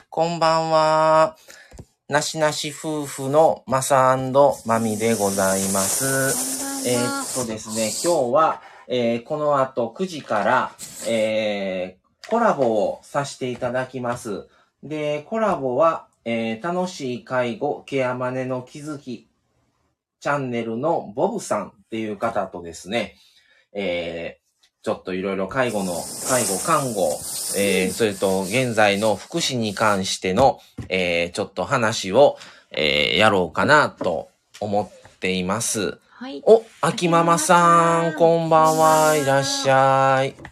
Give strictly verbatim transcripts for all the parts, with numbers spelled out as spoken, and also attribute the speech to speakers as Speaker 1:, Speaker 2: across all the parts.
Speaker 1: こんばんは。なしなし夫婦のマサ&マミでございます。えー、っとですね、今日は、えー、この後くじから、えー、コラボをさせていただきます。で、コラボは、えー、楽しい介護ケアマネの気づきチャンネルのボブさんっていう方とですね、えーちょっといろいろ介護の、介護、看護、えー、それと現在の福祉に関しての、えー、ちょっと話を、えー、やろうかなと思っています。
Speaker 2: はい。
Speaker 1: お、秋ママさん、こんばんは、いらっしゃい。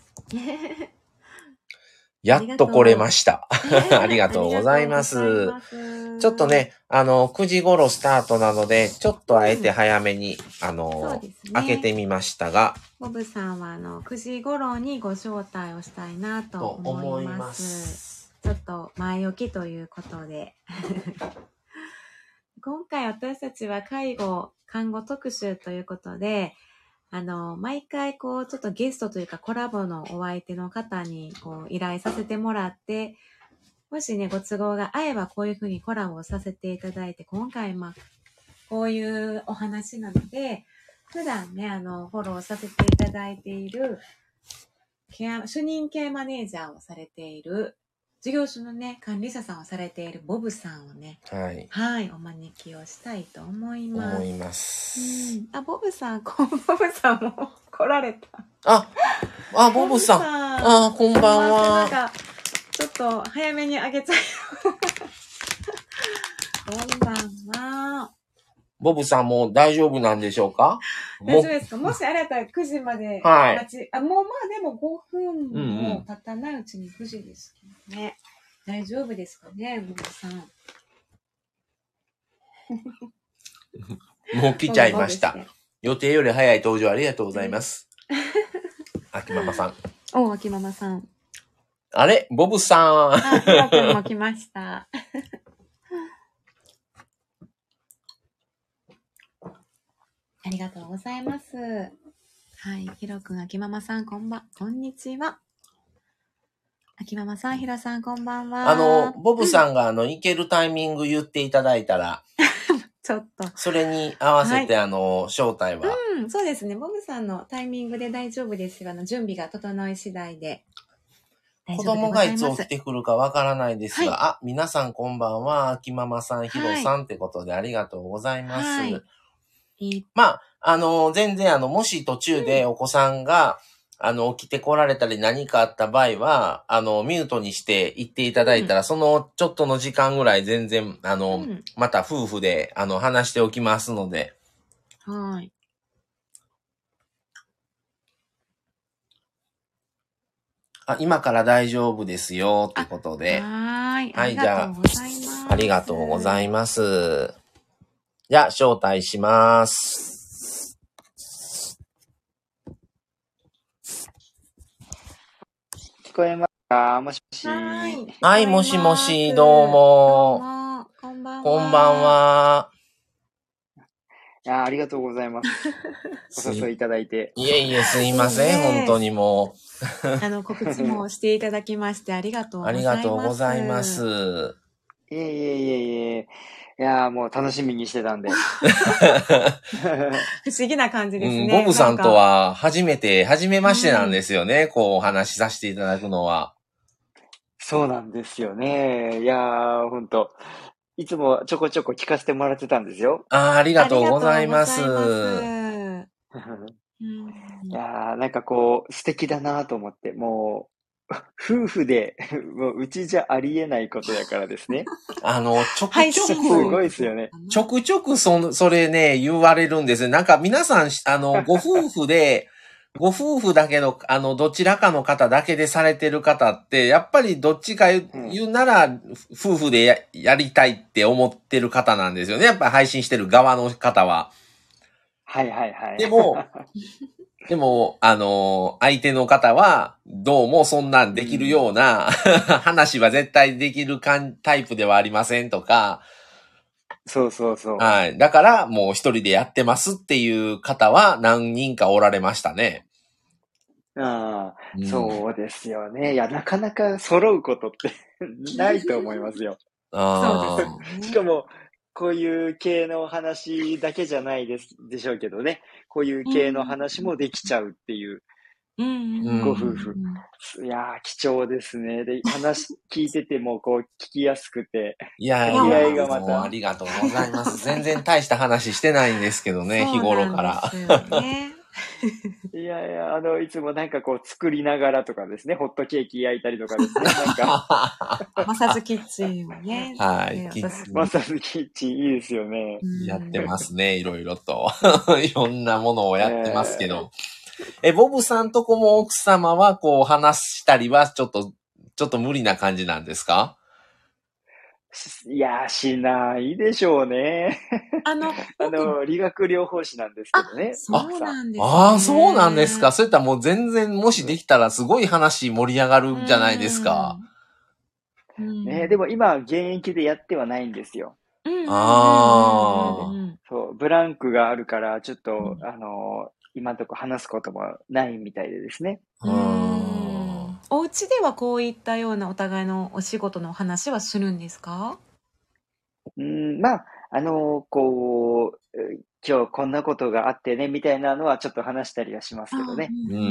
Speaker 1: やっと来れました。ありがとうございます。ちょっとね、あの、くじ頃スタートなので、ちょっとあえて早めに、うん、あの、ね、開けてみましたが。
Speaker 2: ボブさんは、あの、くじ頃にご招待をしたいなと思います。思います。ちょっと前置きということで。今回私たちは介護、看護特集ということで、あの、毎回こう、ちょっとゲストというかコラボのお相手の方にこう依頼させてもらって、もしね、ご都合が合えばこういうふうにコラボをさせていただいて、今回まあ、こういうお話なので、普段ね、あの、フォローさせていただいている、ケア、主任ケアマネージャーをされている、事業所のね、管理者さんをされているボブさんをね、
Speaker 1: はい。
Speaker 2: はい、お招きをしたいと思います。
Speaker 1: 思います。
Speaker 2: うん、あ、ボブさん、こボブさんも来られた。
Speaker 1: あ、あ、ボブさん。んあ、こんばんは。
Speaker 2: なんか、ちょっと早めにあげちゃいこんばんは。
Speaker 1: ボブさんも大丈夫なんでしょうか？
Speaker 2: 大丈夫ですか？もしあれやったらくじまで待ち、はい、あ、もうまあでもごふんも経たないうちにくじですけどね。うんうん、大丈夫ですかね、ボブさん。
Speaker 1: もう来ちゃいました。予定より早い登場ありがとうございます。秋ママさん。
Speaker 2: お、秋ママさん。
Speaker 1: あれボブさん。
Speaker 2: あ、ヒロ君も来ました。ありがとうございます。はい、ヒロ君、秋ママさん、こんばん、こんにちは。秋ママさん、ヒロさん、こんばんは。
Speaker 1: あの、ボブさんが、あの、行けるタイミング言っていただいたら、
Speaker 2: ちょっと。
Speaker 1: それに合わせて、はい、あの、招待は。
Speaker 2: うん、そうですね。ボブさんのタイミングで大丈夫ですよ。あの、準備が整い次第で。
Speaker 1: 子供がいつ起きてくるかわからないですが、はい、あ、皆さんこんばんは。秋ママさん、ヒロさんってことでありがとうございます。はい、まあ、あの、全然、あの、もし途中でお子さんが、うん、あの、起きてこられたり何かあった場合は、あの、ミュートにして言っていただいたら、うん、そのちょっとの時間ぐらい全然、あの、うん、また夫婦で、あの、話しておきますので。
Speaker 2: はい。
Speaker 1: あ、今から大丈夫ですよ、ってことで。
Speaker 2: はい。はい、じゃあ、
Speaker 1: ありがとうございます。じゃあ、招待します。
Speaker 3: 聞こえますか？もしもし。
Speaker 2: はい、
Speaker 1: はい、もしもし、どうも。
Speaker 2: どうも。こんばんは。
Speaker 1: こんばんは。
Speaker 3: いや、ありがとうございます。お誘いいただいて。
Speaker 1: いえいえ、すいません、本当にも
Speaker 2: う。あの、告知もしていただきまして、ありがとうございます。
Speaker 1: ありがとうございます。
Speaker 3: いえいえいえいえ。いやーもう楽しみにしてたんで。
Speaker 2: 不思議な感じですね。
Speaker 1: うん、ボブさんとは初めて、初めましてなんですよね。うん、こうお話しさせていただくのは。
Speaker 3: そうなんですよね。いやー、ほんと。いつもちょこちょこ聞かせてもらってたんですよ。
Speaker 1: あー、ありがとうございます。い
Speaker 3: やー、なんかこう、素敵だなと思って、もう、夫婦で、もううちじゃありえないことやからですね。
Speaker 1: あの、ちょくちょく、す
Speaker 3: ごいですよね。
Speaker 1: ちょくちょくそ、それね、言われるんですよ。なんか皆さん、あの、ご夫婦で、ご夫婦だけど、あの、どちらかの方だけでされてる方って、やっぱりどっちか言う、うん、言うなら、夫婦で や, やりたいって思ってる方なんですよね。やっぱり配信してる側の方は。
Speaker 3: はいはいはい。
Speaker 1: でも、でも、あの、相手の方は、どうもそんなんできるような、うん、話は絶対できるタイプではありませんとか。
Speaker 3: そうそうそう。
Speaker 1: はい。だから、もう一人でやってますっていう方は何人かおられましたね。
Speaker 3: ああ、
Speaker 1: うん、
Speaker 3: そうですよね。いや、なかなか揃うことってないと思いますよ。
Speaker 1: ああ、
Speaker 2: そうですよね。
Speaker 3: しかも、こういう系の話だけじゃないですでしょうけどね。こういう系の話もできちゃうっていう
Speaker 2: うんうん
Speaker 1: うん
Speaker 3: ご夫婦。いやー、貴重ですね。で、話聞いてても、こう、聞きやすくて、
Speaker 1: いやい
Speaker 3: 掛け合い
Speaker 1: や、
Speaker 3: がまた、
Speaker 1: もうありがとうございます。全然大した話してないんですけどね、日
Speaker 2: そうなん
Speaker 1: 頃から。
Speaker 2: ですよね。
Speaker 3: いやいや、あの、いつもなんかこう、作りながらとかですね、ホットケーキ焼いたりとかですね、なんか、
Speaker 2: マサズキッチンをね。
Speaker 1: はい
Speaker 2: ね
Speaker 1: キッチン
Speaker 3: マッサージキッチンいいですよね。
Speaker 1: やって
Speaker 2: す。
Speaker 1: ますね、いろいろと。いろんなものをやってますけ
Speaker 3: え
Speaker 1: ど。え、ボブさんとこも奥様はこう話したりはちょっと、ちょっと無理な感じなんですか？
Speaker 3: ーいやー、しないでしょうね。
Speaker 2: あの、
Speaker 3: あの、理学療法士なんですけどね、
Speaker 2: そう
Speaker 3: 奥さん。
Speaker 2: なんですね。
Speaker 1: ああ、そうなんですか。そういったらもう全然、もしできたらすごい話盛り上がるじゃないですか。
Speaker 2: うん。
Speaker 3: ね、でも今、現役でやってはないんですよ。
Speaker 2: うんうんうんうん
Speaker 1: あ
Speaker 2: うんうん
Speaker 3: そう、ブランクがあるから、ちょっと、
Speaker 2: うん
Speaker 3: あの、今のとこ話すこともないみたいでですね。
Speaker 1: あ。う
Speaker 2: う
Speaker 1: ー
Speaker 2: ん
Speaker 1: ん。
Speaker 2: お家ではこういったようなお互いのお仕事のお話はするんですか？
Speaker 3: うん、まあ、あの、こう、え今日こんなことがあってね、みたいなのはちょっと話したりはしますけどね。
Speaker 1: うんうんうん。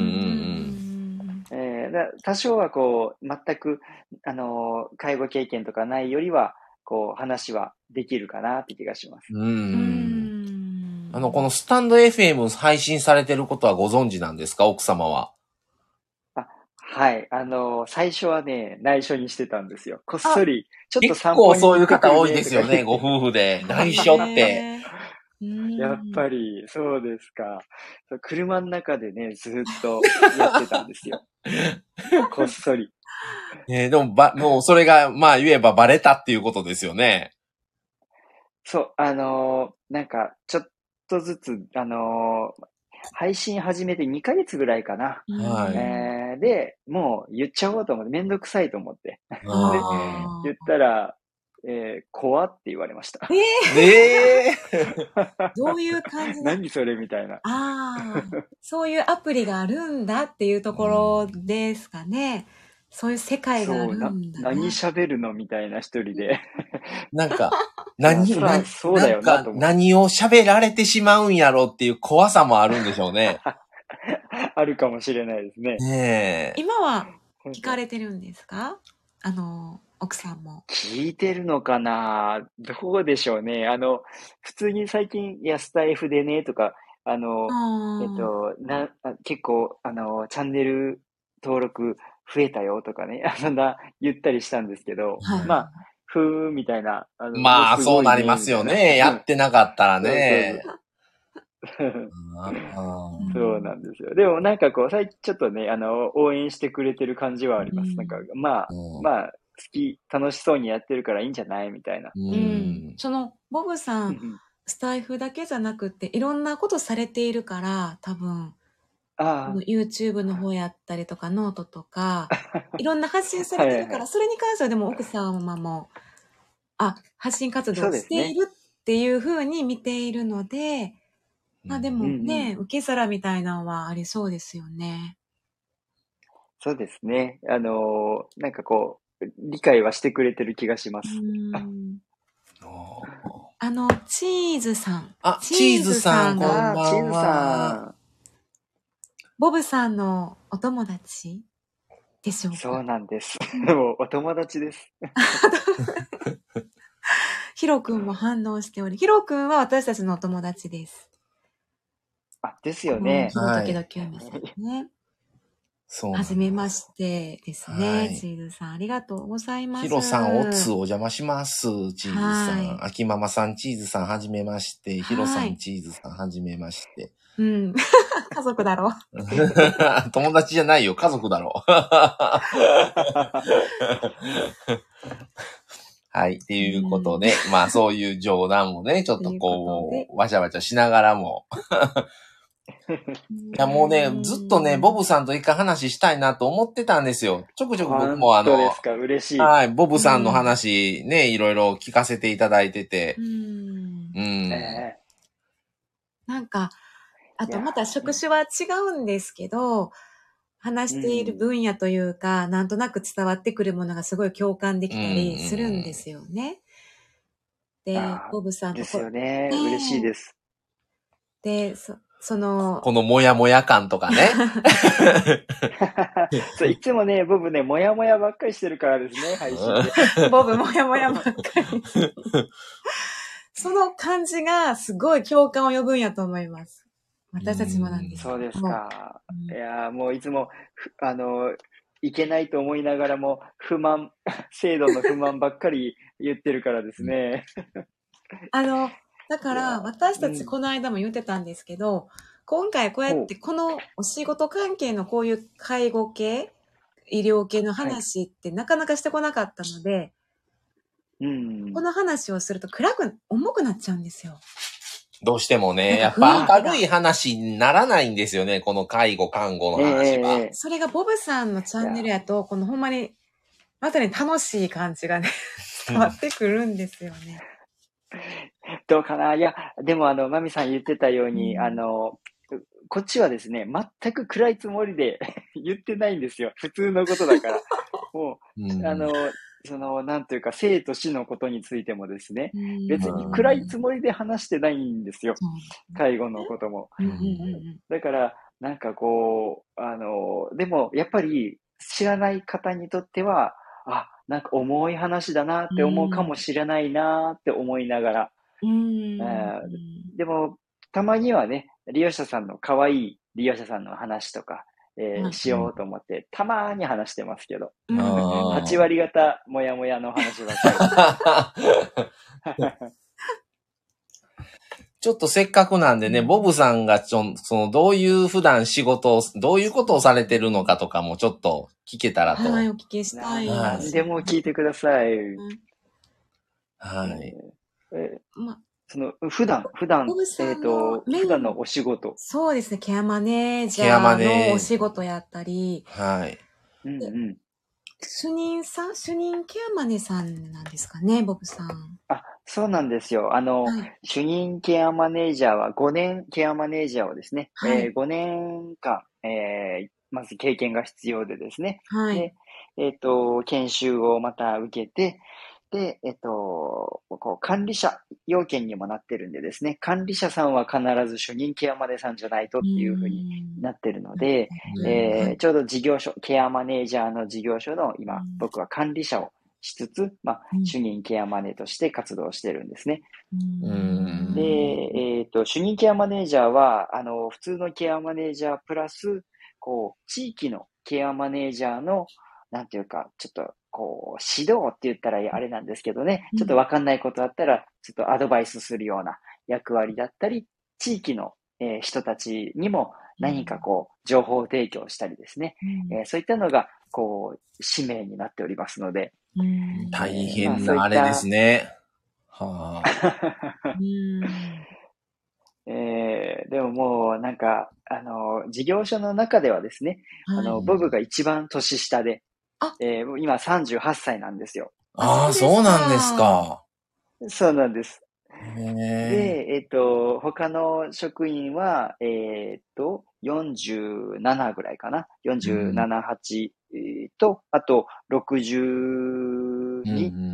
Speaker 3: えーだ多少はこう、全く、あの、介護経験とかないよりは、こう、話はできるかなって気がします。
Speaker 1: うん。
Speaker 2: う
Speaker 1: うん
Speaker 2: ん
Speaker 1: あの、このスタンド エフエム 配信されてることはご存知なんですか、奥様は。
Speaker 3: あ、はい。あの、最初はね、内緒にしてたんですよ。こっそり、ちょっと
Speaker 1: 結
Speaker 3: 散歩に
Speaker 1: 構そういう
Speaker 3: 行ってくる
Speaker 1: 方多い
Speaker 3: ねとか言って。
Speaker 1: ですよね、ご夫婦で。内緒って。
Speaker 2: へーうん
Speaker 3: やっぱり、そうですか。そう車の中でね、ずっとやってたんですよ。こっそり。
Speaker 1: ね、でも、ば、もうそれが、まあ言えばバレたっていうことですよね。
Speaker 3: そう、あのーなんか、ちょっとずつ、あのー配信始めてにかげつぐらいかな。
Speaker 1: はい
Speaker 3: えーで、もう言っちゃおうと思って、めんどくさいと思って。
Speaker 1: ああ。
Speaker 3: 言ったら、えー、怖って言われました。
Speaker 2: え
Speaker 1: ええ
Speaker 2: ー、どういう感じな
Speaker 3: 何それみたいな。
Speaker 2: ああ、そういうアプリがあるんだっていうところですかね。そういう世界があ
Speaker 3: そう、な、
Speaker 2: るんだな。
Speaker 3: 何喋るのみたいな一人で。
Speaker 1: なんか、
Speaker 3: いや
Speaker 1: 何、
Speaker 3: そら
Speaker 1: 何
Speaker 3: そうだよなと思って
Speaker 1: んか何を喋られてしまうんやろっていう怖さもあるんでしょうね。
Speaker 3: あるかもしれないですね。
Speaker 1: ねえ。
Speaker 2: 今は聞かれてるんですか？あの、奥さんも。
Speaker 3: 聞いてるのかなどうでしょうね。あの、普通に最近、いや、スタイフでね、とか、あの、
Speaker 2: あ
Speaker 3: えっと、な、あ結構、あの、チャンネル登録増えたよとかね、そんな言ったりしたんですけど、
Speaker 2: はい
Speaker 3: まあ、ふーんみたいな、あの、
Speaker 1: まあ、
Speaker 3: すごいね
Speaker 1: そうなりますよ
Speaker 3: みたい
Speaker 1: ね。や
Speaker 3: な
Speaker 1: ってなかったら
Speaker 3: そう
Speaker 1: ね。
Speaker 3: そう
Speaker 1: ああ
Speaker 3: そうなんですよ。でもなんかこう、最近ちょっとね、あの、応援してくれてる感じはあります。
Speaker 2: うん
Speaker 3: なんか、まあ、
Speaker 1: うん
Speaker 3: まあ、好き、楽しそうにやってるからいいんじゃないみたいな。
Speaker 1: う
Speaker 2: うんん。その、ボブさん、スタイフだけじゃなくって、いろんなことされているから、多分、
Speaker 3: あ
Speaker 2: YouTube の方やったりとか、ノートとか、いろんな発信されてるから、
Speaker 3: はいはいはい
Speaker 2: それに関してはでも奥様も、あ、発信活動を
Speaker 3: そうですね
Speaker 2: しているっていうふうに見ているので、まあでも
Speaker 3: うん
Speaker 2: ね、
Speaker 3: うん
Speaker 2: 受け皿みたいなのはありそうですよね。
Speaker 3: そうですね。あのーなんかこう、理解はしてくれてる気がしま
Speaker 2: う
Speaker 3: す。
Speaker 2: ん。
Speaker 1: あ
Speaker 2: あの、チーズさん。
Speaker 1: あチーズさん
Speaker 2: チーズが、
Speaker 1: こんばんは
Speaker 3: あー、チーズさ
Speaker 2: ボブさんのお友達でしょう
Speaker 3: ん。
Speaker 2: か？
Speaker 3: そうなんです。もうお友達です。
Speaker 2: ヒロ君も反応しており、ヒロ君は私たちのお友達です。
Speaker 3: あ、ですよ
Speaker 2: うん、
Speaker 3: ね
Speaker 2: ヒ。ロとけどキュウミさんね。
Speaker 1: そうなんだ
Speaker 2: はじめましてです
Speaker 1: は
Speaker 2: ね。
Speaker 1: い
Speaker 2: チーズさん、ありがとうございます。
Speaker 1: ヒロさん、おつお邪魔します。チーズさ
Speaker 2: はい
Speaker 1: ん。秋ママさん、チーズさん、はじめまして。ヒロさん、
Speaker 2: はい
Speaker 1: チーズさん、はじめまして。
Speaker 2: うん。家族だろ。
Speaker 1: 友達じゃないよ、家族だろ。はい。っていうことで、まあそういう冗談もね、ちょっと
Speaker 2: ということで
Speaker 1: こう、わちゃわちゃしながらも。いやもうね、ずっとね、ボブさんと一回話したいなと思ってたんですよ。ちょくちょく僕もあの
Speaker 3: 本当で、すか、嬉しい。
Speaker 1: はい、ボブさんの話ね、いろいろ聞かせていただいてて
Speaker 2: う。ん。
Speaker 1: うん。
Speaker 3: え
Speaker 2: なんか、あ
Speaker 3: いや
Speaker 2: とまた職種は違うんですけど、 話している分野というか、うん、なんとなく伝わってくるものがすごい共感できたりするんですよね。うん、で、ボブさんとこ
Speaker 3: ですよね。ね、嬉しいです。
Speaker 2: で、そ、その、
Speaker 1: このもやもや感とかね。
Speaker 3: そう、いつもね、ボブね、もやもやばっかりしてるからですね、配信で。
Speaker 2: ボブもやもやばっかり。その感じがすごい共感を呼ぶんやと思います。私たちもなんですけど。
Speaker 3: そうですか。うん、いや、もういつも、あの、いけないと思いながらも、不満、制度の不満ばっかり言ってるからですね。
Speaker 2: あの、だから私たちこの間も言ってたんですけど、うん、今回こうやってこのお仕事関係のこういう介護系、医療系の話ってなかなかしてこなかったので、
Speaker 3: はい、うん、
Speaker 2: この話をすると暗く、重くなっちゃうんですよ。
Speaker 1: どうしてもね、やっぱ明るい話にならないんですよね、この介護、看護の話は。
Speaker 3: えー、
Speaker 2: それがボブさんのチャンネルやと、このほんまに、まさに楽しい感じがね、伝わってくるんですよね。
Speaker 3: どうかな。いや、でもあの、マミさん言ってたように、うん、あの、こっちはですね、全く暗いつもりで言ってないんですよ。普通のことだから。もう、うん、あの、その、なんというか、生と死のことについてもですね、うん、別に暗いつもりで話してないんですよ。うん、介護のことも。うん、だから、なんかこう、あの、でも、やっぱり知らない方にとっては、あ、なんか重い話だなって思うかもしれないなって思いながら、
Speaker 2: うん
Speaker 3: えー、でも、たまにはね、利用者さんの可愛い利用者さんの話とか、えー、しようと思って、たまーに話してますけど、はち割方、もやもやの話ばっかり。
Speaker 1: ちょっとせっかくなんでね、ボブさんがちょ、その、どういう普段仕事を、どういうことをされてるのかとかもちょっと聞けたらと。
Speaker 2: はい、お聞きしたい。
Speaker 3: 何でも聞いてください。
Speaker 1: はい。
Speaker 3: えーまその、普段、普段、えっと、普段のお仕事。
Speaker 2: そうですね、ケアマネージャーのお仕事やったり。
Speaker 1: はい。
Speaker 3: うんうん。
Speaker 2: 主任さん、主任ケアマネさんなんですかね、ボブさん。
Speaker 3: あ、そうなんですよ。あの、はい、主任ケアマネージャーはごねんケアマネージャーをですね、はい、えー、ごねんかん、えー、まず経験が必要でですね。
Speaker 2: はい。
Speaker 3: で、えっと、研修をまた受けて、で、えっと、こう管理者要件にもなってるんでですね、管理者さんは必ず主任ケアマネさんじゃないとっていうふうになってるので、えー、ちょうど事業所、ケアマネージャーの事業所の今、僕は管理者をしつつ、まあ、主任ケアマネとして活動してるんですね。
Speaker 1: うん
Speaker 3: で、えっと、主任ケアマネージャーは、あの、普通のケアマネージャープラス、こう、地域のケアマネージャーの、なんていうか、ちょっと、こう、指導って言ったらあれなんですけどね、ちょっとわかんないことあったら、ちょっとアドバイスするような役割だったり、地域の、えー、人たちにも何かこう、情報提供したりですね、えー、そういったのが、こう、使命になっておりますので。
Speaker 1: 大変なあれですね。はあ。
Speaker 3: えー、でももうなんか、あの、事業所の中ではですね、はい、あの、ボブが一番年下で、えー、今さんじゅうはっさいなんですよ。
Speaker 1: ああ、そうなんですか。
Speaker 3: そうなんです。で、えっと、他の職員は、えっと、よんじゅうななぐらいかな。よんじゅうなな、はちと、あと、ろくじゅうに、うんうんうん、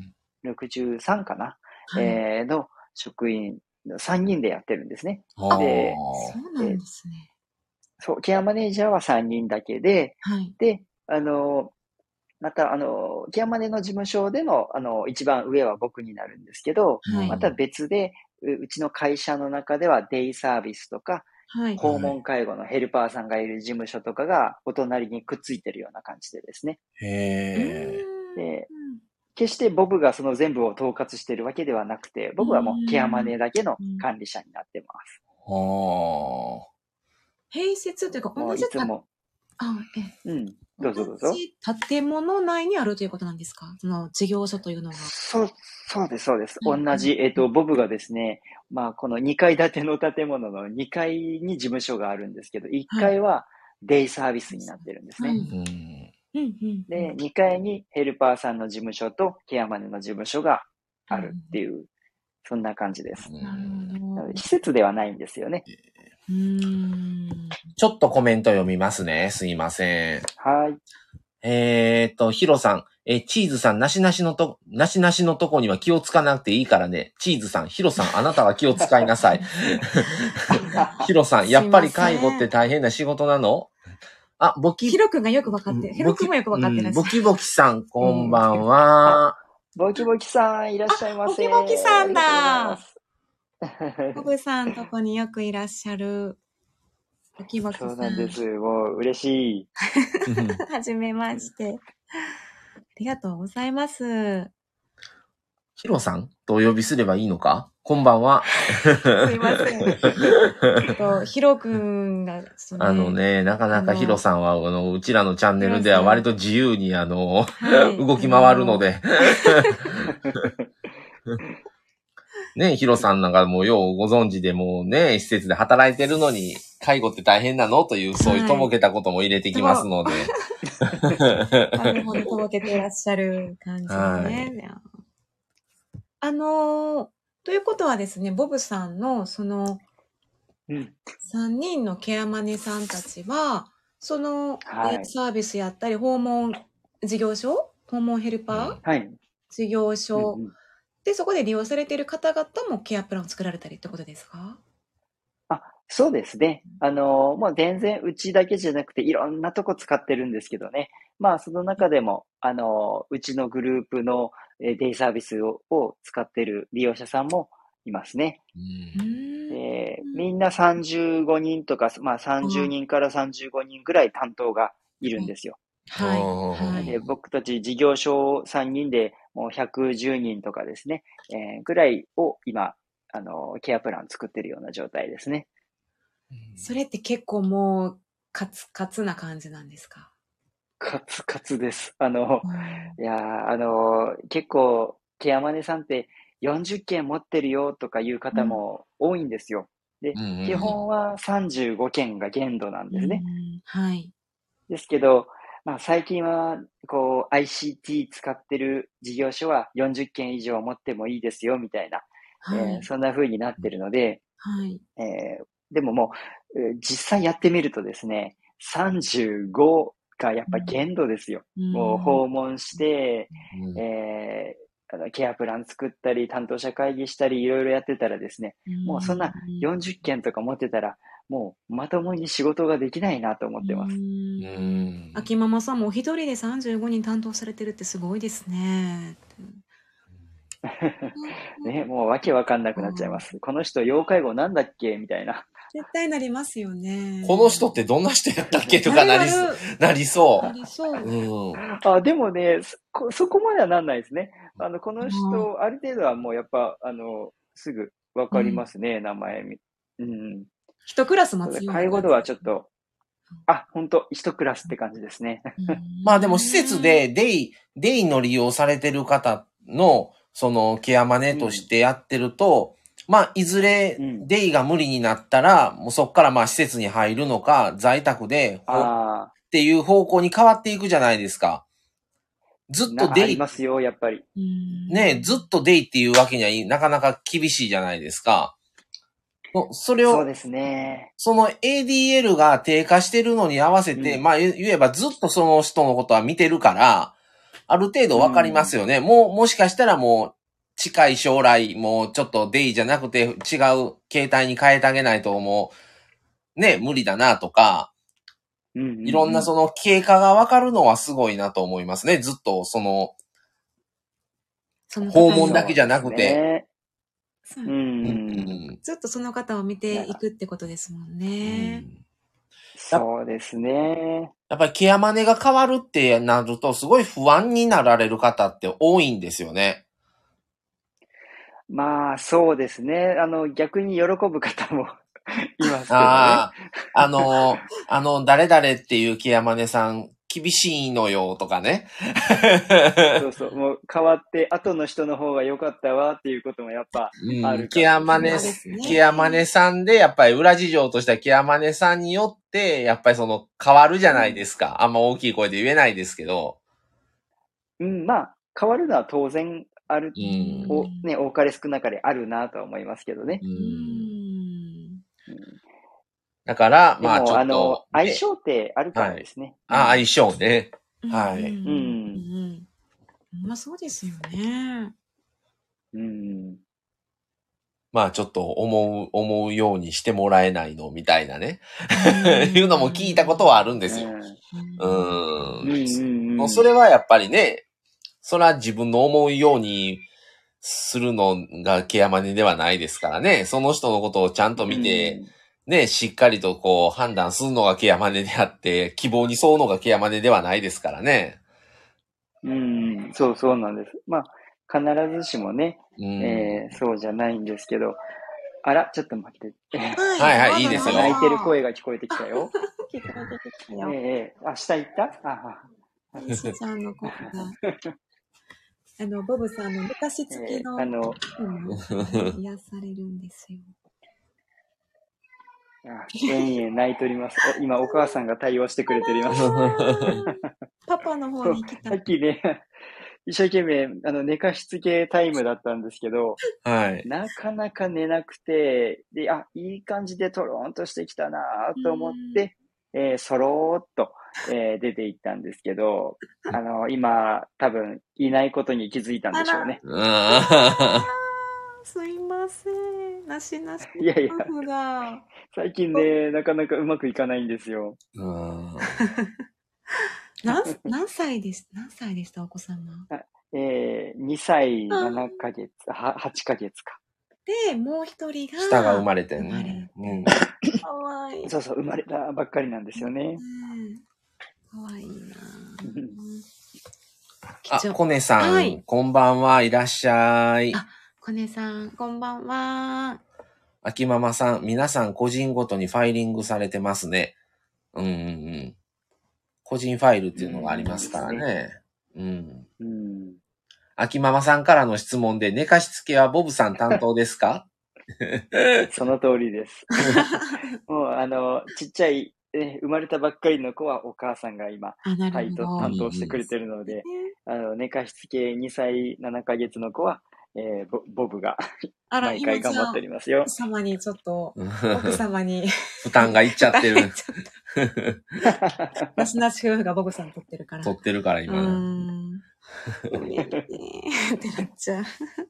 Speaker 3: ろくじゅうさんかな、はい、えー、の職員、さんにんでやってるんですね。
Speaker 2: で、そうなんですね。
Speaker 3: そう、ケアマネージャーはさんにんだけで、
Speaker 2: はい、
Speaker 3: で、あの、また、あの、ケアマネの事務所での、あの、一番上は僕になるんですけど、はい、また別でう、うちの会社の中ではデイサービスとか、はい、訪問介護のヘルパーさんがいる事務所とかがお隣にくっついてるような感じでですね。
Speaker 1: へ
Speaker 3: ー。で、決してボブがその全部を統括しているわけではなくて、僕はもうケアマネだけの管理者になってます。
Speaker 1: はあ。
Speaker 2: 併設というか、
Speaker 3: 同じいつも。
Speaker 2: あ、え
Speaker 3: うん。どうぞどうぞ。
Speaker 2: 建物内にあるということなんですか？その事業所というのは。
Speaker 3: そう、そうです、そうです。同じ、えっと、ボブがですね、まあ、このにかい建ての建物のにかいに事務所があるんですけど、いっかいはデイサービスになってるんですね。で、にかいにヘルパーさんの事務所とケアマネの事務所があるっていう、そんな感じです。施設ではないんですよね。
Speaker 2: うーん。
Speaker 1: ちょっとコメント読みますね。すいません。
Speaker 3: はい。
Speaker 1: えーっと、ヒロさん、えーチーズさん、なしなしのと、なしなしのとこには気をつかなくていいからね。チーズさん、ヒロさん、あなたは気を使いなさい。ヒロさん、やっぱり介護って大変な仕事なの？あ、ボキ、
Speaker 2: ヒロ君がよくわかってる。ヒロ君もよくわかってらっしゃる。
Speaker 1: ボキボキさん、こんばんは。
Speaker 3: ボキボキさん、いらっしゃいませ。
Speaker 2: ボキボキさんだ。
Speaker 3: あ
Speaker 2: ボブさんとこによくいらっしゃる。ボキボキさん。
Speaker 3: そうなんです。もう嬉しい。
Speaker 2: はじめまして。ありがとうございます。
Speaker 1: ヒロさんとお呼びすればいいのか？こんばんは。
Speaker 2: すいません。えっと、ヒロ君が、ね、
Speaker 1: あのね、なかなかヒロさんは、あの、うちらのチャンネルでは割と自由に、あの、はい、動き回るので。ね、ヒロさんなんかもうようご存知でもうね、施設で働いてるのに、介護って大変なのという、そういうとぼけたことも入れてきますので。
Speaker 2: なるほど、とぼけていらっしゃる感じね。はい、あのー、ということはですね、ボブさんの、その、うん、さんにんのケアマネさんたちは、その、はい、サービスやったり、訪問事業所訪問ヘルパー、はい、事業所、うんうん、で、そこで利用されている方々もケアプランを作られたりってことですか？
Speaker 3: あ、そうですね。あの、もう全然うちだけじゃなくていろんなとこ使ってるんですけどね。まあその中でも、あの、うちのグループのデイサービスを、を使ってる利用者さんもいますね。うんでみんなさんじゅうごにんとか、まあさんじゅうにんからさんじゅうごにんぐらい担当がいるんですよ。はい。はい、で僕たち事業所さんにんでもうひゃくじゅうにんとかですね、えー、ぐらいを今、あの、ケアプラン作ってるような状態ですね。
Speaker 2: それって結構もう、カツカツな感じなんですか？
Speaker 3: カツカツです。あの、うん、いや、あの、結構、ケアマネさんってよんじゅっけん持ってるよとかいう方も多いんですよ。で、うんうん、基本はさんじゅうごけんが限度なんですね。
Speaker 2: うん、はい。
Speaker 3: ですけど、まあ、最近は、こう、アイシーティー 使ってる事業所はよんじゅっけん以上持ってもいいですよ、みたいな、はい、えー、そんな風になってるので、はい、えー、でももう、えー、実際やってみるとですね、さんじゅうごがやっぱ限度ですよ。うん、もう訪問して、うん、えー、あのケアプラン作ったり、担当者会議したり、いろいろやってたらですね、うん、もうそんなよんじゅっけんとか持ってたら、もうまともに仕事ができないなと思ってます。
Speaker 2: うん秋ママさんもお一人でさんじゅうごにん担当されてるってすごいですね。
Speaker 3: ね、もうわけわかんなくなっちゃいます。この人、要介護なんだっけみたいな。
Speaker 2: 絶対なりますよね。
Speaker 1: この人ってどんな人やったっけとかなり、なりそう。なりそう。
Speaker 3: うん、あでもねそ、そこまではなんないですね。あの、この人、ある程度はもうやっぱ、あの、すぐわかりますね、うん、名前。うん。
Speaker 2: 一クラス待つような
Speaker 3: 介護度はちょっと、あ、本当一クラスって感じですね。
Speaker 1: まあでも施設でデイ、デイの利用されてる方の、そのケアマネとしてやってると、うん、まあいずれデイが無理になったら、もうそこからまあ施設に入るのか、在宅で、っていう方向に変わっていくじゃないですか。ずっとデイ。
Speaker 3: ありますよ、やっぱり。
Speaker 1: ね、ずっとデイっていうわけにはなかなか厳しいじゃないですか。それを、
Speaker 3: そうですね。
Speaker 1: その エーディーエル が低下してるのに合わせて、うん、まあ言えばずっとその人のことは見てるから、ある程度わかりますよね。うん、もう、もしかしたらもう近い将来、もうちょっとデイじゃなくて違う形態に変えてあげないともう、ね、無理だなとか、うんうんうん、いろんなその経過がわかるのはすごいなと思いますね。ずっとその、訪問だけじゃなくて。
Speaker 2: うんうん、ずっとその方を見ていくってことですもんね。うん、
Speaker 3: そうですね。
Speaker 1: やっぱりケアマネが変わるってなると、すごい不安になられる方って多いんですよね。
Speaker 3: まあ、そうですね。あの、逆に喜ぶ方もいますけどね。
Speaker 1: ああ、あの、あの、誰々っていうケアマネさん、厳しいのよとかね。
Speaker 3: そうそう。もう変わって、後の人の方が良かったわっていうこともやっぱある、ね。
Speaker 1: うん、ケアマネ、ケアマネさんで、やっぱり裏事情としてはケアマネさんによって、やっぱりその変わるじゃないですか。うん、あんま大きい声で言えないですけど。
Speaker 3: うん、まあ、変わるのは当然ある、うん、おね、多かれ少なかれあるなとは思いますけどね。うん、
Speaker 1: だから、
Speaker 3: でも、
Speaker 1: まあちょ
Speaker 3: あの、
Speaker 1: っと、
Speaker 3: 相
Speaker 1: ね、
Speaker 3: 性ってあるからですね。
Speaker 1: あ、
Speaker 3: うん。
Speaker 1: 相性ね。はい。
Speaker 2: うん。
Speaker 3: う。
Speaker 2: うんん。まあそうですよね。
Speaker 3: うん。
Speaker 1: まあちょっと思う、思うようにしてもらえないのみたいなね。
Speaker 2: う
Speaker 1: いうのも聞いたことはあるんですよ。
Speaker 3: うん。
Speaker 1: う
Speaker 3: うん。うん。
Speaker 1: ーん。もう
Speaker 3: うん。
Speaker 1: それはやっぱりね、それは自分の思うようにするのがケアマネではないですからね。その人のことをちゃんと見て、ね、しっかりとこう判断するのがケアマネであって、希望に沿うのがケアマネではないですからね。
Speaker 3: うん。そうそうなんです。まあ、必ずしもね、
Speaker 1: うん。
Speaker 3: えーそうじゃないんですけど、あら、ちょっと待って。
Speaker 2: はい。
Speaker 1: はいはい、いい
Speaker 2: どうぞ
Speaker 1: ですよ。
Speaker 3: なんか泣いてる声が聞こえてきたよ。
Speaker 2: 聞こえてきた
Speaker 3: え
Speaker 2: よ。
Speaker 3: えー、あ、下行ったああ。
Speaker 2: しーちゃんの声が。あの、ボブさんの昔付き
Speaker 3: えー
Speaker 2: の
Speaker 3: あの、
Speaker 2: 癒されるんですよ。
Speaker 3: あ延々泣いております。お今、お母さんが対応してくれております。
Speaker 2: パパの方に来た。
Speaker 3: さっきね、一生懸命、あの、寝かしつけタイムだったんですけど、
Speaker 1: はい。
Speaker 3: なかなか寝なくて、で、あ、いい感じでトローンとしてきたなと思って、えー、そろーっと、えー、出て行ったんですけど、あの、今、多分、いないことに気づいたんでしょうね。
Speaker 2: すいません。なしなし。
Speaker 3: いやいや、最近ね、なかなかうまくいかないんですよ。
Speaker 2: 何, 何歳です、何歳でした、お子様。
Speaker 3: えー、にさいななかげつ、ははちかげつか。
Speaker 2: で、もう一人が。
Speaker 1: 下が生まれてね。
Speaker 2: うん。かわいい。
Speaker 3: そうそう、生まれたばっかりなんですよね。
Speaker 2: かわいいな
Speaker 1: あ、コネさん、はい、こんばんは、いらっしゃい。
Speaker 2: あ、コネさん、こんばんは。
Speaker 1: 秋ママさん、皆さん個人ごとにファイリングされてますね。うんうんうん。個人ファイルっていうのがありますからね。うん。うん。秋ママさんからの質問で、寝かしつけはボブさん担当ですか？
Speaker 3: その通りです。もう、あの、ちっちゃい、え生まれたばっかりの子はお母さんが今、はいと担当してくれてるので、あの、寝かしつけにさいななかげつの子は、えー、ボ, ボブが毎回頑張っておりますよ。
Speaker 2: 奥様にちょっと、奥様に
Speaker 1: 負担がいっちゃってる。
Speaker 2: なしなし夫婦がボブさん取ってるから。
Speaker 1: 取ってるから今。
Speaker 2: うーん。ごめんねってなっちゃう。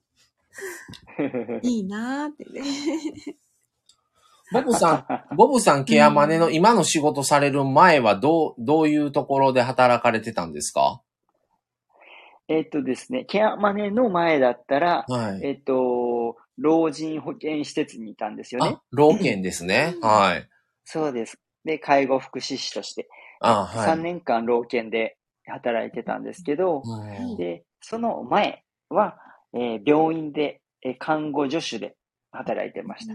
Speaker 2: いいなーってね。
Speaker 1: ボブさん、ボブさんケアマネの今の仕事される前はどう、どういうところで働かれてたんですか？
Speaker 3: えっとですね、ケアマネの前だったら、はい、えっと、老人保健施設にいたんですよね。
Speaker 1: あ、老健ですね。はい。
Speaker 3: そうです。で、介護福祉士として、あ、はい、さんねんかん老健で働いてたんですけど、はい、で、その前は、えー、病院で、えー、看護助手で働いてました。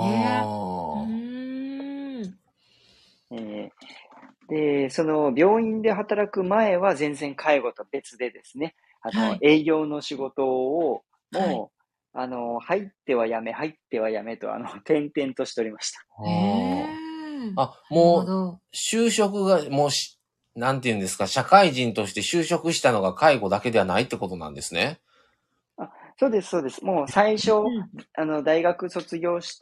Speaker 3: えー、で、その病院で働く前は全然介護と別でですね、あの、はい、営業の仕事をもう、はい、あの、入ってはやめ、入ってはやめと、あの、転々としておりました。
Speaker 1: あ、もう、就職が、もうし、なんていうんですか、社会人として就職したのが介護だけではないってことなんですね。
Speaker 3: あ、そうです、そうです。もう最初、うん、あの、大学卒業して、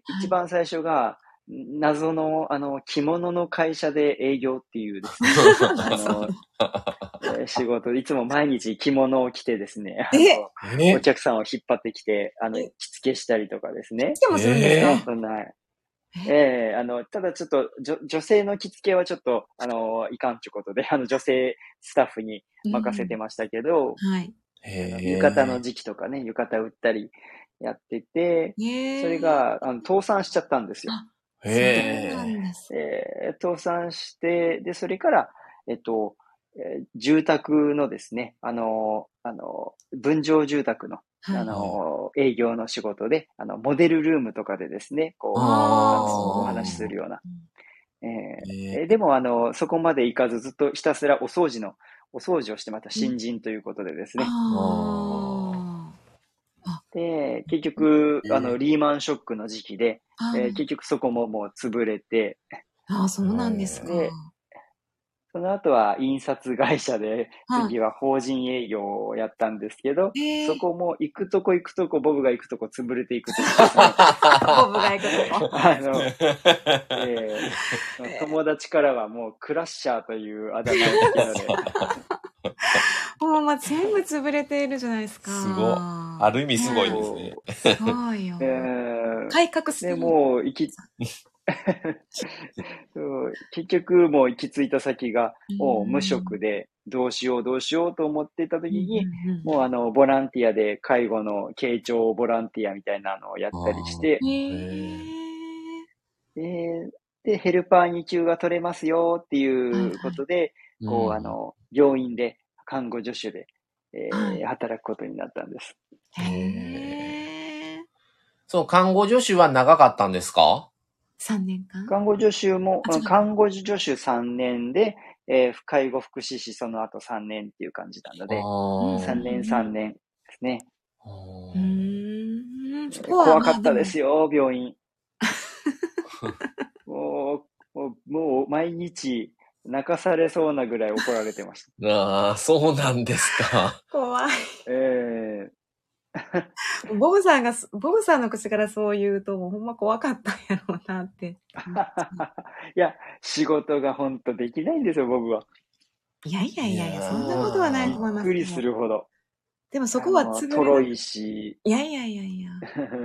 Speaker 3: 一番最初が、謎の、あの、着物の会社で営業っていうですね、あの、えー、仕事で、いつも毎日着物を着てですね、あの、お客さんを引っ張ってきて、あの、着付けしたりとかですね。
Speaker 2: 着付けもするんですか？
Speaker 3: そんな、ええー、あの、ただちょっと、女性の着付けはちょっと、あの、いかんちゅうことで、あの、女性スタッフに任せてましたけど、うん、はい。浴衣の時期とかね、浴衣売ったりやってて、それが、あの、倒産しちゃったんですよ。
Speaker 1: へ
Speaker 3: ー。えー、倒産して、で、それから、えっと、えー、住宅のですね、あの、あの、分譲住宅の、はい、あの、営業の仕事で、あの、モデルルームとかでですね、こう、お話しするような。えー、でも、あの、そこまで行かず、ずっとひたすらお掃除の、お掃除をしてまた新人ということでですね。で、結局、あの、リーマンショックの時期で、えー、結局そこももう潰れて。
Speaker 2: ああ、そうなんですか。
Speaker 3: で、 その後は印刷会社で、
Speaker 2: はい
Speaker 3: 次は法人営業をやったんですけど、
Speaker 2: えー
Speaker 3: そこも行くとこ行くとこ、ボブが行くとこ潰れていくというですね、
Speaker 2: ボブが行くとこ。
Speaker 3: あの、えー友達からはもうクラッシャーというあだ名をつけられ、
Speaker 2: もうまあ全部潰れているじゃないですか。
Speaker 1: すごいある意味すごいですね。
Speaker 2: すごいよ
Speaker 3: え。ー
Speaker 2: 改革す
Speaker 3: で、
Speaker 2: る。
Speaker 3: もう行き、そう結局もう行き着いた先が、もう無職で、どうしようどうしようと思っていた時に、もうあの、ボランティアで介護の傾聴ボランティアみたいなのをやったりして、
Speaker 2: へ
Speaker 1: へ
Speaker 3: えーで、ヘルパーに級が取れますよっていうことで、こう、あの、病院で看護助手で、えー
Speaker 2: はい
Speaker 3: 働くことになったんです。
Speaker 2: ーへー
Speaker 1: そう、看護助手は長かったんですか？
Speaker 2: さんねんかん
Speaker 3: 看護助手も、
Speaker 2: あ違う
Speaker 3: 看護助手さんねんで、えー介護福祉士その後さんねんっていう感じなので、
Speaker 1: あー
Speaker 3: さんねんさんねんですね。
Speaker 1: あ
Speaker 2: う
Speaker 1: ー
Speaker 2: ーん。そこは
Speaker 3: 怖かった
Speaker 2: まあ
Speaker 3: ですよ、病院。もう、もう、もう毎日泣かされそうなぐらい怒られてました。
Speaker 1: あー、そうなんですか。
Speaker 2: 怖い。
Speaker 3: え
Speaker 2: ボブさんが、ボブさんの口からそう言うと、もうほんま怖かったんやろうなって。
Speaker 3: ー、いや、仕事が本当できないんですよ、ボブは。
Speaker 2: いやいやいやいや、
Speaker 1: いやー
Speaker 2: そんなことはないと思いますけど。
Speaker 3: びっくりするほど。
Speaker 2: でもそこは
Speaker 3: あの
Speaker 2: 潰れな
Speaker 3: とろいし、
Speaker 2: いやいやいやいや。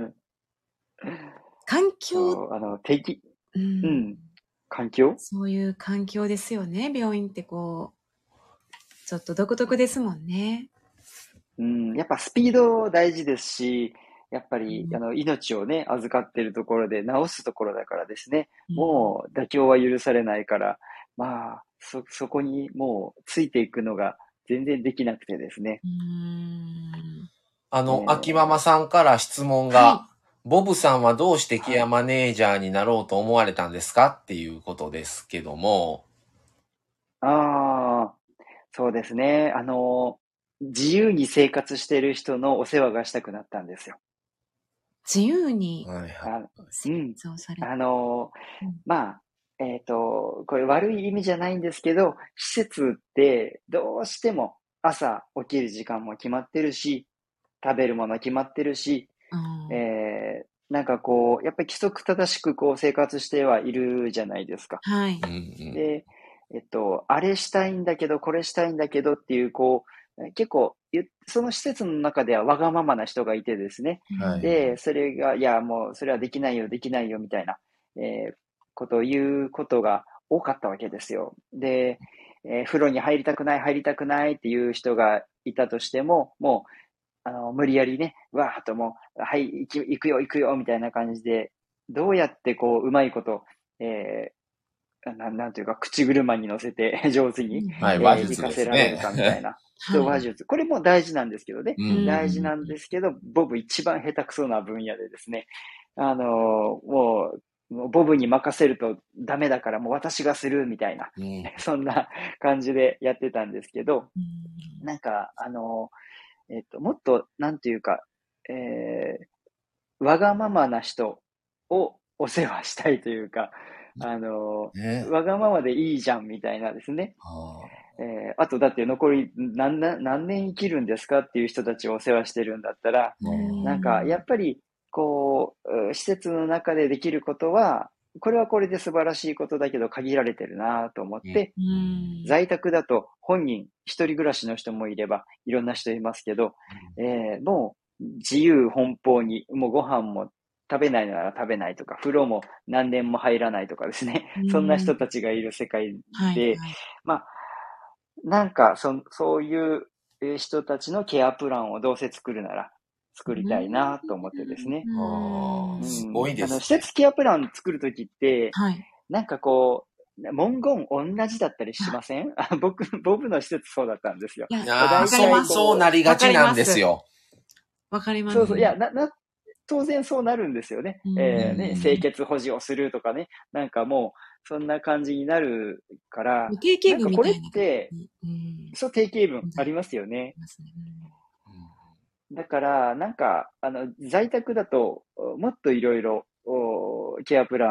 Speaker 2: 環境、
Speaker 3: そうあの、敵、
Speaker 2: うん、
Speaker 3: うん、環境
Speaker 2: そういう環境ですよね。病院ってこう、ちょっと独特ですもんね。
Speaker 3: うん、やっぱスピード大事ですし、やっぱり、
Speaker 2: うん
Speaker 3: あの、命をね、預かってるところで治すところだからですね、
Speaker 2: うん
Speaker 3: もう妥協は許されないから、まあ、そ、そこにもうついていくのが全然できなくてですね。
Speaker 2: うーん
Speaker 1: あの、
Speaker 3: えー
Speaker 1: 秋ママさんから質問が、
Speaker 2: は
Speaker 1: ボブさんはどうしてケアマネージャーになろうと思われたんですかっていうことですけども。
Speaker 3: ああ、そうですね。あの、自由に生活している人のお世話がしたくなったんですよ。
Speaker 2: 自由に
Speaker 1: はいはい。
Speaker 3: あ
Speaker 2: 生活をされて、
Speaker 3: あの
Speaker 2: うん、
Speaker 3: まあ、えっと、これ悪い意味じゃないんですけど、施設ってどうしても朝起きる時間も決まってるし、食べるもの決まってるし、
Speaker 2: うん
Speaker 3: えーなんかこう、やっぱり規則正しくこう生活してはいるじゃないですか。
Speaker 2: はい。
Speaker 1: うんうん
Speaker 3: で、えっと、あれしたいんだけど、これしたいんだけどっていう、こう、結構、ゆその施設の中ではわがままな人がいてですね。
Speaker 1: はい
Speaker 3: で、それが、いや、もう、それはできないよ、できないよ、みたいな、えーことを言うことが多かったわけですよ。で、えー風呂に入りたくない、入りたくないっていう人がいたとしても、もう、あの、無理やりね、わーっともう、はい、行き行くよ、行くよ、みたいな感じで、どうやってこう、うまいこと、えーなんなんていうか、口車に乗せて上手に、
Speaker 1: はい、
Speaker 3: えー
Speaker 1: 話術
Speaker 3: 行か
Speaker 1: ですね
Speaker 3: せられるかみたいな。そう、話術。これも大事なんですけどね。
Speaker 1: うん
Speaker 3: 大事なんですけど、ボブ一番下手くそな分野でですね、あのーもう、もうボブに任せるとダメだからもう私がするみたいな、
Speaker 1: うん
Speaker 3: そんな感じでやってたんですけど、
Speaker 2: うん
Speaker 3: なんか、あのーえっと、もっと、なんていうか、えーわがままな人をお世話したいというか、あの
Speaker 1: ね
Speaker 3: ーわがままでいいじゃんみたいなですね。
Speaker 1: あ
Speaker 3: えーあとだって残り何な何年生きるんですかっていう人たちをお世話してるんだったら、
Speaker 1: ー
Speaker 3: なんかやっぱりこう、う施設の中でできることは、これはこれで素晴らしいことだけど限られてるなと思って、
Speaker 2: うん
Speaker 3: 在宅だと本人、一人暮らしの人もいれば、いろんな人いますけど、えーもう自由奔放に、もうご飯も食べないなら食べないとか、風呂も何年も入らないとかですね、
Speaker 2: うん
Speaker 3: そんな人たちがいる世界で、
Speaker 2: はいはい
Speaker 3: まあ、なんかそ、そういう人たちのケアプランをどうせ作るなら作りたいなと思ってですね。
Speaker 1: あー
Speaker 3: うん
Speaker 1: すごいですね
Speaker 3: あの、施設ケアプラン作るときって、
Speaker 2: はい。
Speaker 3: なんかこう、文言同じだったりしませんあ僕、ボブの施設そうだったんですよ。
Speaker 2: いや、
Speaker 1: いやー
Speaker 2: わかります。
Speaker 1: そうそうなりがちなんですよ。
Speaker 2: わかります。
Speaker 3: そうそう、いや、な、な、当然そうなるんですよね。
Speaker 2: うん
Speaker 3: えーね、清潔保持をするとかね。なんかもう、そんな感じになるから、
Speaker 2: 定型文みたいな。
Speaker 3: なんかこれって、
Speaker 2: うん
Speaker 3: そう、定型文ありますよね。
Speaker 2: ますね
Speaker 3: だから、なんか、あの、在宅だと、もっといろいろ、ケアプラン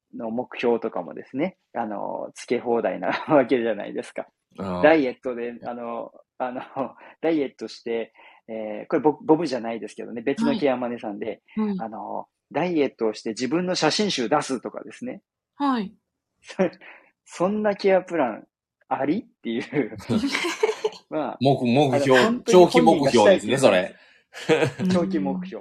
Speaker 3: の目標とかもですね、あの、つけ放題なわけじゃないですか。
Speaker 1: あ
Speaker 3: ダイエットで、あの、あの、ダイエットして、えーこれボボブじゃないですけどね、別のケアマネさんで、
Speaker 2: はい。
Speaker 3: あの、ダイエットをして自分の写真集出すとかですね。
Speaker 2: はい。
Speaker 3: そそんなケアプランありっていう。まあ、
Speaker 1: 目、目
Speaker 3: あの
Speaker 1: 標、
Speaker 3: 本当に
Speaker 1: 長期目標ですね、それ。
Speaker 3: 長期目標。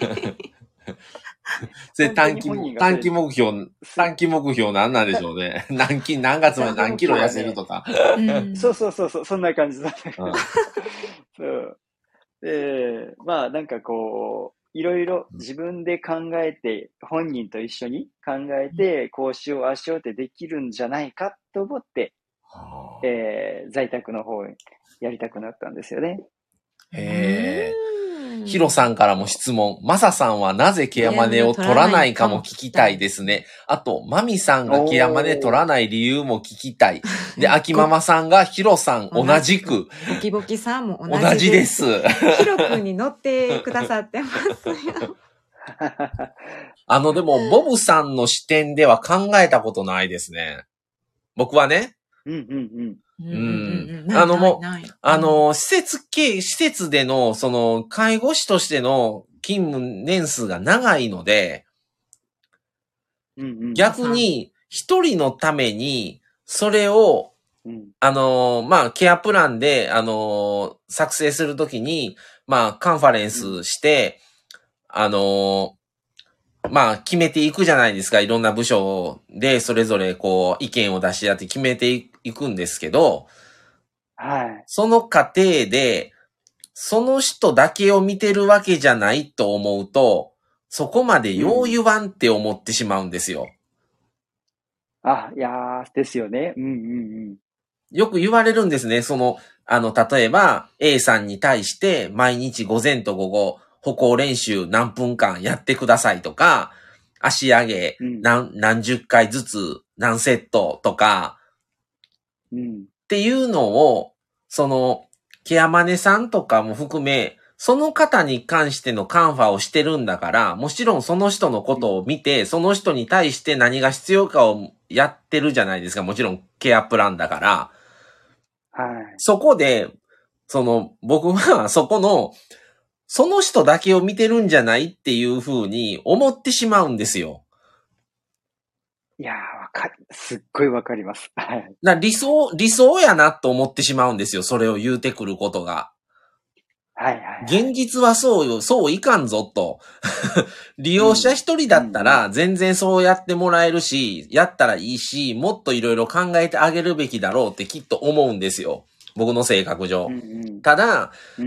Speaker 1: それ短期目、
Speaker 3: 本当に本人が
Speaker 1: 短期目標、短期目標なんなんでしょうね。何期、何月まで何キロ痩せるとか。
Speaker 2: うん
Speaker 3: そうそうそうそう、そんな感じだね。
Speaker 1: うん
Speaker 3: そう。で、まあなんかこう、いろいろ自分で考えて、本人と一緒に考えて、こうしよう、ああしようってできるんじゃないかと思って、えー、在宅の方にやりたくなったんですよね。
Speaker 1: へえ。
Speaker 2: うん
Speaker 1: ヒロさんからも質問。マサさんはなぜケアマネを取らないかも聞きたいですね。あと、マミさんがケアマネ取らない理由も聞きたい。で、秋ママさんがヒロさん同じく。
Speaker 2: ボキボキさんも同
Speaker 1: 同
Speaker 2: じ
Speaker 1: じ
Speaker 2: で。
Speaker 1: ですす。
Speaker 2: ヒロ君に乗ってくださってますよ。
Speaker 1: あの、でも、ボブさんの視点では考えたことないですね。僕はね。
Speaker 3: うんうんうん。
Speaker 2: うん
Speaker 1: あのもう
Speaker 2: ないない
Speaker 1: あの、施設系、施設での、その、介護士としての勤務年数が長いので、
Speaker 3: うんうん、
Speaker 1: 逆に、一人のために、それを、
Speaker 3: うん
Speaker 1: あの、まあ、ケアプランで、あの、作成するときに、まあ、カンファレンスして、あの、まあ、決めていくじゃないですか。いろんな部署で、それぞれ、こう、意見を出し合って決めていくんですけど、
Speaker 3: はい。
Speaker 1: その過程で、その人だけを見てるわけじゃないと思うと、そこまでよう言わんって思ってしまうんですよ。
Speaker 3: あ、いやー、ですよね。うんうんうん。
Speaker 1: よく言われるんですね。その、あの、例えば A さんに対して毎日午前と午後、歩行練習何分間やってくださいとか、足上げ
Speaker 3: うん
Speaker 1: 何、何十回ずつ何セットとか、
Speaker 3: うん。
Speaker 1: っていうのを、その、ケアマネさんとかも含め、その方に関してのカンファをしてるんだから、もちろんその人のことを見て、その人に対して何が必要かをやってるじゃないですか。もちろんケアプランだから。
Speaker 3: はい。
Speaker 1: そこで、その、僕はそこの、その人だけを見てるんじゃないっていう風に思ってしまうんですよ。
Speaker 3: いやー、わかる。すっごいわかります。はい。
Speaker 1: だ理想、理想やなと思ってしまうんですよ。それを言うてくることが。
Speaker 3: はいはい、はい。
Speaker 1: 現実はそうよ、そういかんぞと。利用者一人だったら全然そうやってもらえるし、やったらいいし、もっといろいろ考えてあげるべきだろうってきっと思うんですよ。僕の性格上。
Speaker 3: うんうん、
Speaker 1: ただ、
Speaker 3: うんうん、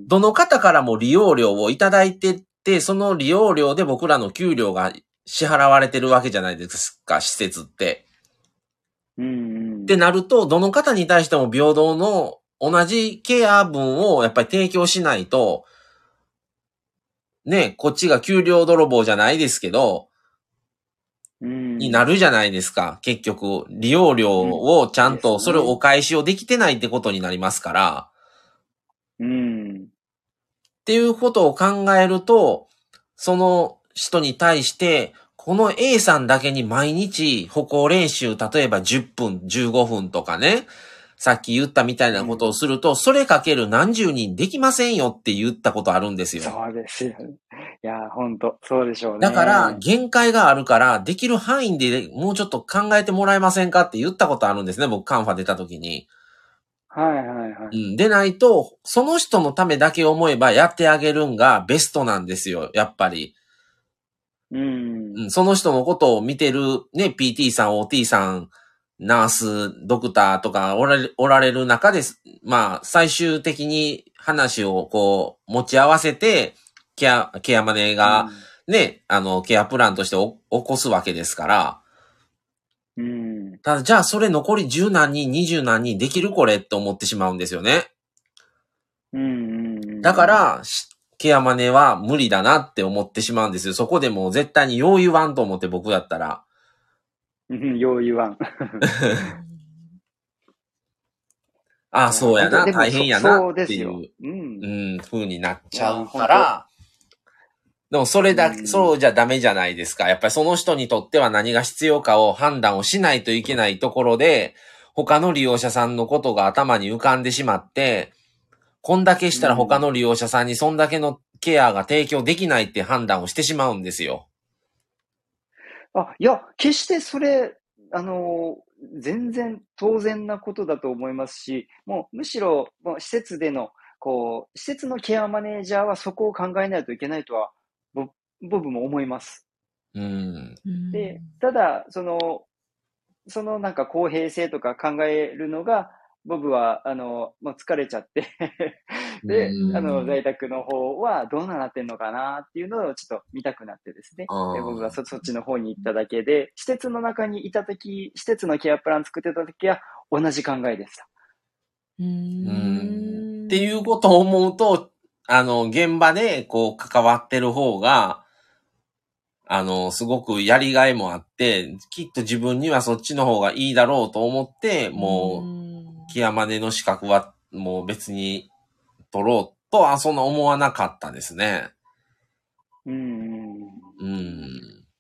Speaker 1: どの方からも利用料をいただいてって、その利用料で僕らの給料が支払われてるわけじゃないですか、施設って。
Speaker 3: うんうん、
Speaker 1: ってなると、どの方に対しても平等の同じケア分をやっぱり提供しないと、ね、こっちが給料泥棒じゃないですけど、
Speaker 3: うん、
Speaker 1: になるじゃないですか。結局、利用料をちゃんとそれをお返しをできてないってことになりますから。
Speaker 3: うん。
Speaker 1: っていうことを考えると、その人に対して、この A さんだけに毎日歩行練習、例えばじゅっぷん、じゅうごふんとかね、さっき言ったみたいなことをすると、うん、それかける何十人できませんよって言ったことあるんですよ。
Speaker 3: そうですよね。いや、ほんと、そうでしょうね。
Speaker 1: だから、限界があるから、できる範囲でもうちょっと考えてもらえませんかって言ったことあるんですね、僕、カンファ出た時に。
Speaker 3: はいはいはい。
Speaker 1: うん。でないと、その人のためだけ思えばやってあげるんがベストなんですよ、やっぱり。
Speaker 3: うん。
Speaker 1: うん。その人のことを見てる、ね、ピーティー さん、オーティー さん、ナース、ドクターとかおられ、おられる中です。まあ、最終的に話をこう、持ち合わせて、ケア、ケアマネがね、うん、あの、ケアプランとして起こすわけですから。
Speaker 3: うん。
Speaker 1: ただ、じゃあ、それ残り十何人、二十何人できるこれって思ってしまうんですよね。
Speaker 3: うん。
Speaker 1: だから、ケアマネは無理だなって思ってしまうんですよ。そこでもう絶対によう言わんと思って僕だったら。
Speaker 3: うん、よう言わん。
Speaker 1: ああ、そうやな、大変やなっていう、
Speaker 3: うん、
Speaker 1: うん、風になっちゃうから、 でもそれだけ、
Speaker 3: うん
Speaker 1: そうじゃダメじゃないですか。やっぱりその人にとっては何が必要かを判断をしないといけないところで、他の利用者さんのことが頭に浮かんでしまって、こんだけしたら他の利用者さんにそんだけのケアが提供できないって判断をしてしまうんですよ。
Speaker 3: あ、いや、決してそれ、あの、全然当然なことだと思いますし、もうむしろ、もう施設での、こう、施設のケアマネージャーはそこを考えないといけないとは、ぼ僕も思います。
Speaker 1: うん。
Speaker 3: で、ただ、その、そのなんか公平性とか考えるのが、僕は、あの、もう疲れちゃってで、あの、在宅の方はどうなってんのかなっていうのをちょっと見たくなってですね。で僕が そ, そっちの方に行っただけで、施設の中にいたとき、施設のケアプラン作ってたときは同じ考えでした。
Speaker 2: うーん。
Speaker 1: っていうことを思うと、あの、現場でこう関わってる方が、あの、すごくやりがいもあって、きっと自分にはそっちの方がいいだろうと思って、もう、ケアマネの資格はもう別に取ろうとはそんな思わなかったですね。
Speaker 3: うーん。
Speaker 1: うん。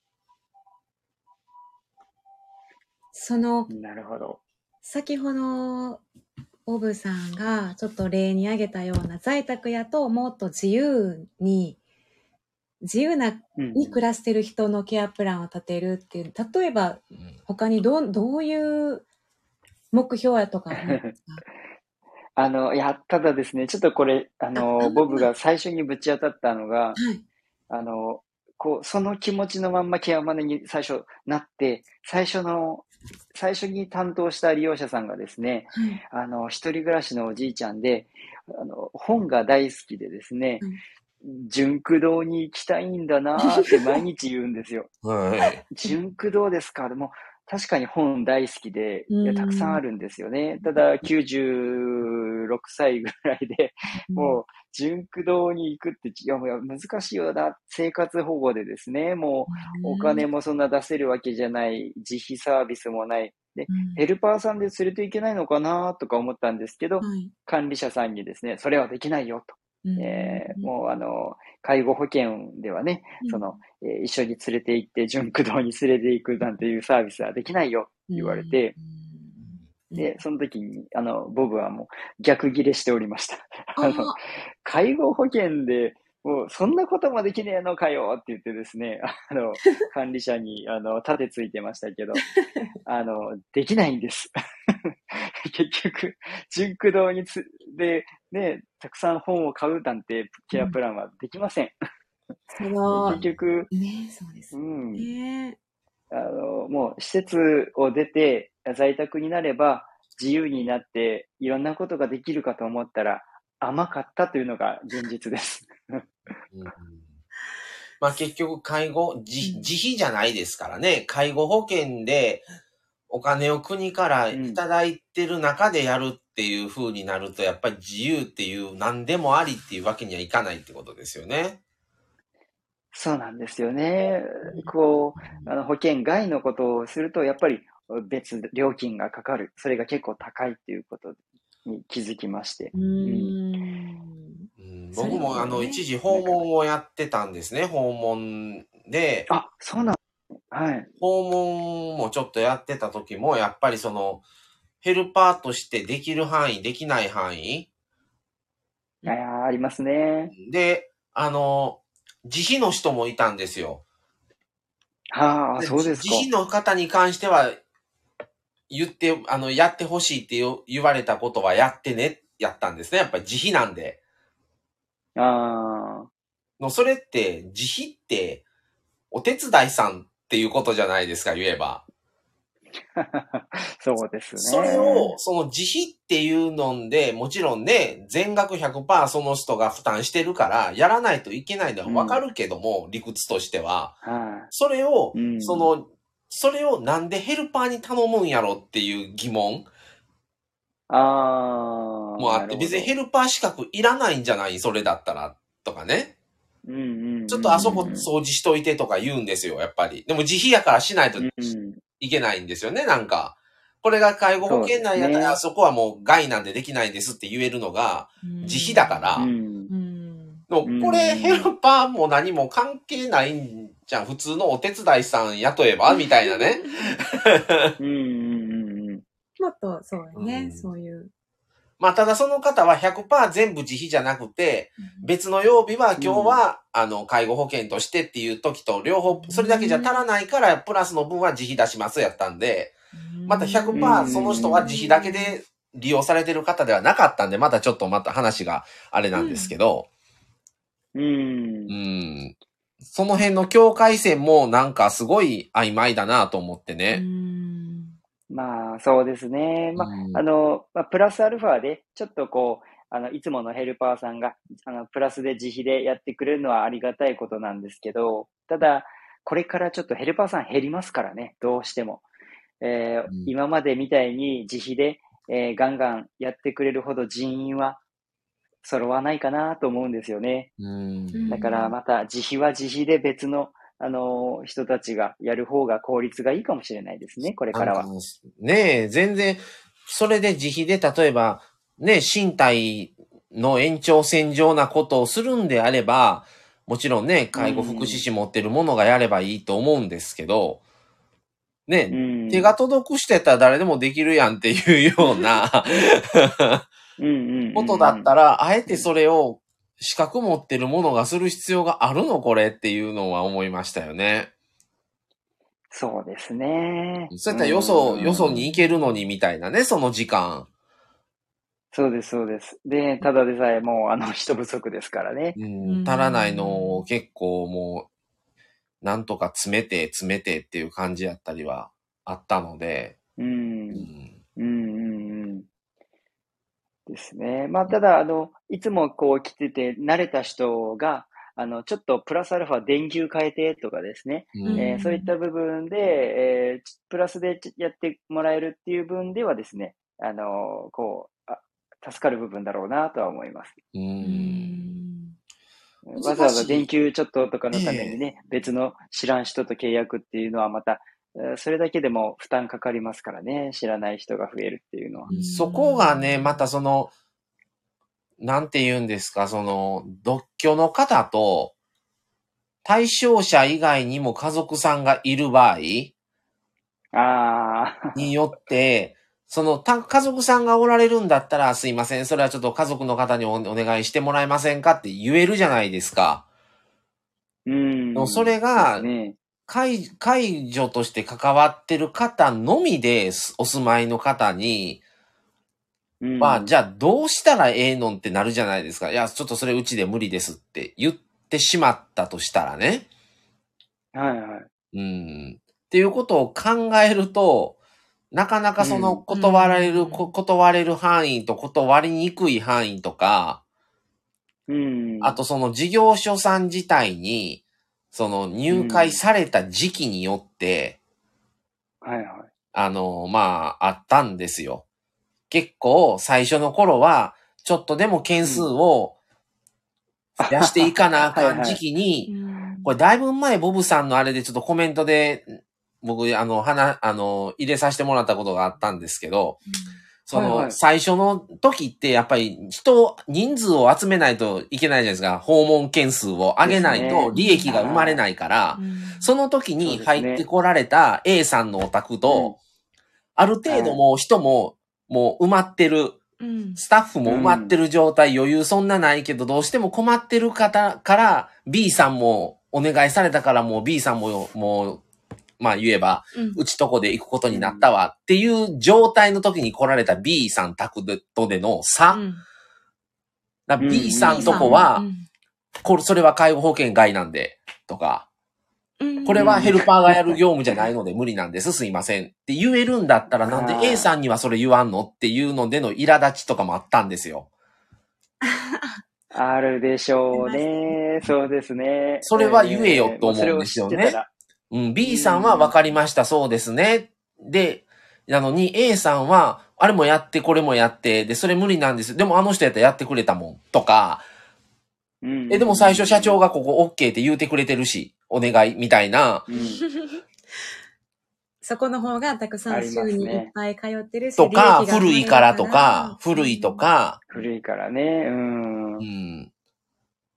Speaker 2: その、
Speaker 3: なるほど。
Speaker 2: 先ほど、オブさんがちょっと例に挙げたような在宅やともっと自由に、自由なに暮らしてる人のケアプランを立てるっていう、例えば他にどどういう目標やとかありますか？
Speaker 3: あの、いや、ただですね、ちょっとこれ、あの、ボブが最初にぶち当たったのが、
Speaker 2: はい、
Speaker 3: あの、こう、その気持ちのまんまケアマネに最初なって、最初の、最初に担当した利用者さんがですね、はい、あの、一人暮らしのおじいちゃんで、あの、本が大好きでですね、はい、純駆堂に行きたいんだなーって毎日言うんですよ。はい、純駆堂ですか？でも確かに本大好きで、いやたくさんあるんですよね。ただきゅうじゅうろくさいぐらいで、もう純駆堂に行くって、いやもう難しいよな。生活保護でですね、もうお金もそんな出せるわけじゃない、自費サービスもない。で、ヘルパーさんで連れていけないのかなとか思ったんですけど、はい、管理者さんにですね、それはできないよと。えー、もうあの、介護保険ではね、うん、その、えー、一緒に連れて行って、純駆堂に連れて行くなんていうサービスはできないよって言われて、うん、で、その時に、あの、ボブはもう逆ギレしておりました。あの、介護保険で、もう、そんなこともできねえのかよって言ってですね、あの、管理者に、あの、盾ついてましたけど、あの、できないんです。結局、純駆堂につ、で、ね、たくさん本を買うなんてケアプランはできません。
Speaker 2: その
Speaker 3: 結局、
Speaker 2: ね、そうですね。
Speaker 3: うん、あの、もう施設を出て在宅になれば自由になっていろんなことができるかと思ったら甘かったというのが現実です。うん、
Speaker 1: まあ結局介護、自、自費じゃないですからね。介護保険でお金を国からいただいてる中でやるっていう風になると、やっぱり自由っていう何でもありっていうわけにはいかないってことですよね。
Speaker 3: そうなんですよね。こう、あの保険外のことをすると、やっぱり別料金がかかる。それが結構高いっていうことに気づきまして。
Speaker 2: うん
Speaker 1: うん、僕もあの一時訪問をやってたんですね。訪問で。
Speaker 3: あ、そうなんはい。
Speaker 1: 訪問もちょっとやってた時も、やっぱりその、ヘルパーとしてできる範囲、できない範囲。
Speaker 3: ああ、ありますね。
Speaker 1: で、あの、自費の人もいたんですよ。
Speaker 3: はあ、そうですか。
Speaker 1: 自費の方に関しては、言って、あの、やってほしいって言われたことはやってね、やったんですね。やっぱり自費なんで。
Speaker 3: ああ。
Speaker 1: の、それって、自費って、お手伝いさんっていうことじゃないですか、言えば。
Speaker 3: そうですね。
Speaker 1: それを、その自費っていうので、もちろんね、全額 ひゃくパーセント その人が負担してるから、やらないといけないのはわかるけども、うん、理屈としては。
Speaker 3: はい、
Speaker 1: それを、
Speaker 3: うん、
Speaker 1: その、それをなんでヘルパーに頼むんやろっていう疑問。
Speaker 3: ああ。
Speaker 1: もあって、別にヘルパー資格いらないんじゃないそれだったら、とかね。
Speaker 3: うんうんうんうん、
Speaker 1: ちょっとあそこ掃除しといてとか言うんですよ、やっぱり。でも自費やからしないといけないんですよね、なんか。これが介護保険内やったら、そ、ね、そこはもう外なんでできないんですって言えるのが、自費だから、
Speaker 3: うん、
Speaker 1: でもこれヘルパーも何も関係ないんじゃん。普通のお手伝いさん雇えばみたいなね。
Speaker 3: うんうんうんうん。
Speaker 2: もっと、そうよね、
Speaker 1: うん
Speaker 2: そういう。
Speaker 1: まあ、ただその方は ひゃくパーセント 全部自費じゃなくて、別の曜日は今日は、あの、介護保険としてっていう時と両方、それだけじゃ足らないから、プラスの分は自費出しますやったんで、また ひゃくパーセント その人は自費だけで利用されてる方ではなかったんで、またちょっとまた話があれなんですけど、
Speaker 3: うん。
Speaker 1: うん。その辺の境界線もなんかすごい曖昧だなと思ってね。
Speaker 3: まあ、そうですね。まあ、あの、まあ、プラスアルファで、ちょっとこう、あの、いつものヘルパーさんが、あの、プラスで自費でやってくれるのはありがたいことなんですけど、ただ、これからちょっとヘルパーさん減りますからね、どうしても。えーうん、今までみたいに自費で、えー、ガンガンやってくれるほど人員は揃わないかなと思うんですよね。
Speaker 1: うん
Speaker 3: だからまた自費は自費で別のあの、人たちがやる方が効率がいいかもしれないですね、これからは。
Speaker 1: ねえ、全然、それで自費で例えば、ね、身体の延長線上なことをするんであれば、もちろんね、介護福祉士持ってるものがやればいいと思うんですけど、ね、手が届くしてたら誰でもできるやんっていうようなことだったら、あえてそれを資格持ってるものがする必要があるのこれっていうのは思いましたよね。
Speaker 3: そうですね。
Speaker 1: そうやったらよそ、よそに行けるのにみたいなね、その時間。
Speaker 3: そうです、そうです。で、ただでさえもう、あの、人不足ですからね。
Speaker 1: うん、足らないのを結構もう、なんとか詰めて、詰めてっていう感じやったりはあったので。
Speaker 3: うん。うん、うん、うん。ですね。まあ、ただ、あの、いつもこう来てて慣れた人が、あの、ちょっとプラスアルファ電球変えてとかですね、うんえー、そういった部分で、えー、プラスでやってもらえるっていう分ではですね、あの、こう、あ助かる部分だろうなとは思います。うんわざわざ電球ちょっととかのためにね、えー、別の知らん人と契約っていうのはまた、それだけでも負担かかりますからね。知らない人が増えるっていうのは。
Speaker 1: そこがね、またその、なんて言うんですか、その、独居の方と、対象者以外にも家族さんがいる場合によって、その家族さんがおられるんだったら、すいません、それはちょっと家族の方に お, お願いしてもらえませんかって言えるじゃないですか。
Speaker 3: うん。
Speaker 1: それが、ね、解, 解除として関わってる方のみでお住まいの方に、うん、まあ、じゃあどうしたらええのってなるじゃないですか。いや、ちょっとそれうちで無理ですって言ってしまったとしたらね。
Speaker 3: はいはい。
Speaker 1: うん。っていうことを考えると、なかなかその断られる、うん、断れる範囲と断りにくい範囲とか、
Speaker 3: うん、
Speaker 1: あとその事業所さん自体に、その入会された時期によって、
Speaker 3: うん、はいはい。
Speaker 1: あの、まあ、あったんですよ。結構最初の頃は、ちょっとでも件数を増やしていかなあかん時期に、はいはい、これだいぶ前ボブさんのあれでちょっとコメントで、僕、あの、話、あの、入れさせてもらったことがあったんですけど、うん、その、はいはい、最初の時ってやっぱり人、人数を集めないといけないじゃないですか。訪問件数を上げないと利益が生まれないから、ね、その時に入ってこられた A さんのお宅と、うん、ある程度もう人ももう埋まってる、うん、スタッフも埋まってる状態、余裕そんなないけど、どうしても困ってる方から B さんもお願いされたからもう B さんももう、まあ言えば、うん、うちとこで行くことになったわっていう状態の時に来られた B さん宅とでの差。うん、だ B さんとこは、うん、これ、それは介護保険外なんで、とか、うん、これはヘルパーがやる業務じゃないので無理なんです、すいませんって言えるんだったらなんで A さんにはそれ言わんのっていうのでの苛立ちとかもあったんですよ。
Speaker 3: あるでしょうね。そうですね。
Speaker 1: それは言えよと思うんですよね。うん、B さんは分かりました、そうですね。で、なのに A さんは、あれもやって、これもやって、で、それ無理なんです。でもあの人やったらやってくれたもん、とか、うん、え、でも最初社長がここ OK って言うてくれてるし、お願い、みたいな。うん、
Speaker 2: そこの方がたくさん週にいっぱい通ってるし、
Speaker 1: とか、古いからとか、古いとか。
Speaker 3: 古いからね、うん。
Speaker 1: うん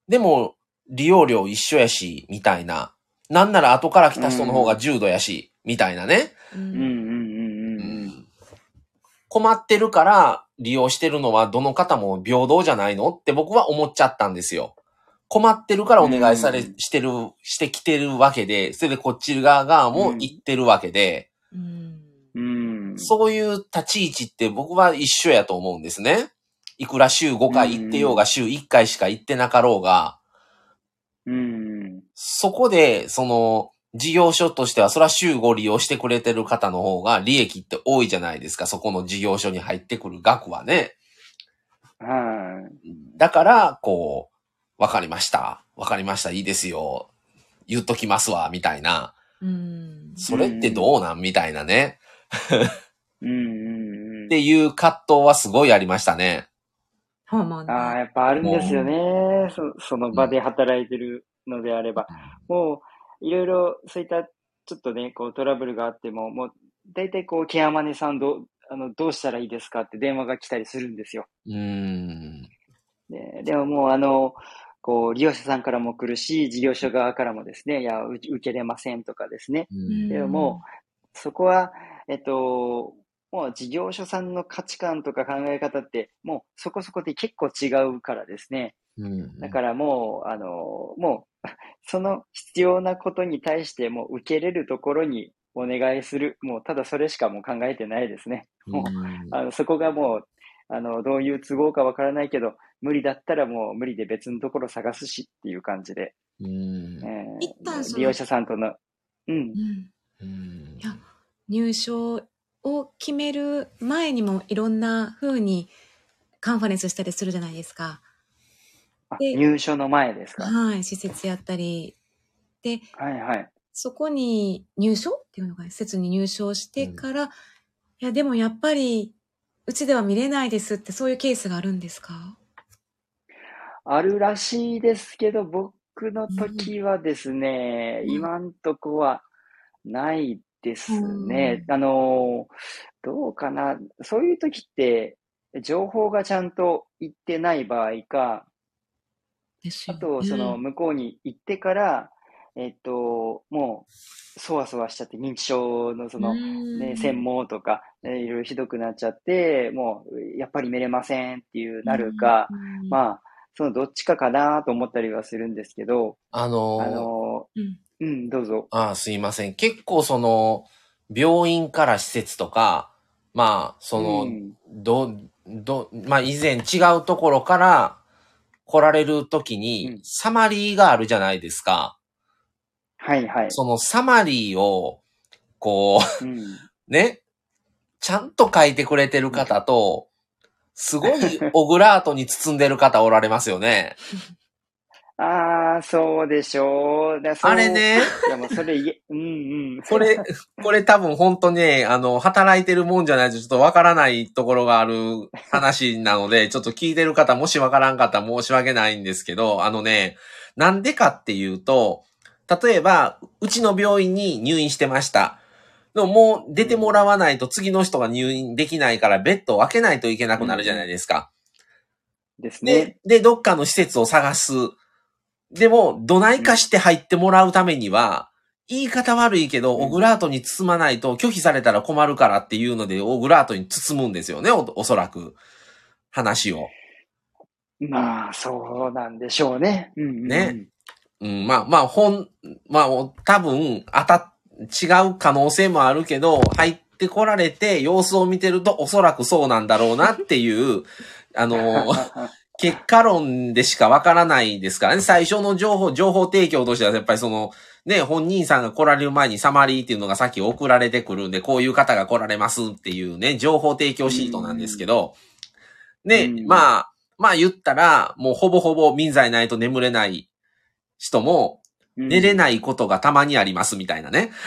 Speaker 1: でも、利用料一緒やし、みたいな。なんなら後から来た人の方が重度やし、みたいなね。
Speaker 2: う。
Speaker 3: うんうんんうんうん
Speaker 1: 困ってるから利用してるのはどの方も平等じゃないのって僕は思っちゃったんですよ。困ってるからお願いされ、
Speaker 3: うん
Speaker 1: してる、してきてるわけで、それでこっち側側も言ってるわけで、
Speaker 2: うん。
Speaker 3: うん。
Speaker 1: そういう立ち位置って僕は一緒やと思うんですね。いくら週ごかい行ってようが週いっかいしか行ってなかろうが、
Speaker 3: うん。
Speaker 1: そこで、その、事業所としては、それは週ご利用してくれてる方の方が利益って多いじゃないですか。そこの事業所に入ってくる額はね。
Speaker 3: はい。
Speaker 1: だから、こう、わかりました。わかりました。いいですよ。言っときますわ、みたいな。
Speaker 2: うん。
Speaker 1: それってどうなんみたいなね。
Speaker 3: うんうんうん
Speaker 1: っていう葛藤はすごいありましたね。
Speaker 2: 訪問ね。
Speaker 3: ああ、やっぱあるんですよね。そその場で働いてるのであれば。もう、いろいろ、そういった、ちょっとね、こう、トラブルがあっても、もう、大体こう、ケアマネさんどう、あの、どうしたらいいですかって電話が来たりするんですよ。
Speaker 1: うーん。
Speaker 3: で、でももう、あの、こう、利用者さんからも来るし、事業所側からもですね、いや、う受けれませんとかですね。
Speaker 1: うん
Speaker 3: でももう、そこは、えっと、もう事業所さんの価値観とか考え方って、もうそこそこで結構違うからですね。
Speaker 1: うん
Speaker 3: だからもう、あの、もう、その必要なことに対してもう受けれるところにお願いする。もうただそれしかもう考えてないですね。もう、あのそこがもう、あの、どういう都合かわからないけど、無理だったらもう無理で別のところ探すしっていう感じで、
Speaker 1: うん
Speaker 3: えー
Speaker 2: 一旦その
Speaker 3: 利用者さんとの、うん、
Speaker 2: うん。
Speaker 1: うん
Speaker 2: いや、入所を決める前にもいろんな風にカンファレンスしたりするじゃないですか。
Speaker 3: あ
Speaker 2: で
Speaker 3: 入所の前ですか？
Speaker 2: はい、施設やったり。で、
Speaker 3: はいはい。
Speaker 2: そこに入所っていうのが施設に入所してから、いや、でもやっぱり、うちでは見れないですってそういうケースがあるんですか？
Speaker 3: あるらしいですけど、僕の時はですね、
Speaker 2: うん
Speaker 3: 今んとこはないですね。
Speaker 2: うん
Speaker 3: あの、どうかな。そういう時って、情報がちゃんと行ってない場合か、
Speaker 2: ですよ
Speaker 3: あと、その、
Speaker 2: ね。
Speaker 3: 向こうに行ってから、えっと、もう、そわそわしちゃって、認知症のその、ね、専門とか、えーいろいろひどくなっちゃって、もう、やっぱり見れませんっていうなるか、
Speaker 2: うん
Speaker 3: まあ、そのどっちかかなと思ったりはするんですけど、
Speaker 1: あのー
Speaker 3: あの、
Speaker 2: うん
Speaker 3: うん、どうぞ。
Speaker 1: ああ、すいません。結構その、病院から施設とか、まあ、その、
Speaker 3: うん
Speaker 1: ど、ど、まあ以前違うところから来られるとき
Speaker 3: う
Speaker 1: に
Speaker 3: ん、
Speaker 1: サマリーがあるじゃないですか。
Speaker 3: はいはい。
Speaker 1: そのサマリーを、こ
Speaker 3: うん。
Speaker 1: う、ね、ちゃんと書いてくれてる方と、すごいオブラートに包んでる方おられますよね。
Speaker 3: ああ、そうでしょう。だそう
Speaker 1: あれね、
Speaker 3: いや、もうそれ言え、うんうん。
Speaker 1: これ、これ多分本当ね、あの、働いてるもんじゃないとちょっとわからないところがある話なので、ちょっと聞いてる方、もしわからんかったら申し訳ないんですけど、あのね、なんでかっていうと、例えば、うちの病院に入院してました。でももう出てもらわないと次の人が入院できないからベッドを分けないといけなくなるじゃないですか。
Speaker 3: ですね。
Speaker 1: で、で、どっかの施設を探す。でも、どないかして入ってもらうためには、言い方悪いけど、
Speaker 3: うん
Speaker 1: オグラートに包まないと拒否されたら困るからっていうので、オグラートに包むんですよね、お、おそらく。話を。
Speaker 3: まあ、そうなんでしょうね。うんうんうん、
Speaker 1: ね。うん、まあまあ、ほん、まあ、多分、当た、違う可能性もあるけど、入ってこられて様子を見てるとおそらくそうなんだろうなっていう、あの、結果論でしかわからないですからね。最初の情報、情報提供としてはやっぱりその、ね、本人さんが来られる前にサマリーっていうのがさっき送られてくるんで、こういう方が来られますっていうね、情報提供シートなんですけど、ね、
Speaker 3: うん
Speaker 1: まあ、まあ言ったら、もうほぼほぼ民剤ないと眠れない人も、寝れ
Speaker 3: い。
Speaker 1: ないことがたまにありますみたいなね。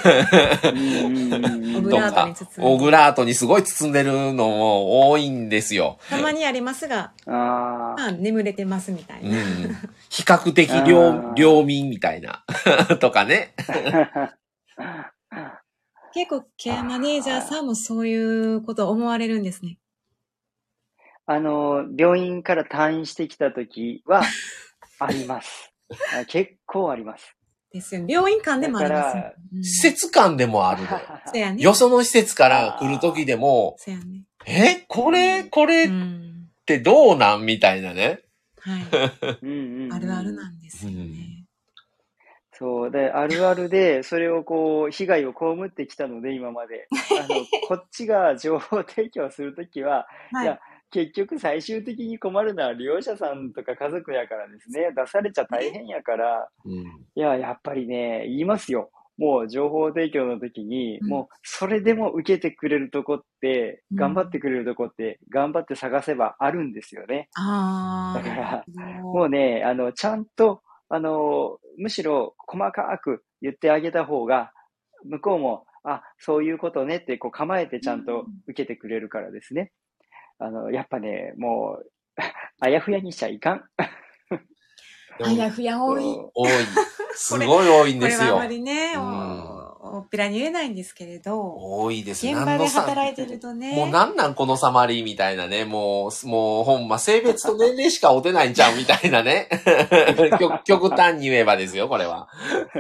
Speaker 2: オブ
Speaker 1: と
Speaker 2: ラートに
Speaker 1: か
Speaker 2: 包んで、
Speaker 1: オブラートにすごい包んでるのも多いんですよ。
Speaker 2: たまにありますが、
Speaker 3: あ
Speaker 2: まあ、眠れてますみたいうな。
Speaker 1: ん。比較的
Speaker 3: あ
Speaker 1: 良
Speaker 3: ー
Speaker 1: 良民みたいな。とかね。
Speaker 3: あ。
Speaker 2: 結構ケアマネージャーさんもそういうことを思われるんですね。
Speaker 3: あの、病院から退院してきたときは、 あります。あ結構あります。
Speaker 2: ですよ。病院間でもありますよ。うん、
Speaker 1: 施設間でもあるで。
Speaker 2: そやね。
Speaker 1: よその施設から来るときでも、
Speaker 2: そやね。
Speaker 1: え、これ、これってどうなんみたいなね。
Speaker 2: はい。あるあるなんですよね。うん
Speaker 3: そう。で、あるあるで、それをこう、被害を被ってきたので、今まで。あの、こっちが情報提供するときは、はい、いや、結局最終的に困るのは利用者さんとか家族やからですね。出されちゃ大変やから、うん、いや、やっぱりね、言いますよ。もう情報提供の時に、うん、もうそれでも受けてくれるとこって、うん、頑張ってくれるとこって、頑張って探せばあるんですよね。だから、もうね、あの、ちゃんと、あの、むしろ細かく言ってあげた方が、向こうも、あ、そういうことねってこう構えてちゃんと受けてくれるからですね。あの、やっぱね、もう、あやふやにしちゃいかん。
Speaker 2: あやふや多い。
Speaker 1: 多い。すごい多いんですよ。
Speaker 2: これはあまりね、うん、おっぴらに言えないんですけれど。
Speaker 1: 多いです。
Speaker 2: 現場で働いてるとね。
Speaker 1: もうなんなんこのサマリーみたいなね。もう、もうほんま性別と年齢しか追ってないんちゃうみたいなね。極, 極端に言えばですよ、これは。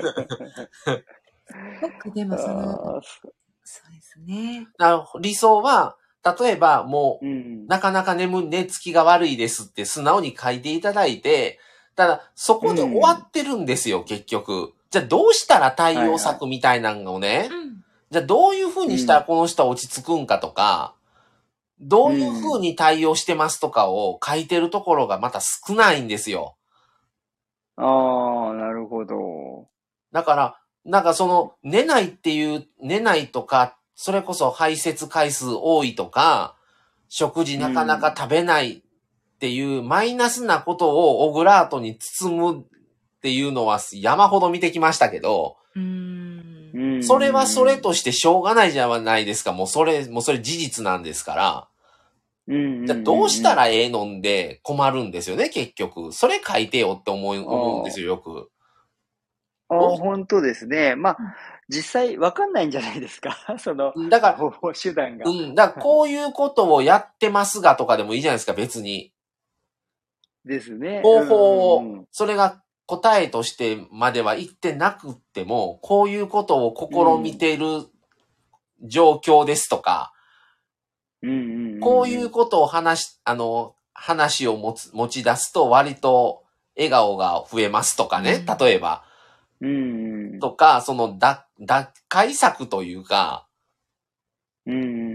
Speaker 2: 僕でもその、そうですね。
Speaker 1: 理想は、例えばもう、うん、なかなか眠、寝つきが悪いですって素直に書いていただいて、ただそこで終わってるんですよ、うん、結局。じゃあどうしたら対応策みたいなのをね、はいはい、じゃあどういう風にしたらこの人は落ち着くんかとか、うん、どういう風に対応してますとかを書いてるところがまた少ないんですよ。
Speaker 3: ああ、なるほど。
Speaker 1: だから、なんかその、寝ないっていう、寝ないとか、それこそ排泄回数多いとか、食事なかなか食べないっていうマイナスなことをオブラートに包むっていうのは山ほど見てきましたけど、うーん、それはそれとしてしょうがないじゃないですか。もうそれ、もうそれ事実なんですから。うん、じゃあどうしたらええのんで困るんですよね、結局。それ書いてよって思う、思うんですよ、よく。
Speaker 3: ああ、本当ですね。まあ、実際わかんないんじゃないですか。その、
Speaker 1: だから、
Speaker 3: 方法手段が。
Speaker 1: うん、だからこういうことをやってますがとかでもいいじゃないですか、別に。
Speaker 3: ですね。
Speaker 1: 方法を、それが答えとしてまでは言ってなくっても、こういうことを試みている状況ですとか、
Speaker 3: うんうんうんうん、
Speaker 1: こういうことを話、あの、話を持つ、持ち出すと割と笑顔が増えますとかね、例えば。
Speaker 3: うんうん、
Speaker 1: とか、その脱、脱会策というか、
Speaker 3: うん、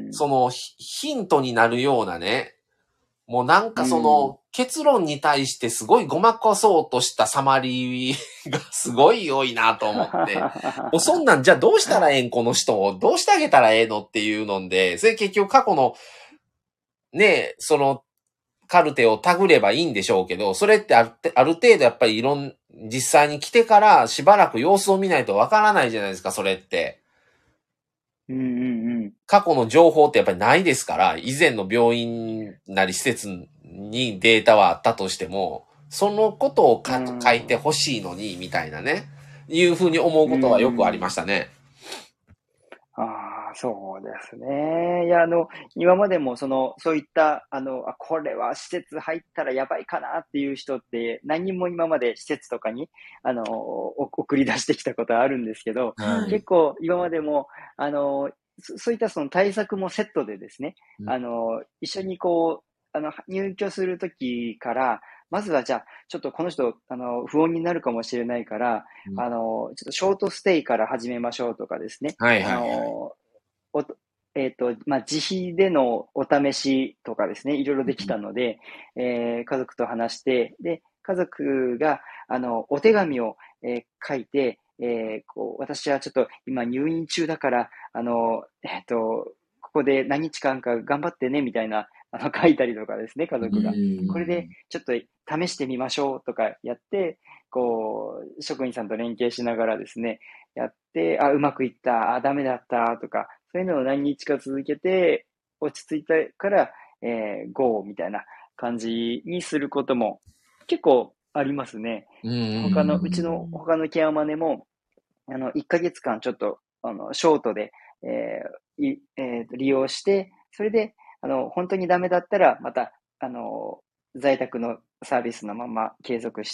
Speaker 1: そのヒントになるようなね、もうなんかその、うん、結論に対してすごいごまかそうとしたサマリーがすごい多いなと思って。もうそんなんじゃあどうしたらええんこの人をどうしてあげたらええのっていうので、それ結局過去のね、そのカルテをタグればいいんでしょうけど、それってある、ある程度やっぱりいろん、実際に来てからしばらく様子を見ないとわからないじゃないですか、それって。
Speaker 3: うんうんうん、
Speaker 1: 過去の情報ってやっぱりないですから、以前の病院なり施設にデータはあったとしても、そのことを書いてほしいのに、みたいなね、いうふうに思うことはよくありましたね。
Speaker 3: ああ、そうですね。いや、あの、今までも、その、そういった、あの、あ、これは施設入ったらやばいかなっていう人って、何人も今まで施設とかに、あの、送り出してきたことはあるんですけど、はい、結構今までも、あの、そういったその対策もセットでですね、うん、あの、一緒にこう、あの、入居するときから、まずはじゃあ、ちょっとこの人、あの、不穏になるかもしれないから、うん、あの、ちょっとショートステイから始めましょうとかですね。
Speaker 1: はいはいはい、
Speaker 3: あの、おえっ、ー、と、まあ、自費でのお試しとかですね、いろいろできたので、うん、えー、家族と話して、で、家族が、あの、お手紙を、えー、書いて、えー、こう、私はちょっと今入院中だから、あの、えっ、ー、と、ここで何日間か頑張ってね、みたいな、あの、書いたりとかですね、家族が。これで、ちょっと試してみましょうとかやって、こう、職員さんと連携しながらですね、やって、あ、うまくいった、あ、ダメだったとか、そういうのを何日か続けて、落ち着いたから、えー、ゴーみたいな感じにすることも結構ありますね。他の、うちの他のケアマネも、あの、いっかげつかんちょっと、あの、ショートで、えーいえー、利用して、それで、あの、本当にダメだったら、また、あの、在宅のサービスのまま継続して、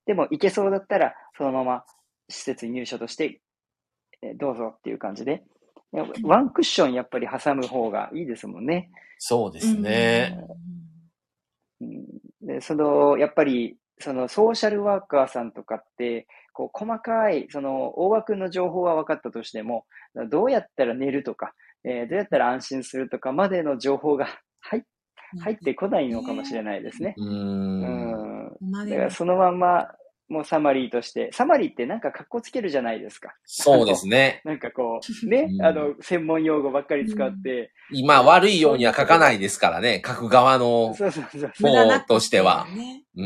Speaker 3: でも行けそうだったら、そのまま施設に入所として、えどうぞっていう感じで。ワンクッションやっぱり挟む方がいいですもんね。
Speaker 1: そうですね。
Speaker 3: うん、でその、やっぱり、そのソーシャルワーカーさんとかって、こう細かい、その大枠の情報は分かったとしても、どうやったら寝るとか、えー、どうやったら安心するとかまでの情報が入入ってこないのかもしれないですね。
Speaker 1: うー
Speaker 3: ん。
Speaker 2: うん。
Speaker 3: だからそのまんま、もうサマリーとして、サマリーってなんか格好つけるじゃないですか。
Speaker 1: そうですね。
Speaker 3: なんかこう、ね、
Speaker 1: うん、
Speaker 3: あの、専門用語ばっかり使って、
Speaker 1: 今悪いようには書かないですからね。書く側の
Speaker 3: そうそうそう。
Speaker 1: 方としては。
Speaker 2: ね、
Speaker 1: うん。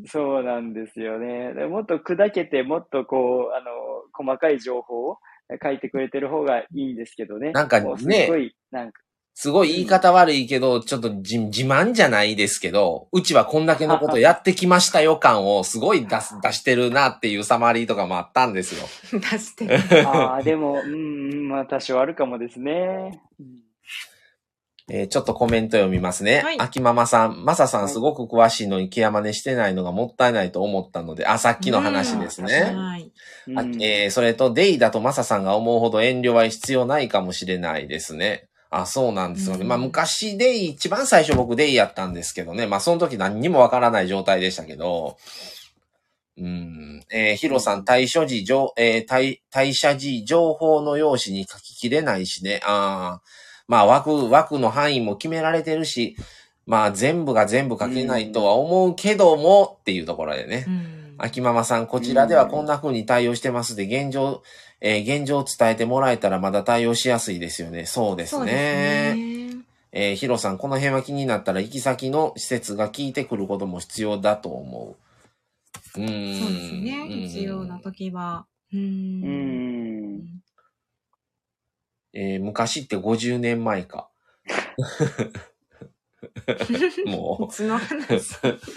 Speaker 3: そうなんですよね。もっと砕けて、もっとこう、あの、細かい情報を書いてくれてる方がいいんですけどね。
Speaker 1: なんか
Speaker 3: もうすっご
Speaker 1: ね、
Speaker 3: い、なんか。
Speaker 1: すごい言い方悪いけど、うん、ちょっと自慢じゃないですけど、うちはこんだけのことやってきましたよ感をすごい出す、出してるなっていうサマリーとかもあったんですよ。
Speaker 2: 出してる。
Speaker 3: ああ、でも、うん、まあ多少あるかもですね。うん
Speaker 1: えー、ちょっとコメント読みますね。
Speaker 2: はい、
Speaker 1: 秋ママさん、マサさんすごく詳しいのにケアマネしてないのがもったいないと思ったので、あ、さっきの話ですね。はいあえー、それと、デイだとマサさんが思うほど遠慮は必要ないかもしれないですね。あ、そうなんですよね。まあ昔デイ、一番最初僕デイやったんですけどね。まあその時何にもわからない状態でしたけど、うん、えー、ヒロさん、対処時、えー、対、対処時情報の用紙に書ききれないしね。あまあ枠、枠の範囲も決められてるし、まあ全部が全部書けないとは思うけども、っていうところでね。秋ママさん、こちらではこんな風に対応してますで、現状、えー、現状を伝えてもらえたらまだ対応しやすいですよね。そうですね。そうですね。えー、ヒロさん、この辺は気になったら行き先の施設が聞いてくることも必要だと思う。うーん。
Speaker 2: そうですね。必要な時は。うーん。うーん
Speaker 1: えー、昔ってごじゅうねんまえか。もう。
Speaker 2: いつの話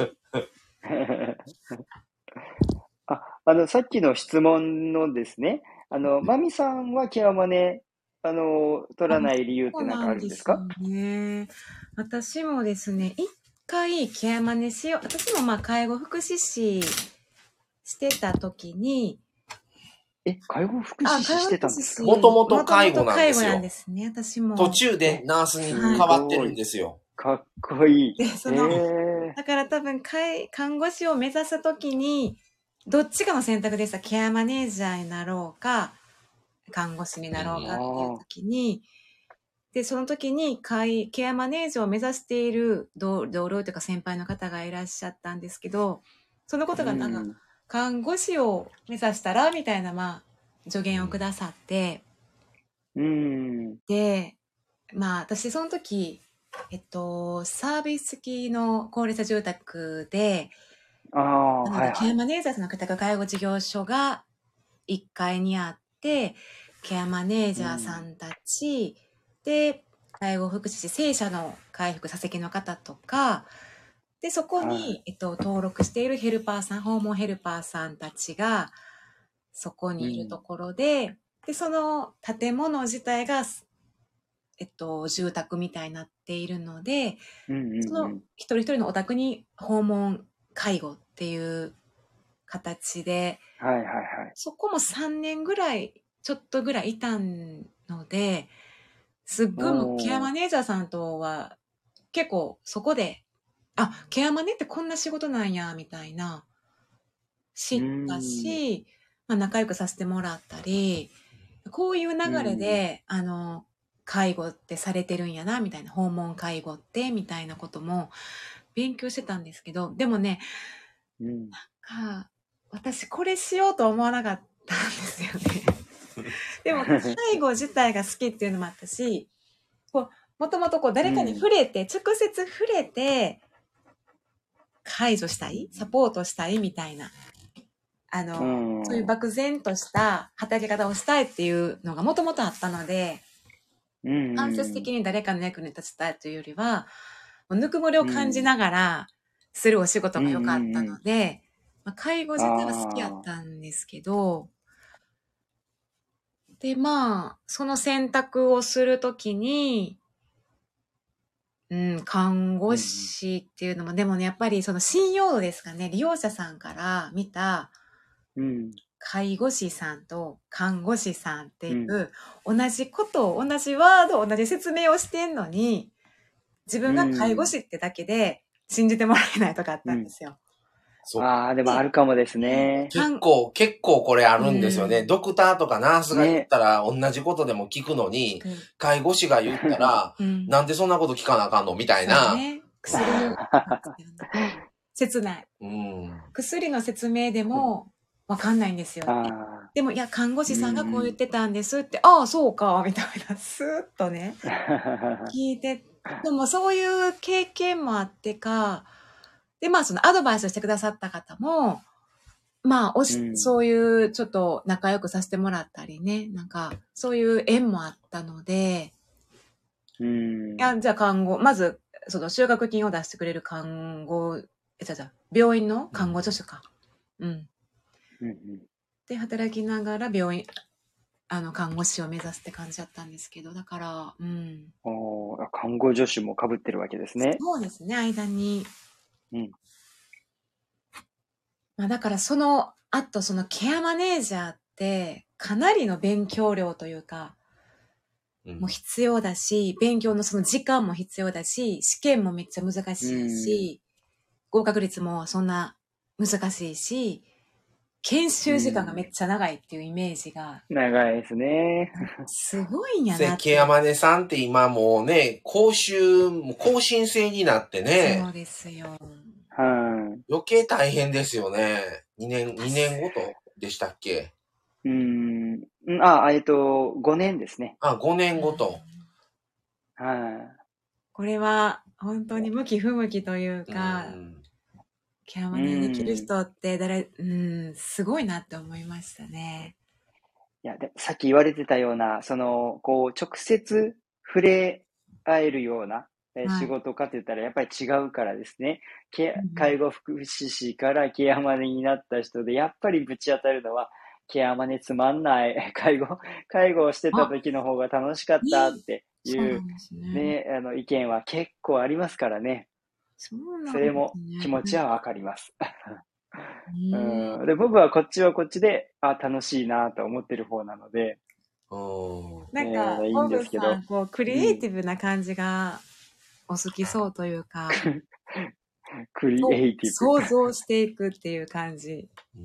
Speaker 3: あ、あの、さっきの質問のですね、あの、マミさんはケアマネ、あの、取らない理由って何かあるんですか？
Speaker 2: そうなんですね。私もですね、一回ケアマネしよう。私もまあ介護福祉士してた時に、
Speaker 3: え、介護福祉士してたんですか？
Speaker 1: もともと介護なんですよ。
Speaker 2: 介護なんですね、私も。
Speaker 1: 途中でナースに変わってるんですよ。
Speaker 3: かっこいい。
Speaker 2: で、その、だから多分、看護師を目指す時に、どっちかの選択でした。ケアマネージャーになろうか、看護師になろうかっていう時に、で、その時にケアマネージャーを目指している同僚というか先輩の方がいらっしゃったんですけど、そのことがなんか、うん、看護師を目指したらみたいな、まあ、助言をくださって、
Speaker 3: うん、
Speaker 2: で、まあ、私その時、えっと、サービス付きの高齢者住宅で、
Speaker 3: ああ、はいはい、
Speaker 2: ケアマネージャーの方が介護事業所がいっかいにあって、ケアマネージャーさんたち、うん、で、介護福祉士、正社の回復、座席の方とか、で、そこに、はい、えっと、登録しているヘルパーさん、訪問ヘルパーさんたちが、そこにいるところで、うん、で、その建物自体が、えっと、住宅みたいになっているので、
Speaker 3: うんうんうん、
Speaker 2: その一人一人のお宅に訪問介護っていう形で、
Speaker 3: はいはいはい、
Speaker 2: そこもさんねんぐらい、ちょっとぐらいいたので、すっごいもうケアマネージャーさんとは結構そこで、あ、ケアマネってこんな仕事なんや、みたいな、知ったし、まあ、仲良くさせてもらったり、こういう流れで、あの、介護ってされてるんやな、みたいな、訪問介護って、みたいなことも勉強してたんですけど、でもね、
Speaker 3: うん、
Speaker 2: なんか、私これしようと思わなかったんですよね。でも、介護自体が好きっていうのもあったし、こう、もともとこう誰かに触れて、うん、直接触れて、介助したい、サポートしたいみたいな、あの、うん、そういう漠然とした働き方をしたいっていうのがもともとあったので、
Speaker 3: うん、
Speaker 2: 間接的に誰かの役に立ちたいというよりは、ぬくもりを感じながらするお仕事が良かったので、うん、まあ、介護自体は好きやったんですけど、で、まあ、その選択をするときに、 うん、看護師っていうのも、うん、でもね、やっぱりその信用度ですかね、利用者さんから見た、介護士さんと看護師さんっていう、うん、同じことを、同じワード、同じ説明をしてんのに、自分が介護士ってだけで信じてもらえないとかあったんですよ。うん
Speaker 3: ああ、でもあるかもですね。
Speaker 1: 結構、結構これあるんですよね。うん、ドクターとかナースが言ったら同じことでも聞くのに、ね、介護士が言ったら、うん、なんでそんなこと聞かなあかんのみたいな。
Speaker 2: ね、薬の切ない、うん。薬の説明でもわかんないんですよ、ね。でも、いや、看護師さんがこう言ってたんですって、うん、ああ、そうか、みたいな、スーッとね、聞いて、でもそういう経験もあってか、で、まあ、そのアドバイスをしてくださった方も、まあ、おし、うん、そういうちょっと仲良くさせてもらったりね、なんか、そういう縁もあったので、うん、いや、じゃあ看護、まず、その就学金を出してくれる看護、え、じゃじゃ病院の看護助手か。うん。うんうん、で、働きながら病院、あの、看護師を目指すって感じだったんですけど、だから、うん。
Speaker 3: お看護助手も被ってるわけですね。
Speaker 2: そうですね、間に。うん。まあだからその、あとそのケアマネージャーってかなりの勉強量というか、うん、もう必要だし、勉強のその時間も必要だし、試験もめっちゃ難しいし、うん、合格率もそんな難しいし、研修時間がめっちゃ長いっていうイメージが。
Speaker 3: 長いですね。
Speaker 2: すごいんやなって。
Speaker 1: ケアマネさんって今もうね、講習、更新制になってね。
Speaker 2: そうですよ。
Speaker 3: はい。
Speaker 1: 余計大変ですよね。にねん、にねんごとでしたっけ？
Speaker 3: うーん。あ、えっと、ごねんですね。
Speaker 1: あ、ごねんごと。
Speaker 3: はい。
Speaker 2: これは本当に向き不向きというか、うん、ケアマネできる人って誰、うん、すごいなって思いましたね。
Speaker 3: いや、でさっき言われてたような、その、こう、直接触れ合えるような、はい、仕事かって言ったらやっぱり違うからですね。ケ介護福祉士からケアマネになった人で、やっぱりぶち当たるのは、ケアマネつまんない、介護、介護をしてた時の方が楽しかったっていう、ね、あの意見は結構ありますからね。
Speaker 2: そうなんですね。
Speaker 3: それも気持ちはわかります。うん、で僕はこっちはこっちで、あ、楽しいなと思ってる方なので。
Speaker 2: なんか、ボブさん、こう、クリエイティブな感じがお好きそうというか、
Speaker 3: クリエイティブ。
Speaker 2: 想像していくっていう感じ、うん、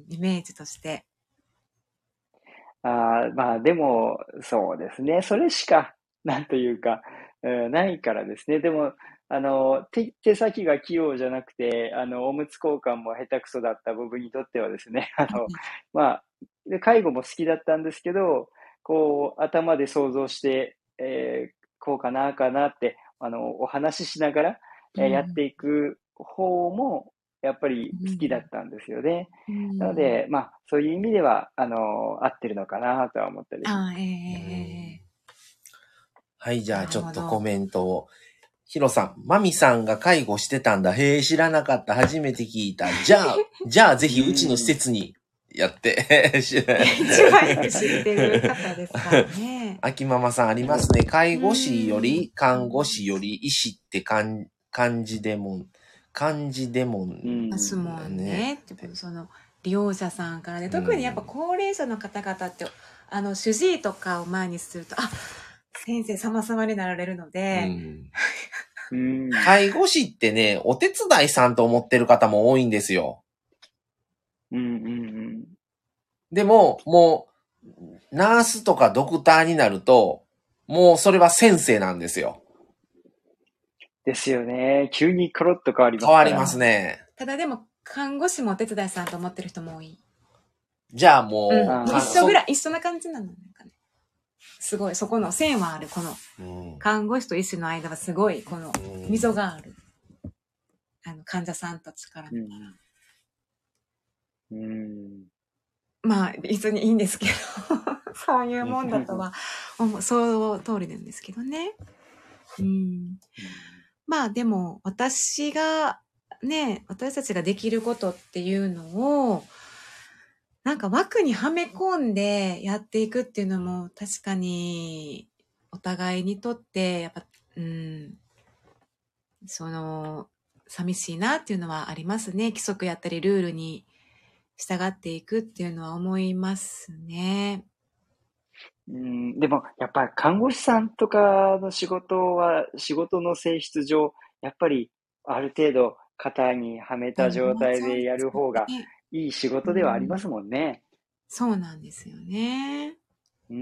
Speaker 2: イメージとして。
Speaker 3: あまあ、でも、そうですね。それしか、なんというか、うん、ないからですね。でも、あの手、手先が器用じゃなくて、あの、おむつ交換も下手くそだった僕にとってはですね、あの、まあ、介護も好きだったんですけど、こう、頭で想像して、えー、こうかな、かなって、あの、お話ししながら、えー、やっていく方も、やっぱり好きだったんですよね。うん、なので、まあ、そういう意味では、あの、合ってるのかなとは思ったりします。
Speaker 2: あえー、
Speaker 1: はい、じゃあちょっとコメントを。ヒロさん、マミさんが介護してたんだ。へえ、知らなかった。初めて聞いた。じゃあ、じゃあぜひうちの施設にやって。
Speaker 2: 一番よく知ってる方ですからね。
Speaker 1: 秋ママさんありますね。介護士より看護師より医師って漢字でも、漢字でも
Speaker 2: ん。すもんね。ってことその利用者さんからね。特にやっぱ高齢者の方々って、あの、主治医とかを前にすると、あ、先生様々になられるので、
Speaker 1: うん、介護士ってね、お手伝いさんと思ってる方も多いんですよ。
Speaker 3: うんうんうん、
Speaker 1: でも、もう、ナースとかドクターになると、もうそれは先生なんですよ。
Speaker 3: ですよね。急にコロッと変わります
Speaker 1: 変わりますね。
Speaker 2: ただでも、看護師もお手伝いさんと思ってる人も多い。
Speaker 1: じゃあもう、うん、
Speaker 2: もう一緒ぐらい、一緒な感じなのかね。すごい、そこの線はある。この、うん、看護師と医師の間はすごい、この、溝がある。あの、患者さんたちから見たら。うん。うんまあ、別にいいんですけど、そういうもんだとは、そう通りなんですけどね。うん。まあ、でも、私が、ね、私たちができることっていうのを、なんか枠にはめ込んでやっていくっていうのも確かにお互いにとってやっぱ、うん、 その、寂しいなっていうのはありますね。規則やったりルールに従っていくっていうのは思いますね。
Speaker 3: うん、でも、やっぱり看護師さんとかの仕事は、仕事の性質上、やっぱりある程度型にはめた状態でやる方が
Speaker 2: ね、
Speaker 3: いい仕事
Speaker 2: う
Speaker 3: ではあり
Speaker 2: ん、
Speaker 3: ますもんね。
Speaker 2: そうなんですよね。
Speaker 3: うん。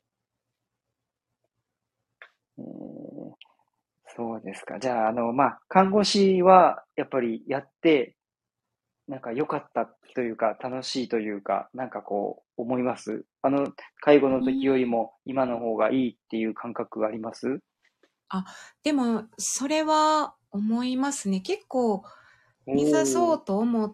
Speaker 3: えーそうですか。じゃあ、あの、まあ、看護師はやっぱりやって、なんか良かったというか、楽しいというか、なんかこう、思いますあの、介護の
Speaker 2: う
Speaker 3: 時より
Speaker 2: ん、
Speaker 3: も今の方がいいっていう感覚があります
Speaker 2: あ、でも、それは思いますね。結構、
Speaker 3: お
Speaker 2: 目指そ
Speaker 3: ー。
Speaker 2: うと思って、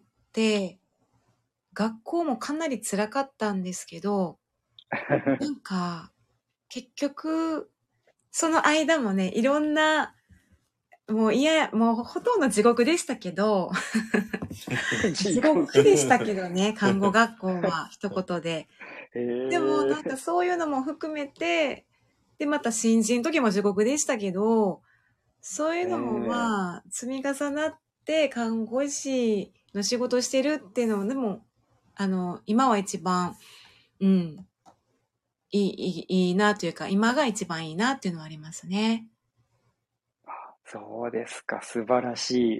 Speaker 2: 学校もかなり辛かったんですけど、なんか、結局、その間もね、いろんな、もう嫌や、もうほとんど地獄でしたけど、
Speaker 3: 地
Speaker 2: 地獄でした
Speaker 3: 獄。
Speaker 2: けどね、看護学校は一言で。
Speaker 3: へ
Speaker 2: でもなんか
Speaker 3: え。
Speaker 2: そういうのも含めて、で、また新人の時も地獄でしたけど、そういう
Speaker 3: へ
Speaker 2: のも
Speaker 3: え。
Speaker 2: まあ、積み重なって看護師の仕事してるっていうのも、でも、あの、今は一番、うん、いい、いい、いいなというか、今が一番いいなっていうのはありますね。
Speaker 3: そうですか。素晴らしい。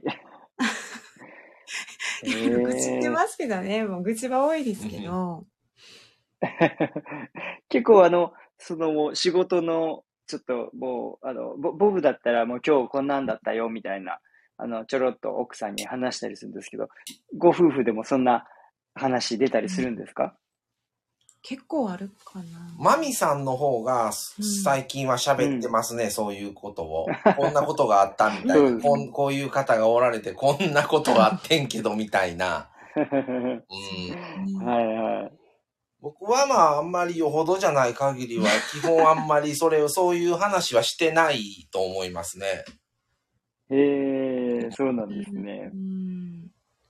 Speaker 3: へ
Speaker 2: 愚痴って
Speaker 3: え。
Speaker 2: ますけどね、もう愚痴は多いですけど。
Speaker 3: 結構あの、そのもう仕事の、ちょっともう、あの、ボボブだったらもう今日こんなんだったよみたいな、あの、ちょろっと奥さんに話したりするんですけど、ご夫婦でもそんな話出たりするんですか？
Speaker 2: 結構あるかな。
Speaker 1: マミさんの方が
Speaker 2: うん
Speaker 1: 最近は
Speaker 3: うん。
Speaker 1: 喋ってますね、そういうことを。こんなことがあったみたいな。
Speaker 3: そうです
Speaker 1: こん、こういう方がおられて、こんなことがあってんけど、みたいな。う
Speaker 2: そうで
Speaker 1: ん。
Speaker 2: すね。
Speaker 3: はいはい。
Speaker 1: 僕はまあ、あんまりよほどじゃない限りは、基本あんまりそれを、そういう話はしてないと思いますね。
Speaker 3: へえ、そうなんです
Speaker 2: う
Speaker 3: ね。
Speaker 2: ん。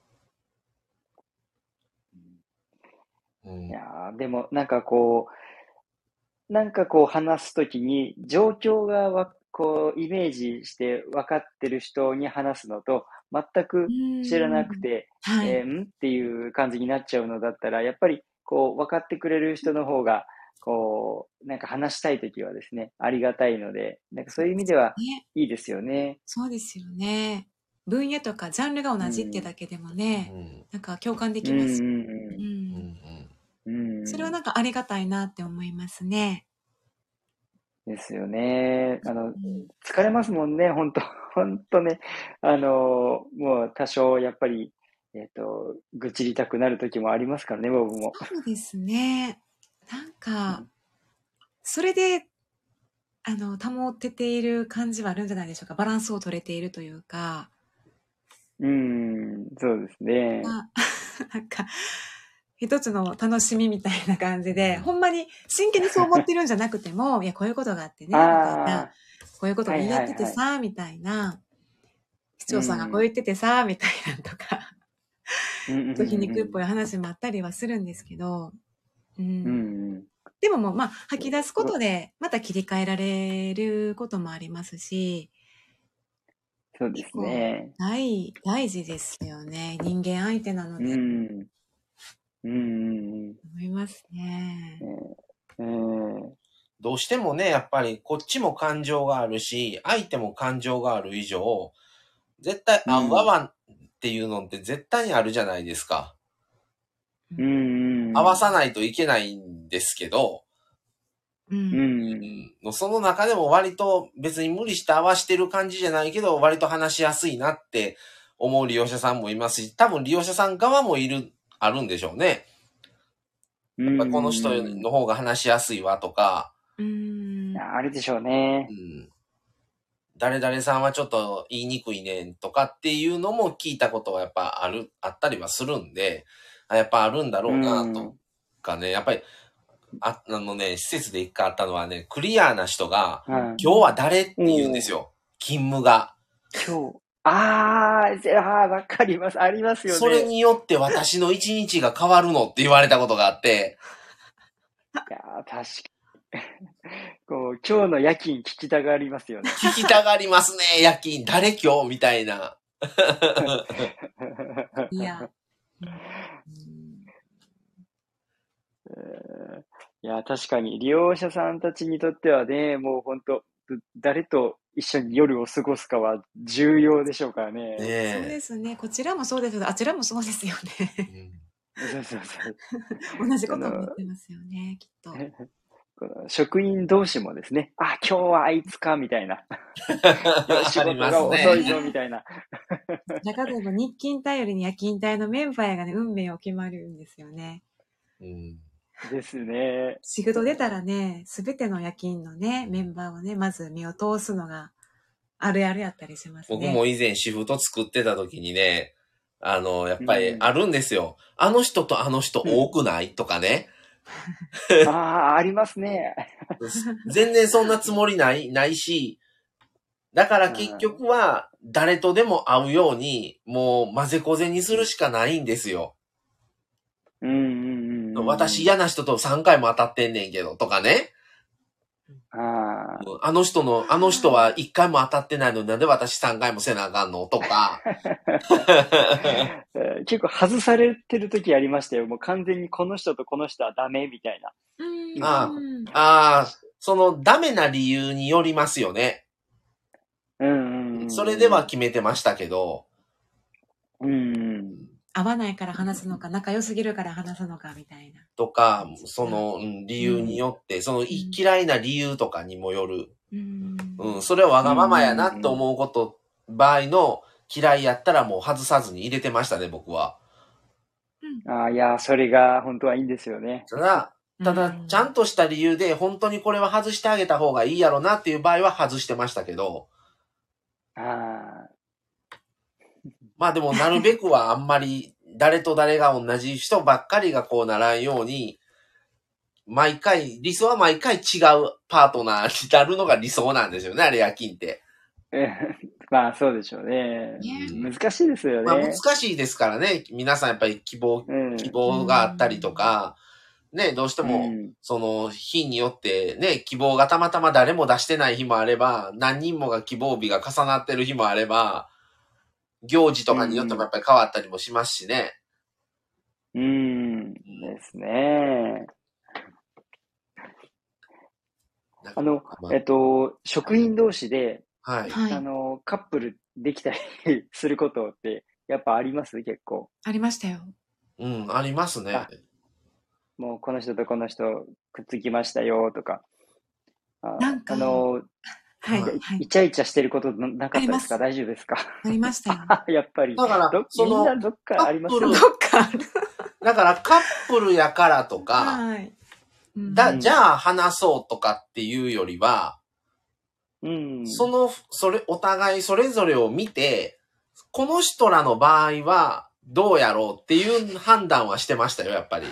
Speaker 1: うん。
Speaker 3: いやーでもなんかこう、なんかこう話すときに状況がわこうイメージして分かってる人に話すのと全
Speaker 2: う
Speaker 3: く知らなく
Speaker 2: ん。
Speaker 3: て、
Speaker 2: はい。
Speaker 3: えーんっていう感じになっちゃうのだったら、やっぱりこう分かってくれる人の方が、こう、なんか話したいときはですね、ありがたいので、なんかそういう意味では
Speaker 2: ね。
Speaker 3: いいですよね。
Speaker 2: そうですよね。分野とかジャンルが同じって
Speaker 3: うん。
Speaker 2: だけでも
Speaker 1: う
Speaker 2: ね、
Speaker 1: ん。
Speaker 2: なんか共感で
Speaker 3: うんう
Speaker 2: きますよ。う
Speaker 3: ん
Speaker 1: うん。う
Speaker 2: ん。
Speaker 1: ん。
Speaker 3: うん。うん。
Speaker 2: それはなんかありがたいなって思いますね。
Speaker 3: ですよね。あの、
Speaker 2: うん。
Speaker 3: 疲れますもんね、本当本当ね。あの、もう多少やっぱり、えっと、愚痴りたくなる時もありますからね、僕も。
Speaker 2: そうですね。なんか、
Speaker 3: うん、
Speaker 2: それで、あの、保てている感じはあるんじゃないでしょうか。バランスを取れているというか、
Speaker 3: うーん、そうですね。
Speaker 2: あなんか、一つの楽しみみたいな感じで、
Speaker 1: うん。
Speaker 2: ほんまに真剣にそう思ってるんじゃなくても、いや、こういうことがあってね、みたいな、
Speaker 3: ああ、
Speaker 2: こういうこと
Speaker 3: はい
Speaker 2: がやってて
Speaker 3: はいはい。
Speaker 2: さ、みたいな、市
Speaker 3: う
Speaker 2: 長さんがこう
Speaker 3: ん。
Speaker 2: 言っててさ、みたいなとか、
Speaker 3: うんうん
Speaker 2: ちょっと皮肉っぽい
Speaker 3: うん
Speaker 2: 話もあったりはするんですけど、う
Speaker 3: うん。う
Speaker 2: ん。
Speaker 3: んうん。
Speaker 2: でももう、まあ、吐き出すこ
Speaker 3: そ
Speaker 2: とで、また切り替えられることもありますし、
Speaker 3: そうです
Speaker 2: 結構
Speaker 3: ね。
Speaker 2: 大、大事ですよね。人間相手なの
Speaker 3: う
Speaker 2: で、
Speaker 3: ん。うんうんうん。
Speaker 2: 思いますね。
Speaker 3: えー、
Speaker 1: どうしてもね、やっぱりこっちも感情があるし、相手も感情がある以上、絶対
Speaker 3: うん。
Speaker 1: 合う合わんっていうのって絶対にあるじゃないですか。
Speaker 2: うん。
Speaker 3: うんうんうん。
Speaker 1: 合わさないといけないんですけど、
Speaker 2: う
Speaker 3: う
Speaker 2: ん。
Speaker 3: ん。
Speaker 1: うん、その中でも割と別に無理して合わしてる感じじゃないけど、割と話しやすいなって思う利用者さんもいますし、多分利用者さん側もいる、あるんでしょうね。
Speaker 3: うん
Speaker 1: やっぱりこの人
Speaker 3: うんうん。
Speaker 1: の方が話しやすいわとか、
Speaker 2: うん。
Speaker 3: あるでしょうね。
Speaker 1: うん、誰々さんはちょっと言いにくいねんとかっていうのも聞いたことはやっぱある、あったりはするんで、あやっぱあるんだ
Speaker 3: う
Speaker 1: ろうなと
Speaker 3: ん。
Speaker 1: かね、やっぱり、あ、あのね、施設で一回あったのはね、クリアな人が、
Speaker 3: はい。
Speaker 1: 今日は誰って言うんで
Speaker 3: おお、
Speaker 1: すよ。勤務が。
Speaker 3: 今日。あー、ぜあー、わかります。ありますよ
Speaker 1: それ
Speaker 3: ね。
Speaker 1: によって私の一日が変わるのって言われたことがあって、
Speaker 3: いやー、確かこう、今日の夜勤聞きたがりますよね。
Speaker 1: 聞きたがりますね、夜勤。誰今日みたいな。
Speaker 2: いや。うん
Speaker 3: えーいや、確かに利用者さんたちにとってはね、もう本当、誰と一緒に夜を過ごすかは重要でしょうからね。
Speaker 2: そう
Speaker 1: ねえ。
Speaker 2: ですね。こちらもそうですけど、あちらもそうですよ
Speaker 1: う
Speaker 2: ね。
Speaker 1: ん
Speaker 3: そうそうそう。
Speaker 2: 同じことを言ってますよね、きっと。
Speaker 3: この職員同士もですね、あ、今日はあいつか、みたいな。仕事が遅いぞ、みたいな。
Speaker 2: 中でも日勤隊よりに夜勤隊のメンバーがね、運命を決まるんですよね。
Speaker 1: うん
Speaker 3: ですね。
Speaker 2: 仕事出たらね、すべての夜勤のね、メンバーをね、まず目を通すのがあるあるやったりしますね。
Speaker 1: 僕も以前シフト作ってた時にね、あの、やっぱりあるんですよ。うん、あの人とあの人多くない、うん、とかね。
Speaker 3: ああ、ありますね。
Speaker 1: 全然そんなつもりない、ないし、だから結局は誰とでも会うように、もう混ぜこぜにするしかないんですよ。
Speaker 3: うんうんうん、
Speaker 1: 私嫌な人とさんかいも当たってんねんけど、とかね。
Speaker 3: あ,
Speaker 1: あの人の、あの人はいっかいも当たってないのになんで私さんかいもせなあかんのとか。
Speaker 3: 結構外されてる時ありましたよ。もう完全にこの人とこの人はダメみたいな。
Speaker 2: うん
Speaker 1: ああ、そのダメな理由によりますよね。
Speaker 3: うんうん、
Speaker 1: それでは決めてましたけど。
Speaker 3: うん、
Speaker 2: 合わないから話すのか、仲良すぎるから話すのかみたいな。
Speaker 1: とか、その、うん、理由によって、うん、その嫌いな理由とかにもよる。うん、うん、それはわがままやなと思うこと、場合の嫌いやったらもう外さずに入れてましたね、僕は。
Speaker 3: うん、ああ、いや、それが本当はいいんですよね。
Speaker 1: ただ、ただ、ちゃんとした理由で、本当にこれは外してあげた方がいいやろなっていう場合は外してましたけど。
Speaker 3: ああ。
Speaker 1: まあでも、なるべくはあんまり、誰と誰が同じ人ばっかりがこうならんように、毎回、理想は毎回違うパートナーになるのが理想なんですよね、あれ夜勤って。
Speaker 3: まあそうでしょうね。うん、難しいですよね。
Speaker 1: まあ難しいですからね。皆さんやっぱり希望、うん、希望があったりとか、ね、どうしても、その日によってね、希望がたまたま誰も出してない日もあれば、何人もが希望日が重なってる日もあれば、行事とかによってもやっぱり変わったりもしますしね。
Speaker 3: うん、うんですね。あの、まあ、えっと、職員同士で、
Speaker 1: はい。
Speaker 3: あの、カップルできたりすることって、やっぱあります結構。
Speaker 2: ありましたよ。
Speaker 1: うん、ありますね。
Speaker 3: もうこの人とこの人くっつきましたよとか。
Speaker 2: あなんか、
Speaker 3: あの、
Speaker 2: はい、はい。
Speaker 3: イチャイチャしてることなかったですか？大丈夫ですか？
Speaker 2: ありましたよ。
Speaker 3: やっぱり。
Speaker 1: だから、
Speaker 3: そのみんなどっかありますよね。
Speaker 2: どっかある。
Speaker 1: だからカップルやからとか、
Speaker 2: はいうん、
Speaker 1: だ、じゃあ話そうとかっていうよりは、
Speaker 3: うん、
Speaker 1: その、それ、お互いそれぞれを見て、この人らの場合はどうやろうっていう判断はしてましたよ、やっぱり。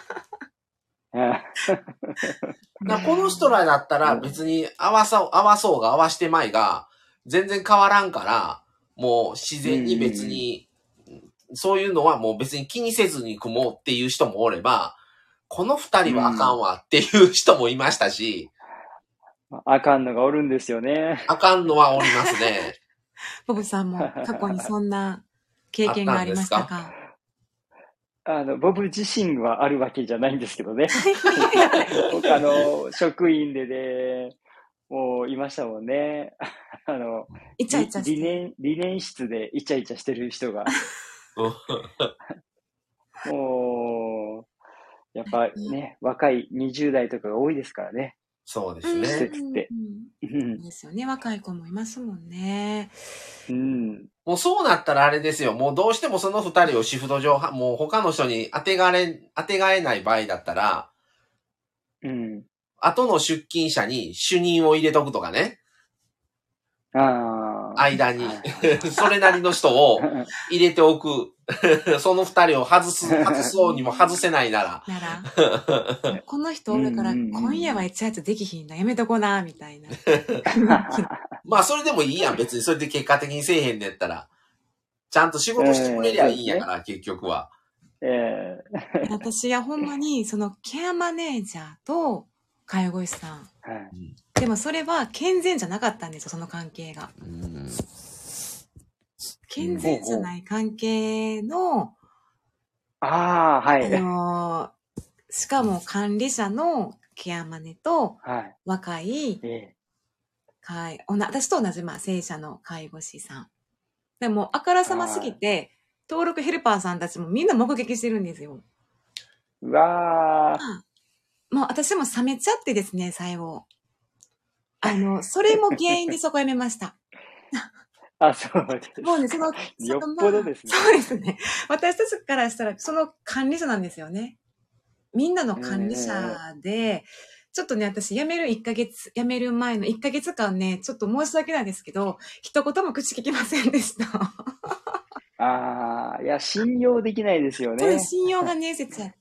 Speaker 1: だこの人らだったら別に合わそう、合わそうが合わしてまいが、全然変わらんから、もう自然に別に、そういうのはもう別に気にせずに組もうっていう人もおれば、この二人はあかんわっていう人もいましたし、
Speaker 3: うん、あかんのがおるんですよね。
Speaker 1: あかんのはおりますね。
Speaker 2: ボブさんも過去にそんな経験がありましたか？
Speaker 3: あの、ボブ自身はあるわけじゃないんですけどね。他の職員でね、もういましたもんね。あの、
Speaker 2: イチャイチャして
Speaker 3: 理念、理念室でイチャイチャしてる人が。もう、やっぱね、若いにじゅう代とかが多いですからね。
Speaker 1: そうですね。
Speaker 3: 施設って。
Speaker 2: そうですよね。若い子もいますもんね。
Speaker 3: うん。
Speaker 1: もうそうなったらあれですよ。もうどうしてもその二人をシフト上、もう他の人に当てがれ、当てがえない場合だったら、
Speaker 3: うん。
Speaker 1: 後の出勤者に主任を入れとくとかね。
Speaker 3: ああ。
Speaker 1: 間に。それなりの人を入れておく。その二人を外す、外そうにも外せないなら。
Speaker 2: なら。この人おるから、今夜はイチャイチャできひんな。やめとこな、みたいな。
Speaker 1: まあ、それでもいいやん。別にそれで結果的にせえへんねやったら。ちゃんと仕事してくれりゃいいんやから、えーね、結局は。
Speaker 3: えー、
Speaker 2: 私はほんまに、そのケアマネージャーと、 介護士さん。
Speaker 3: はい。
Speaker 2: でもそれは健全じゃなかったんですよ、その関係が。
Speaker 1: うん。
Speaker 2: 健全じゃない関係の、
Speaker 3: ああ、は
Speaker 2: あ
Speaker 3: い。
Speaker 2: のーしかも管理者のケアマネと
Speaker 3: はい。
Speaker 2: 若い、
Speaker 3: ええ。
Speaker 2: 介おな私と同じ、まあ、正社の介護士さん。でも、あからさますぎて、登録ヘルパーさんたちもみんな目撃してるんですよ。
Speaker 3: うわー。
Speaker 2: もう私も冷めちゃってですね、最後。あの、それも原因でそこ辞めました。
Speaker 3: あ、そうです。
Speaker 2: もうね、その、
Speaker 3: よっぽどですね。
Speaker 2: まあ、そうですね。私たちからしたら、その管理者なんですよね。みんなの管理者で、ちょっとね、私辞めるいっかげつ、辞める前のいっかげつかんね、ちょっと申し訳ないですけど、一言も口聞きませんでした。
Speaker 3: ああ、いや、信用できないですよ
Speaker 2: そうで
Speaker 3: ね。
Speaker 2: す、信用がね、せちゃって、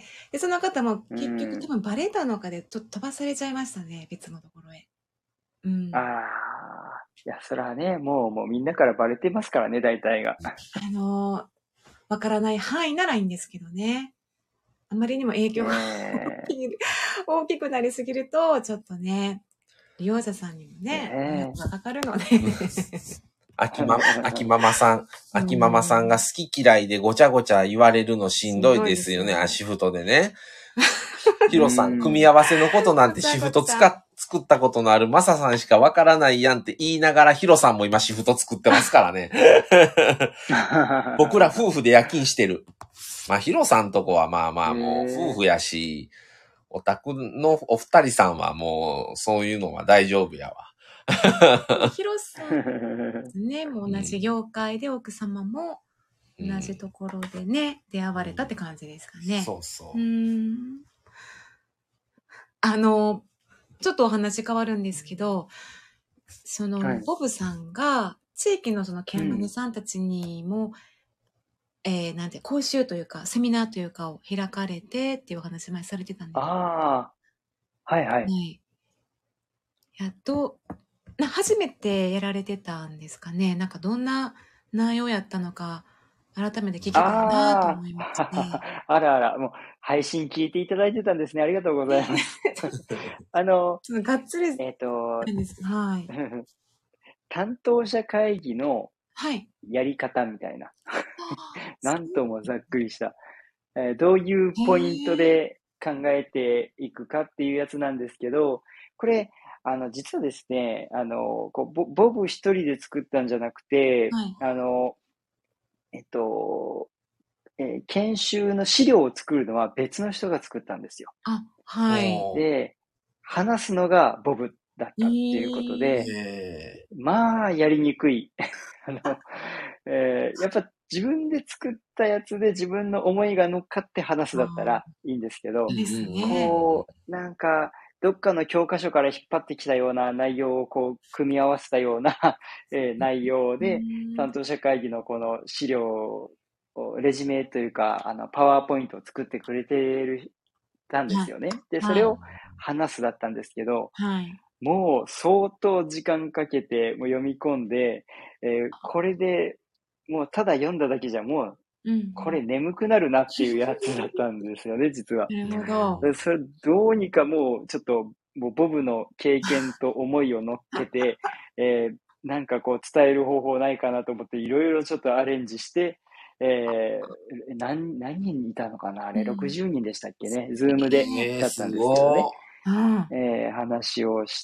Speaker 2: で、その方も結局
Speaker 3: うん
Speaker 2: 多分バレたのかで、ちょっと飛ばされちゃいましたね、別のところへ。うん。
Speaker 3: ああ、いや、それはね、もう、もうみんなからバレてますからね、大体が。
Speaker 2: あのー、わからない範囲ならいいんですけどね。あまりにも影響が
Speaker 3: え
Speaker 2: 大きい大きくなりすぎると、ちょっとね、利用者さんにもね、
Speaker 3: ねえ
Speaker 2: 迷惑がかかるので。
Speaker 1: 秋マ秋ママさん、秋ママさんが好き嫌いでごちゃごちゃ言われるのしんどいですよね、
Speaker 2: しんどいですね
Speaker 1: 足太でね。ヒロさ、
Speaker 3: うんん
Speaker 1: 組み合わせのことなんてシフトつか作ったことのあるマサさんしかわからないやんって言いながらヒロさんも今シフト作ってますからね。僕ら夫婦で夜勤してる。まあヒロさんとこはまあまあもう夫婦やし、お宅のお二人さんはもうそういうのは大丈夫やわ。
Speaker 2: ヒロさんね、もう同じ業界で奥様も同じところでね、うん、出会われたって感じですかね。
Speaker 1: そうそう。
Speaker 2: うーん。あの、ちょっとお話変わるんですけど、その、はい、ボブさんが地域のそのケアマネさんたちにも、うん、えー、なんて、講習というか、セミナーというかを開かれてっていうお話前されてたんです。
Speaker 3: ああ、はいはい。はい。
Speaker 2: やっと、な初めてやられてたんですかね。なんかどんな内容やったのか、改めて聞きたいなと思いまして。
Speaker 3: あ, あらあら、もう配信聞いていただいてたんですね。ありがとうございます。あの、
Speaker 2: ちょっとがっつり、
Speaker 3: えっ、ー、と、
Speaker 2: はい、
Speaker 3: 担当者会議のやり方みたいな。
Speaker 2: はい、
Speaker 3: なんともざっくりした、えー。どういうポイントで考えていくかっていうやつなんですけど、これ、あの、実はですね、あの、こうボボブ一人で作ったんじゃなくて、はい、あの、えっと、えー、研修の資料を作るのは別の人が作ったんですよ。
Speaker 2: あ、はい。
Speaker 3: で、話すのがボブだったっていうことで、まあ、やりにくい。あの、えー、やっぱ自分で作ったやつで自分の思いが乗っかって話すだったらいいんですけど、こう、なんか、どっかの教科書から引っ張ってきたような内容をこう組み合わせたような、えー、内容で、担当者会議のこの資料を、レジュメというか、あの、パワーポイントを作ってくれてる、たんですよね。で、それを話すだったんですけど、
Speaker 2: はい、
Speaker 3: もう相当時間かけてもう読み込んで、えー、これでもうただ読んだだけじゃもう、これ眠くなるなっていうやつだったんですよね、実は。
Speaker 2: なるほど。
Speaker 3: それどうにかもうちょっと、もうボブの経験と思いを乗っけて、えー、なんかこう伝える方法ないかなと思っていろいろちょっとアレンジして、えー、何、何人いたのかなあれ、ろくじゅうにんでしたっけね。ズームでだったんですけどね。えー、話をして、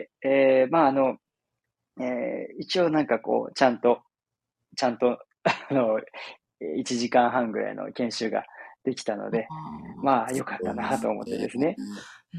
Speaker 3: えー、まああの、えー、一応なんかこう、ちゃんと、ちゃんと、あの、いちじかんはんぐらいの研修ができたので、まあ良かったなと思ってですね。え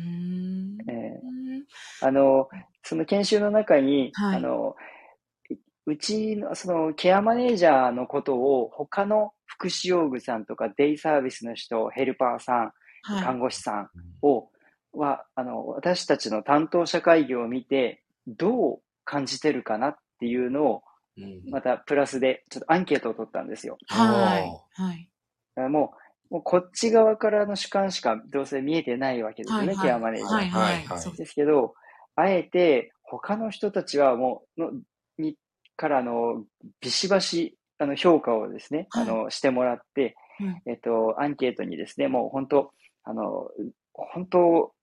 Speaker 3: ー、あの、その研修の中に、はい、あの、うちのそのケアマネージャーのことを他の福祉用具さんとかデイサービスの人、ヘルパーさん、はい、看護師さんを、は、あの、私たちの担当者会議を見て、どう感じてるかなっていうのを、またプラスでちょっとアンケートを取ったんですよ。
Speaker 2: はい。はい。
Speaker 3: もう、もうこっち側からの主観しかどうせ見えてないわけですよね、はいはい、ケアマネージャー。はいはいはい、ですけど、あえて他の人たちはもう、のにからのビシバシあの評価をですね、はい、あのしてもらって、うん、えっと、アンケートにですね、もう本当、あの、本当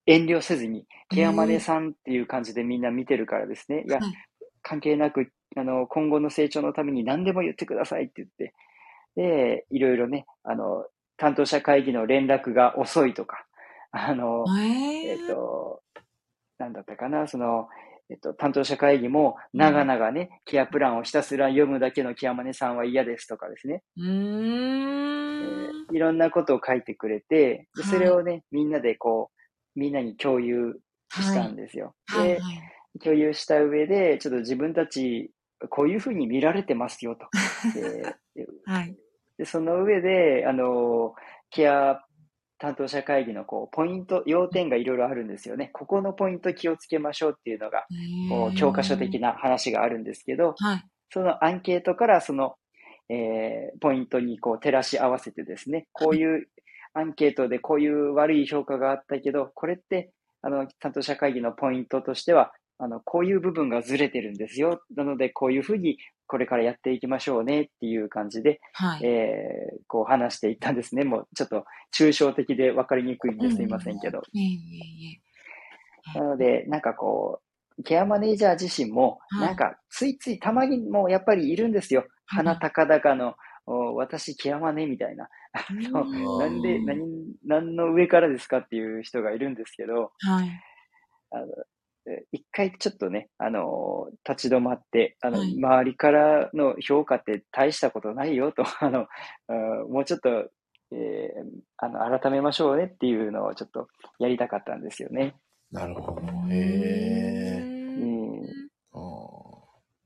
Speaker 3: 遠慮せずに、ケアマネさんっていう感じでみんな見てるからですね。いや、
Speaker 2: はい。
Speaker 3: 関係なく、あの、今後の成長のために何でも言ってくださいって言って、で、いろいろね、あの、担当者会議の連絡が遅いとか、あの、えっ
Speaker 2: え
Speaker 3: と、なんだったかな、その、えっと、担当者会議も、
Speaker 2: ー、
Speaker 3: 長々ね、ケアプランをひたすら読むだけのケアマネさんは嫌ですとかですね。
Speaker 2: うー
Speaker 3: え
Speaker 2: ん。
Speaker 3: ーいろんなことを書いてくれて、で、そ
Speaker 2: はい。
Speaker 3: れをね、みんなでこう、みんなに共有し
Speaker 2: はい。
Speaker 3: たんですよ。
Speaker 2: はい。
Speaker 3: で、
Speaker 2: はい。
Speaker 3: 共有した上で、ちょっと自分たち、こういうふうに見られてますよと。で、で
Speaker 2: はい。
Speaker 3: でその上で、あの、ケア担当者会議のこうポイント、要点がいろいろあるんですよね。ここのポイント気をつけましょうっていうのが、
Speaker 2: へ
Speaker 3: こう教科書
Speaker 2: ー。
Speaker 3: 的な話があるんですけど、
Speaker 2: はい。
Speaker 3: そのアンケートからその、えーポイントにこう照らし合わせてですね、こういうアンケートでこういう悪い評価があったけど、これってあの担当者会議のポイントとしては、あのこういう部分がずれてるんですよ。なのでこういうふうにこれからやっていきましょうねっていう感じで、
Speaker 2: はい。
Speaker 3: えーこう話していったんですね。もうちょっと抽象的で分かりにくいん
Speaker 2: うんうん
Speaker 3: ですいませんけど。
Speaker 2: うん。いえいえいえ。
Speaker 3: なので、なんかこう、ケアマネージャー自身も、
Speaker 2: はい。
Speaker 3: なんかついついたまにもやっぱりいるんですよ。鼻
Speaker 2: はい。
Speaker 3: 高々の、お私ケアマネみたいな。あ
Speaker 2: う
Speaker 3: の、なんで、
Speaker 2: ーん。
Speaker 3: 何、何の上からですかっていう人がいるんですけど、
Speaker 2: はい。
Speaker 3: あの、え一回ちょっとね、あの、立ち止まって、あの、
Speaker 2: はい。
Speaker 3: 周りからの評価って大したことないよと、あの、うんもうちょっと、えーあの、改めましょうねっていうのをちょっとやりたかったんですよね。
Speaker 1: なるほど。
Speaker 2: うー
Speaker 1: へえ。
Speaker 2: ん。
Speaker 3: うん、
Speaker 1: あー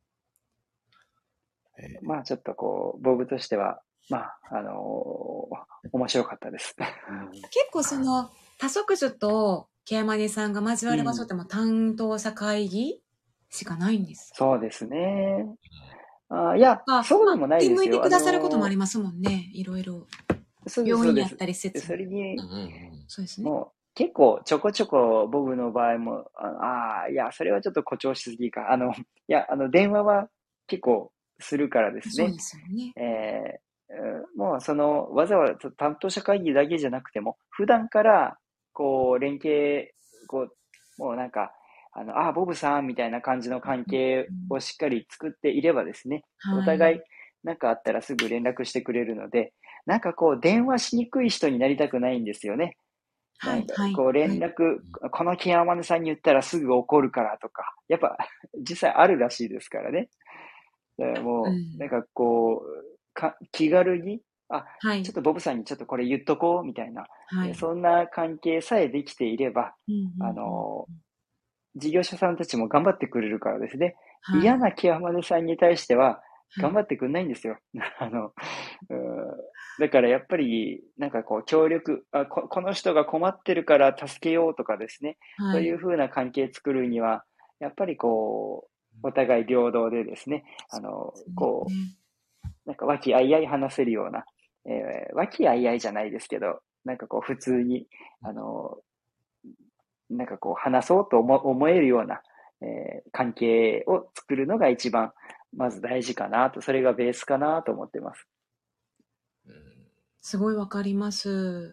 Speaker 1: へ
Speaker 3: まあちょっとこう、ボブとしては、まあ、あのー面白かったです。
Speaker 2: 結構その、多職種とケアマネさんが交わる場所っ
Speaker 3: うん、
Speaker 2: てもう担当者会議しかないんです
Speaker 3: そうですね。あいや、
Speaker 2: か、まあ、
Speaker 3: そうでもない
Speaker 2: 出向いて
Speaker 3: ですよ。あ
Speaker 2: くださることもあり
Speaker 3: の
Speaker 2: ますもんね。いろいろ。
Speaker 3: ーそうです、そうです。
Speaker 2: 病院やったり施
Speaker 3: で
Speaker 2: 設。
Speaker 3: それに、
Speaker 1: うんうんうん。
Speaker 2: そうですね。
Speaker 3: もう結構ちょこちょこボブの場合も、ああー、いや、それはちょっと誇張しすぎか。あの、いや、あの、電話は結構するからですね。
Speaker 2: そうですよね。
Speaker 3: えーうんもうその、わざわざ担当者会議だけじゃなくても、普段から、こう、連携、こう、もうなんか、あの、ああ、ボブさんみたいな感じの関係
Speaker 2: うん
Speaker 3: をしっかり作っていればですね、お
Speaker 2: はい。
Speaker 3: 互い、なんかあったらすぐ連絡してくれるので、なんかこう、電話しにくい人になりたくないんですよね。
Speaker 2: はい、
Speaker 3: なんか、
Speaker 2: はい、
Speaker 3: こう、
Speaker 2: はい。
Speaker 3: 連絡、このケアマネさんに言ったらすぐ怒るからとか、やっぱ、実際あるらしいですからね。だからもう、なん
Speaker 2: うん。
Speaker 3: かこう、か、気軽に、あ、
Speaker 2: はい、
Speaker 3: ちょっとボブさんにちょっとこれ言っとこう、みたいな、
Speaker 2: はい。
Speaker 3: えそんな関係さえできていれば、
Speaker 2: うん、う
Speaker 3: あ
Speaker 2: ん、うん。
Speaker 3: の、事業者さんたちも頑張ってくれるからですね。
Speaker 2: はい、
Speaker 3: 嫌なケアマネさんに対しては、
Speaker 2: はい。
Speaker 3: 頑張ってくんないんですよ。あの、うんだからやっぱり、なんかこう、協力あこ、この人が困ってるから助けようとかですね。そういう
Speaker 2: はい。
Speaker 3: 風な関係作るには、やっぱりこう、お互い平等でですね、あの、
Speaker 2: そうです
Speaker 3: こう、
Speaker 2: ね。
Speaker 3: なんか和気あいあい話せるような、えー和気あいあいじゃないですけど、なんかこう普通に、あの、なんかこう話そうと思思えるような、えー関係を作るのが一番、まず大事かなと、それがベースかなと思ってます。
Speaker 1: うん
Speaker 2: すごいわかります。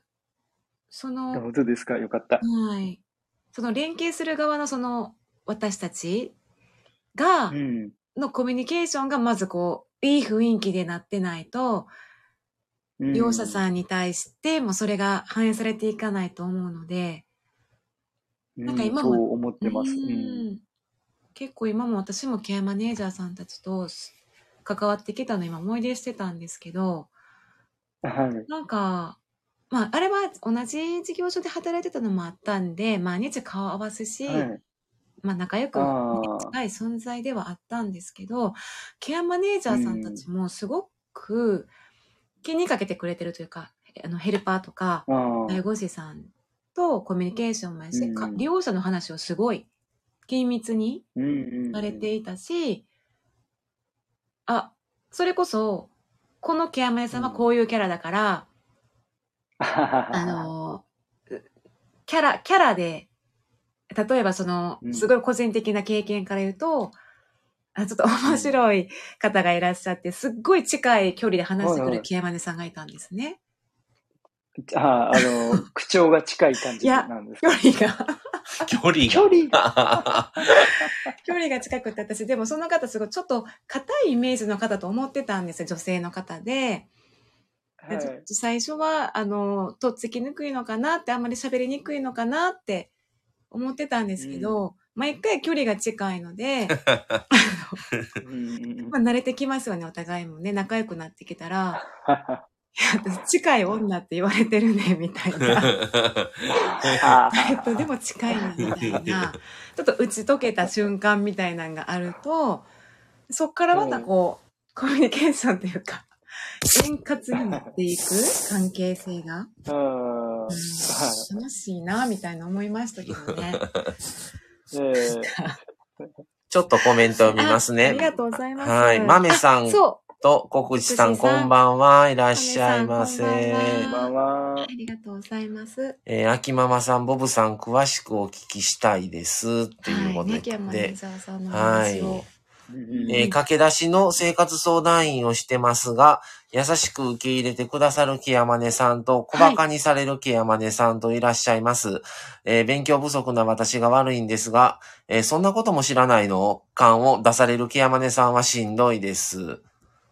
Speaker 2: その、
Speaker 3: 本当ですかよかった。
Speaker 2: はい。その連携する側のその、私たちが、
Speaker 3: うん。
Speaker 2: のコミュニケーションがまずこう、いい雰囲気でなってないと、
Speaker 3: う
Speaker 2: 利用者
Speaker 3: ん。
Speaker 2: さんに対してもそれが反映されていかないと思うので、なんか
Speaker 3: うん、
Speaker 2: 今も、
Speaker 3: そう思っ
Speaker 2: う
Speaker 3: てます。うん。
Speaker 2: ーん、結構今も私もケアマネージャーさんたちと関わってきたの今思い出してたんですけど、
Speaker 3: はい。
Speaker 2: なんか、まあ、あれは同じ事業所で働いてたのもあったんで、毎日顔合わすし、
Speaker 3: はい。
Speaker 2: まあ仲良
Speaker 3: あ
Speaker 2: く、ね、
Speaker 3: あ。
Speaker 2: 近い存在ではあったんですけど、ケアマネージャ
Speaker 3: う
Speaker 2: ーさんた
Speaker 3: ん。
Speaker 2: ちもすごく気にかけてくれてるというか、あのヘルパーとか、
Speaker 3: ああ。
Speaker 2: 介護士さんとコミュニケーションもや
Speaker 3: う
Speaker 2: し、か利
Speaker 3: ん。
Speaker 2: 用者の話をすごい緊密に
Speaker 3: うん。うん。
Speaker 2: されていたし、あ、それこそ、このケアマネさんは
Speaker 3: うん。
Speaker 2: こういうキャラだから、
Speaker 3: あはは
Speaker 2: あ
Speaker 3: は。
Speaker 2: の、キャラ、キャラで、例えばその、
Speaker 3: うん。
Speaker 2: すごい個人的な経験から言うと、あちょっと面
Speaker 3: うん。
Speaker 2: 白い方がいらっしゃって、すっごい近い距離で話してくる
Speaker 3: はいはい。
Speaker 2: ケアマネさんがいたんですね。
Speaker 3: ああ、あの、口調が近い感じで
Speaker 2: いや、距
Speaker 3: なんですか
Speaker 2: 離が
Speaker 1: 距離が。
Speaker 3: 距離が。
Speaker 2: 距離が近くて、私、でもその方すごいちょっと硬いイメージの方と思ってたんですよ、女性の方で。
Speaker 3: はい
Speaker 2: ちょっと最初は、あの、とっつきにくいのかなって、あんまり喋りにくいのかなって思ってたんですけど、うん、毎回距離が近いので、まあ、慣れてきますよね、お互いもね、仲良くなってきたら、いや、私近い女って言われてるね、みたいな。えっと、でも近いな、みたいな。ちょっと打ち解けた瞬間みたいなのがあると、そっからまたこう、コミュニケーションというか、円滑になっていく関係性が。うん、楽しいな、みたいな思いましたけどね。
Speaker 1: ちょっとコメントを見ますね。
Speaker 2: ありがとうございます。
Speaker 1: はい。豆さんと小口さん、こんばんは。いらっしゃいませ。こ
Speaker 3: んばんは。
Speaker 2: ありがとうございます。
Speaker 1: えー、秋ママさん、ボブさん、詳しくお聞きしたいです。っていうことで。
Speaker 2: はい、ね、山根沢さんの話を。はい。
Speaker 1: えー、駆け出しの生活相談員をしてますが、優しく受け入れてくださるケアマネさんと、小馬鹿にされるケアマネさんといらっしゃいます。はい、えー、勉強不足な私が悪いんですが、えー、そんなことも知らないの感を出されるケアマネさんはしんどいです。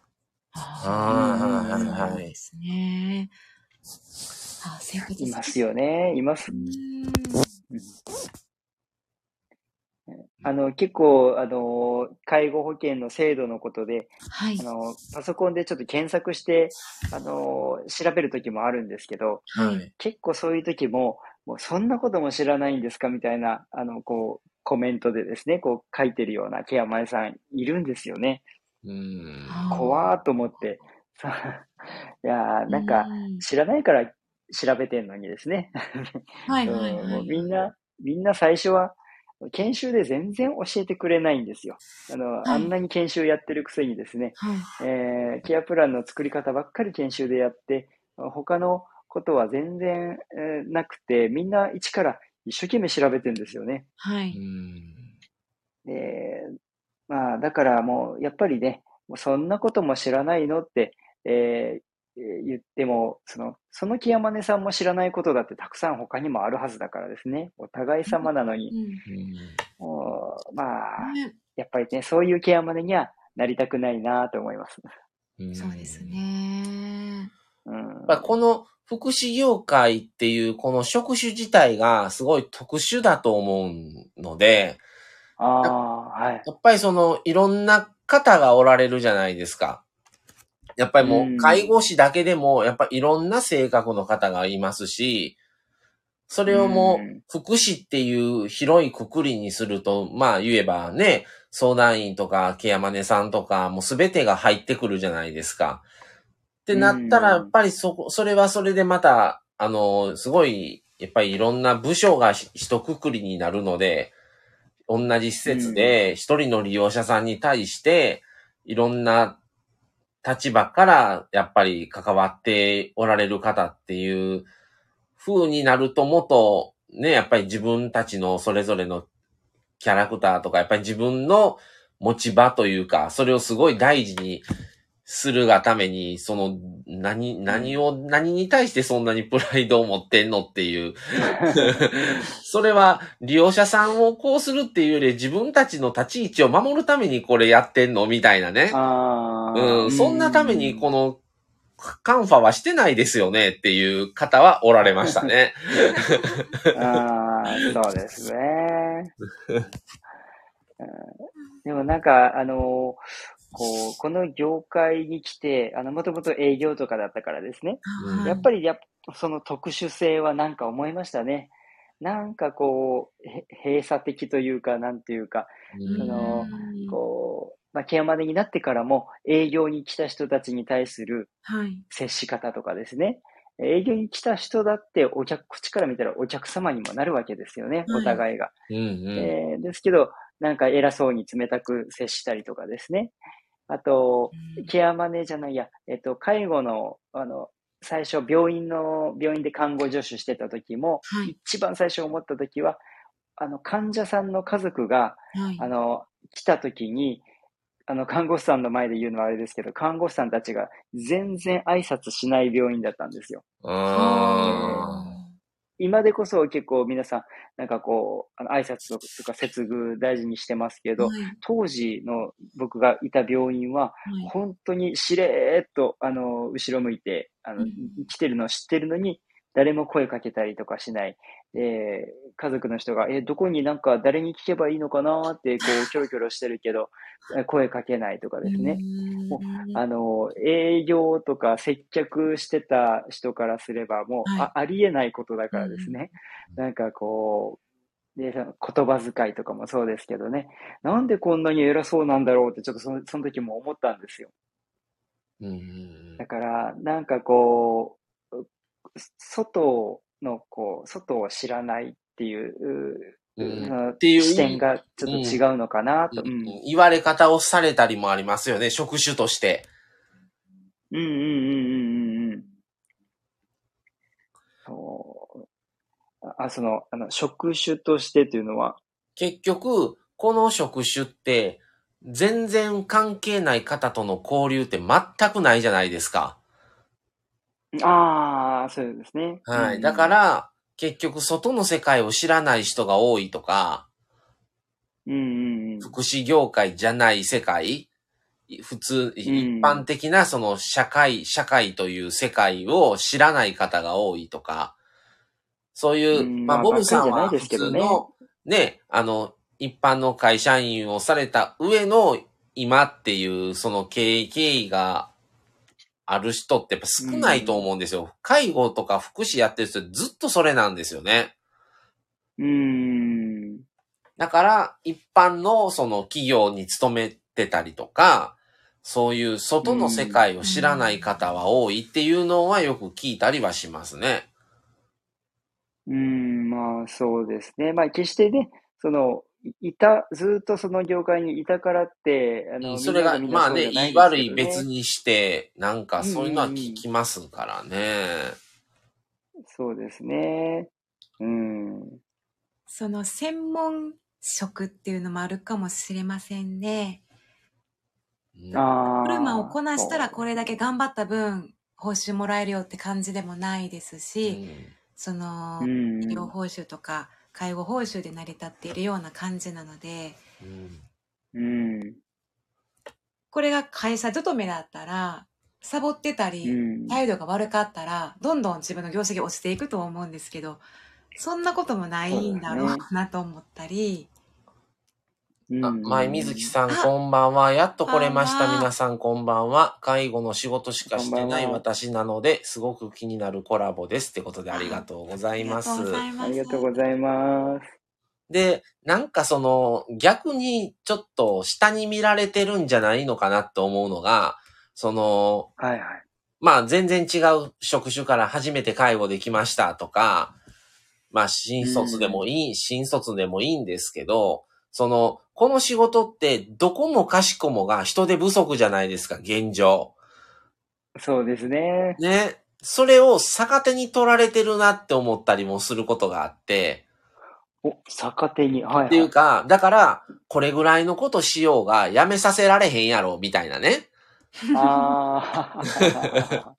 Speaker 2: ああ、はいはいはい。ですね。
Speaker 3: あ、生活いますよね。います。あの、結構、あの、介護保険の制度のことで、はい、あの、パソコンでちょっと検索して、あの、調べるときもあるんですけど、はい、結構そういうときも、もうそんなことも知らないんですかみたいな、あの、こう、コメントでですね、こう書いてるようなケアマネさんいるんですよね。うん。怖ーと思って。いやー、なんか、知らないから調べてんのにですね。はいはいはい、はい。みんな、みんな最初は、研修で全然教えてくれないんですよ。あの、はい、あんなに研修やってるくせにですね、はい、えー、ケアプランの作り方ばっかり研修でやって、他のことは全然、えー、なくて、みんな一から一生懸命調べてるんですよね。はい。で、まあ、だからもう、やっぱりね、もうそんなことも知らないのって、えー言っても、その、そのケアマネさんも知らないことだってたくさん他にもあるはずだからですね。お互い様なのに。うん、もうまあ、ね、やっぱりね、そういうケアマネにはなりたくないなと思います。
Speaker 2: そうですね。
Speaker 1: うん、この福祉業界っていうこの職種自体がすごい特殊だと思うので、
Speaker 3: あはい、
Speaker 1: やっぱりそのいろんな方がおられるじゃないですか。やっぱりもう介護士だけでもやっぱいろんな性格の方がいますし、それをもう福祉っていう広い括りにすると、まあ言えばね、相談員とかケアマネさんとかもうすべてが入ってくるじゃないですか。ってなったらやっぱりそこ、それはそれでまた、あの、すごい、やっぱりいろんな部署が一括りになるので、同じ施設で一人の利用者さんに対していろんな立場からやっぱり関わっておられる方っていう風になるともっとね、やっぱり自分たちのそれぞれのキャラクターとかやっぱり自分の持ち場というか、それをすごい大事にするがために、その何、何を、何に対してそんなにプライドを持ってんのっていう。それは利用者さんをこうするっていうより自分たちの立ち位置を守るためにこれやってんのみたいなね。うん、そんなためにこのカンファはしてないですよねっていう方はおられましたね。
Speaker 3: ああ、そうですね。でもなんか、あの、こう、この業界に来て、あの、もともと営業とかだったからですね。うん、やっぱりや、その特殊性はなんか思いましたね。なんかこう、閉鎖的というか、なんていうか、うん、その、こう、まあ、ケアマネになってからも営業に来た人たちに対する接し方とかですね。はい、営業に来た人だってお客、口から見たらお客様にもなるわけですよね、はい、お互いが。うんうんえー、ですけど、なんか偉そうに冷たく接したりとかですね。あと、ケアマネじゃないや、えっと、介護の、あの、最初、病院の、病院で看護助手してた時も、はい、一番最初思った時は、あの、患者さんの家族が、はい、あの、来た時に、あの、看護師さんの前で言うのはあれですけど、看護師さんたちが全然挨拶しない病院だったんですよ。あ今でこそ結構皆さん、なんかこう、あの挨拶とか接遇大事にしてますけど、
Speaker 2: はい。
Speaker 3: 当時の僕がいた病院は、
Speaker 2: はい。
Speaker 3: 本当にしれーっと、あの、後ろ向いて、あの、
Speaker 2: うん。
Speaker 3: 来てるのを知ってるのに、誰も声かけたりとかしない。で、家族の人が、え、どこになんか誰に聞けばいいのかなって、こう、キョロキョロしてるけど、え声かけないとか
Speaker 2: う
Speaker 3: ですね。もう、
Speaker 2: ーん。
Speaker 3: あの、営業とか接客してた人からすれば、もう、
Speaker 2: はい。
Speaker 3: あ、ありえないことだからです
Speaker 2: うん。
Speaker 3: ね。なんかこう、で、その言葉遣いとかもそうですけどね。なんでこんなに偉そうなんだろうって、ちょっとその、その時も思ったんですよ。
Speaker 1: うんうん
Speaker 3: だから、なんかこう、う外の、こう、外を知らないっていう、
Speaker 1: うん。うん。っ
Speaker 3: うその
Speaker 1: ていう
Speaker 3: 視点
Speaker 1: い、
Speaker 3: がちょっと違
Speaker 1: うん。
Speaker 3: うのかなと。
Speaker 1: うん
Speaker 3: うん。
Speaker 1: 言われ方をされたりもありますよね、職種として。
Speaker 3: うんうんうんうんうんうん。そう。あ、その、あの、職種としてっていうのは、
Speaker 1: 結局、この職種って、全然関係ない方との交流って全くないじゃないですか。
Speaker 3: ああ、そうですね。う
Speaker 1: はい。だか
Speaker 3: ん。
Speaker 1: ら、結局、外の世界を知らない人が多いとか、
Speaker 3: うんうん
Speaker 1: 福祉業界じゃない世界、普通、
Speaker 3: うん。う
Speaker 1: 一般
Speaker 3: ん。
Speaker 1: 的なその社会、社会という世界を知らない方が多いとか、そういう、
Speaker 3: うん、
Speaker 1: まあ、
Speaker 3: まあ、
Speaker 1: ボブ
Speaker 3: ばっかりじゃないで
Speaker 1: さんは普
Speaker 3: すけどね。
Speaker 1: 通の、ね、あの、一般の会社員をされた上の今っていう、その経緯がある人ってやっぱ
Speaker 3: う
Speaker 1: 少ないと
Speaker 3: ん。
Speaker 1: 思うんですよ。介護とか福祉やってる人ずっとそれなんですよね。
Speaker 3: うん。
Speaker 1: だから、一般のその企業に勤めてたりとか、そういう
Speaker 3: う
Speaker 1: 外の世
Speaker 3: ん。
Speaker 1: 界を知らない方は多いっていうのはよく聞いたりはしますね。
Speaker 3: うん、まあ、そうですね。まあ、決してね、その、いいた、ずっとその業界にいたからって、あ
Speaker 1: うん、
Speaker 3: の、みんなが
Speaker 1: それが、
Speaker 3: みんなそう
Speaker 1: まあね、
Speaker 3: じゃないです
Speaker 1: 言い悪い
Speaker 3: けどね。
Speaker 1: 別にして、なんか
Speaker 3: うんう
Speaker 1: そういうのは聞
Speaker 3: ん
Speaker 1: きますからね。
Speaker 3: うん。そうですね。うん。
Speaker 2: その専門職っていうのもあるかもしれませんね。車を
Speaker 3: ああ、
Speaker 2: こなしたらこれだ
Speaker 3: そうですね。
Speaker 2: け頑張った分、報酬もらえるよって感じでもないです
Speaker 1: う
Speaker 2: し、
Speaker 1: ん。
Speaker 2: その、
Speaker 3: うんうん。
Speaker 2: 医療報酬とか介護報酬で成り立っているような感じなので、
Speaker 1: うん
Speaker 3: うん。
Speaker 2: これが会社勤めだったら、サボってた
Speaker 3: う
Speaker 2: り、
Speaker 3: ん。
Speaker 2: 態度が悪かったら、どんどん自分の業績落ちていくと思うんですけど、そんなこともな
Speaker 3: そう
Speaker 2: いんだろう
Speaker 3: ですね。
Speaker 2: なと思ったり、
Speaker 3: うん
Speaker 1: あ、前水木
Speaker 3: うん
Speaker 1: さん
Speaker 2: あ、
Speaker 1: こんばんは。やっと
Speaker 2: こんばん
Speaker 1: 来れました。皆
Speaker 2: は。
Speaker 1: さんこんばんは。介護の仕事し
Speaker 3: うん。こん
Speaker 1: かしてない
Speaker 3: ばんは。
Speaker 1: 私なので、すごく気になるコラボです。ってことでありが
Speaker 2: あ、
Speaker 1: とうござい
Speaker 2: ありがとうござ
Speaker 1: ます。
Speaker 2: います。
Speaker 3: ありがとうございます。
Speaker 1: で、なんかその、逆にちょっと下に見られてるんじゃないのかなって思うのが、その、
Speaker 3: はいはい。
Speaker 1: まあ全然違う職種から初めて介護できましたとか、まあ新卒でも
Speaker 3: うん。
Speaker 1: いい、新卒でもいいんですけど、その、この仕事ってどこもかしこもが人手不足じゃないですか、現状。
Speaker 3: そうですね。
Speaker 1: ね。それを逆手に取られてるなって思ったりもすることがあって、
Speaker 3: お、逆手に。は
Speaker 1: っ
Speaker 3: いはい。
Speaker 1: ていうか、だから、これぐらいのことしようがやめさせられへんやろ、みたいなね。
Speaker 3: ああ。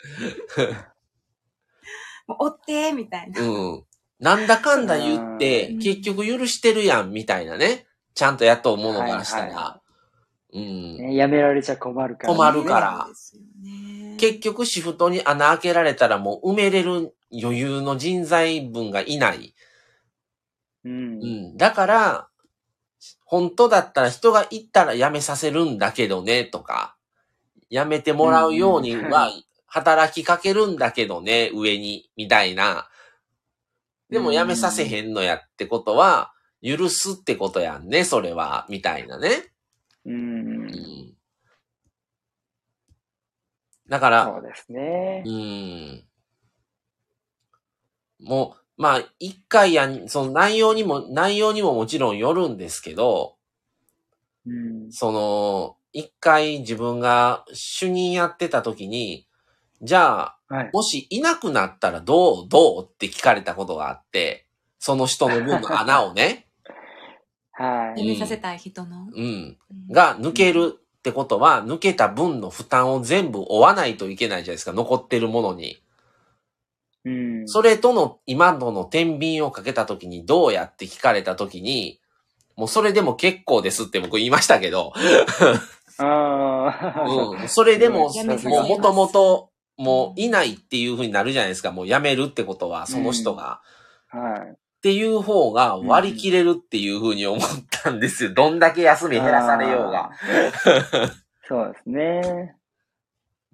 Speaker 2: もう追ってみたいな。
Speaker 1: うん。なんだかん
Speaker 3: う
Speaker 1: だ言っ
Speaker 3: ん。
Speaker 1: て、結局許してるやん、みたいなね。ちゃんとやっと思うの
Speaker 3: はい
Speaker 1: からした
Speaker 3: はいは
Speaker 1: ら。うん。
Speaker 3: い。ね、やめられちゃ困るから
Speaker 1: 困
Speaker 3: ですね。
Speaker 1: るから。
Speaker 2: そうですよね。
Speaker 1: 結局シフトに穴開けられたらもう埋めれる余裕の人材分がいない。
Speaker 3: う。
Speaker 1: うんん。だから、本当だったら人が行ったら辞めさせるんだけどね、とか、辞めて
Speaker 3: う
Speaker 1: もらうよう
Speaker 3: ん
Speaker 1: には働きかけるんだけどね、上に、みたいな。
Speaker 3: うん。
Speaker 1: でも辞めさせ
Speaker 3: ん。
Speaker 1: へんのやってことは、許すってことやんね、それは、みたいなね。
Speaker 3: う。
Speaker 1: うんん。だから、
Speaker 3: そうですね。
Speaker 1: うん。もう、まあ、一回やん、その内容にも、内容にももちろんよるんですけど、
Speaker 3: うん。
Speaker 1: その、一回自分が主任やってた時に、じゃあ、
Speaker 3: はい。
Speaker 1: もしいなくなったらどうどうって聞かれたことがあって、その人の分の穴をね、
Speaker 3: はい。
Speaker 2: 辞めさせたい人の。
Speaker 1: うん、
Speaker 2: うん
Speaker 1: が抜けるってことは、抜けた分の負担を全部負わないといけないじゃないですか、残ってるものに。
Speaker 3: うん。
Speaker 1: それとの今との天秤をかけたときにどうやって聞かれたときに、もうそれでも結構ですって僕言いましたけど、
Speaker 3: ああ、
Speaker 1: うん、それでも、
Speaker 3: すごい
Speaker 2: やめさせ
Speaker 1: もうもともと、
Speaker 2: うん
Speaker 1: もういないっていう風になるじゃないですか。もう辞めるってことは、その人が。
Speaker 3: はい。
Speaker 1: っていう方が割り切れるっていう風に思ったんですよ。どんだけ休み減らされようが。
Speaker 3: そうですね。
Speaker 1: うん。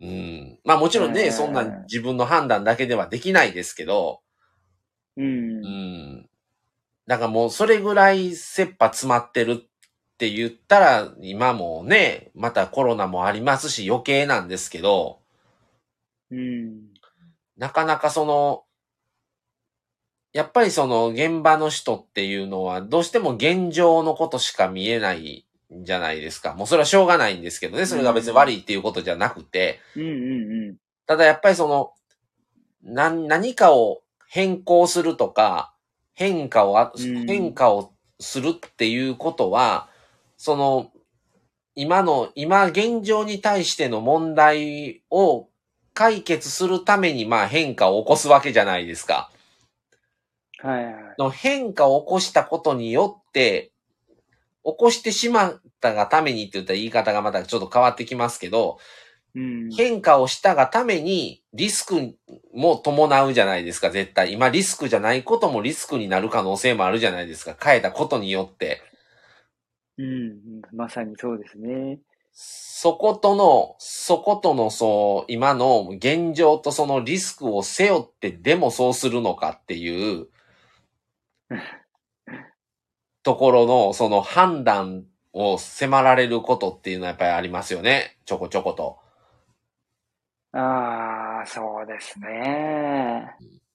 Speaker 1: まあもちろんね、
Speaker 3: うん
Speaker 1: そんな自分の判断だけではできないですけど、
Speaker 3: うん。
Speaker 1: うん。だからもうそれぐらい切羽詰まってるって言ったら、今もね、またコロナもありますし余計なんですけど、
Speaker 3: うん。
Speaker 1: なかなかその、やっぱりその現場の人っていうのはどうしても現状のことしか見えないんじゃないですか。もうそれはしょうがないんですけどね。それが別に悪いっていうことじゃなくて、
Speaker 3: うんうんうん。
Speaker 1: ただやっぱりその、な、何かを変更するとか、変化をあ、
Speaker 3: うん
Speaker 1: 変化をするっていうことは、その、今の、今現状に対しての問題を解決するためにまあ変化を起こすわけじゃないですか。
Speaker 3: はいはい。
Speaker 1: の変化を起こしたことによって、起こしてしまったがためにって言ったら言い方がまたちょっと変わってきますけど、
Speaker 3: うん。
Speaker 1: 変化をしたがためにリスクも伴うじゃないですか、絶対。今リスクじゃないこともリスクになる可能性もあるじゃないですか、変えたことによって。
Speaker 3: うん。まさにそうですね。
Speaker 1: そことの、そことのそう、今の現状とそのリスクを背負ってでもそうするのかっていうところのその判断を迫られることっていうのはやっぱりありますよね。ちょこちょこと。
Speaker 3: ああ、そうですね。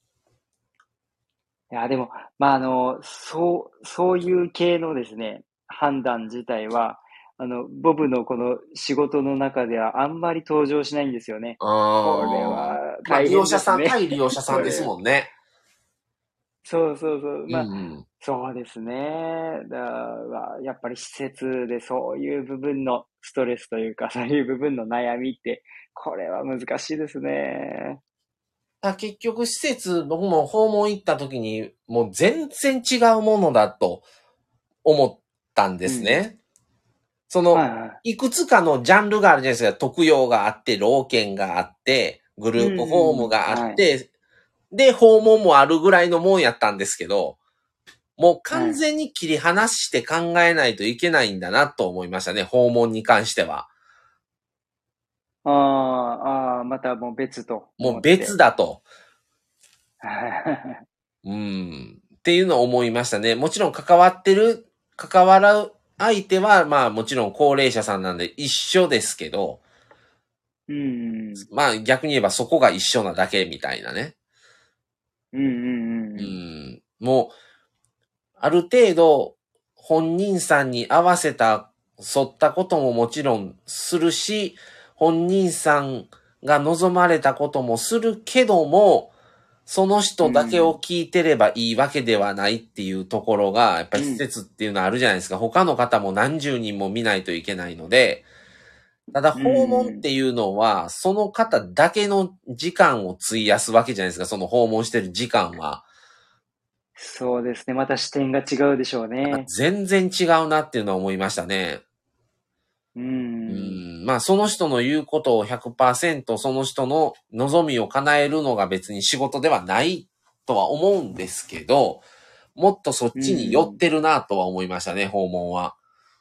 Speaker 3: いや、でも、まあ、あの、そう、そういう系のですね、判断自体は、あの、ボブのこの仕事の中ではあんまり登場しないんですよね。これは
Speaker 1: あまあ
Speaker 3: 大
Speaker 1: 利用者さん、
Speaker 3: 変ですね。
Speaker 1: 対利用者さんですもんね。
Speaker 3: そうそうそう。
Speaker 1: うん
Speaker 3: まあ、
Speaker 1: うん。
Speaker 3: そうですね。だからやっぱり施設でそういう部分のストレスというか、そういう部分の悩みって、これは難しいですね。
Speaker 1: あ結局施設、僕も訪問行った時に、もう全然違うものだと思ったんですね。その、
Speaker 3: はいはい。
Speaker 1: いくつかのジャンルがあるじゃないですか。特養があって、老犬があって、グループホームがあ
Speaker 3: はい。
Speaker 1: って、で、訪問もあるぐらいのもんやったんですけど、もう完
Speaker 3: はい。
Speaker 1: 全に切り離して考えないといけないんだなと思いましたね。訪問に関しては。
Speaker 3: ああ、ああ、またもう別と
Speaker 1: もう
Speaker 3: 思って。
Speaker 1: 別だと。
Speaker 3: は
Speaker 1: うん。っていうのを思いましたね。もちろん関わってる、関わる相手は、まあもちろん高齢者さんなんで一緒ですけど、
Speaker 3: うん。
Speaker 1: まあ逆に言えばそこが一緒なだけみたいなね。
Speaker 3: うんうんうん
Speaker 1: う
Speaker 3: うん。
Speaker 1: ん。もう、ある程度、本人さんに合わせた、沿ったことももちろんするし、本人さんが望まれたこともするけども、その人だけを聞いてればいいわけではないっていうところが、やっぱり施設っていうのはあるじゃないですか。他の方も何十人も見ないといけないので、ただ訪問っていうのは、その方だけの時間を費やすわけじゃないですか。その訪問してる時間は。
Speaker 3: そうですね。また視点が違うでしょうね。
Speaker 1: 全然違うなっていうのは思いましたね。
Speaker 3: う。
Speaker 1: うんん。まあその人の言うことをひゃくパーセントその人の望みを叶えるのが別に仕事ではないとは思うんですけど、もっとそっちに寄ってるなとは思いましたね、訪問は。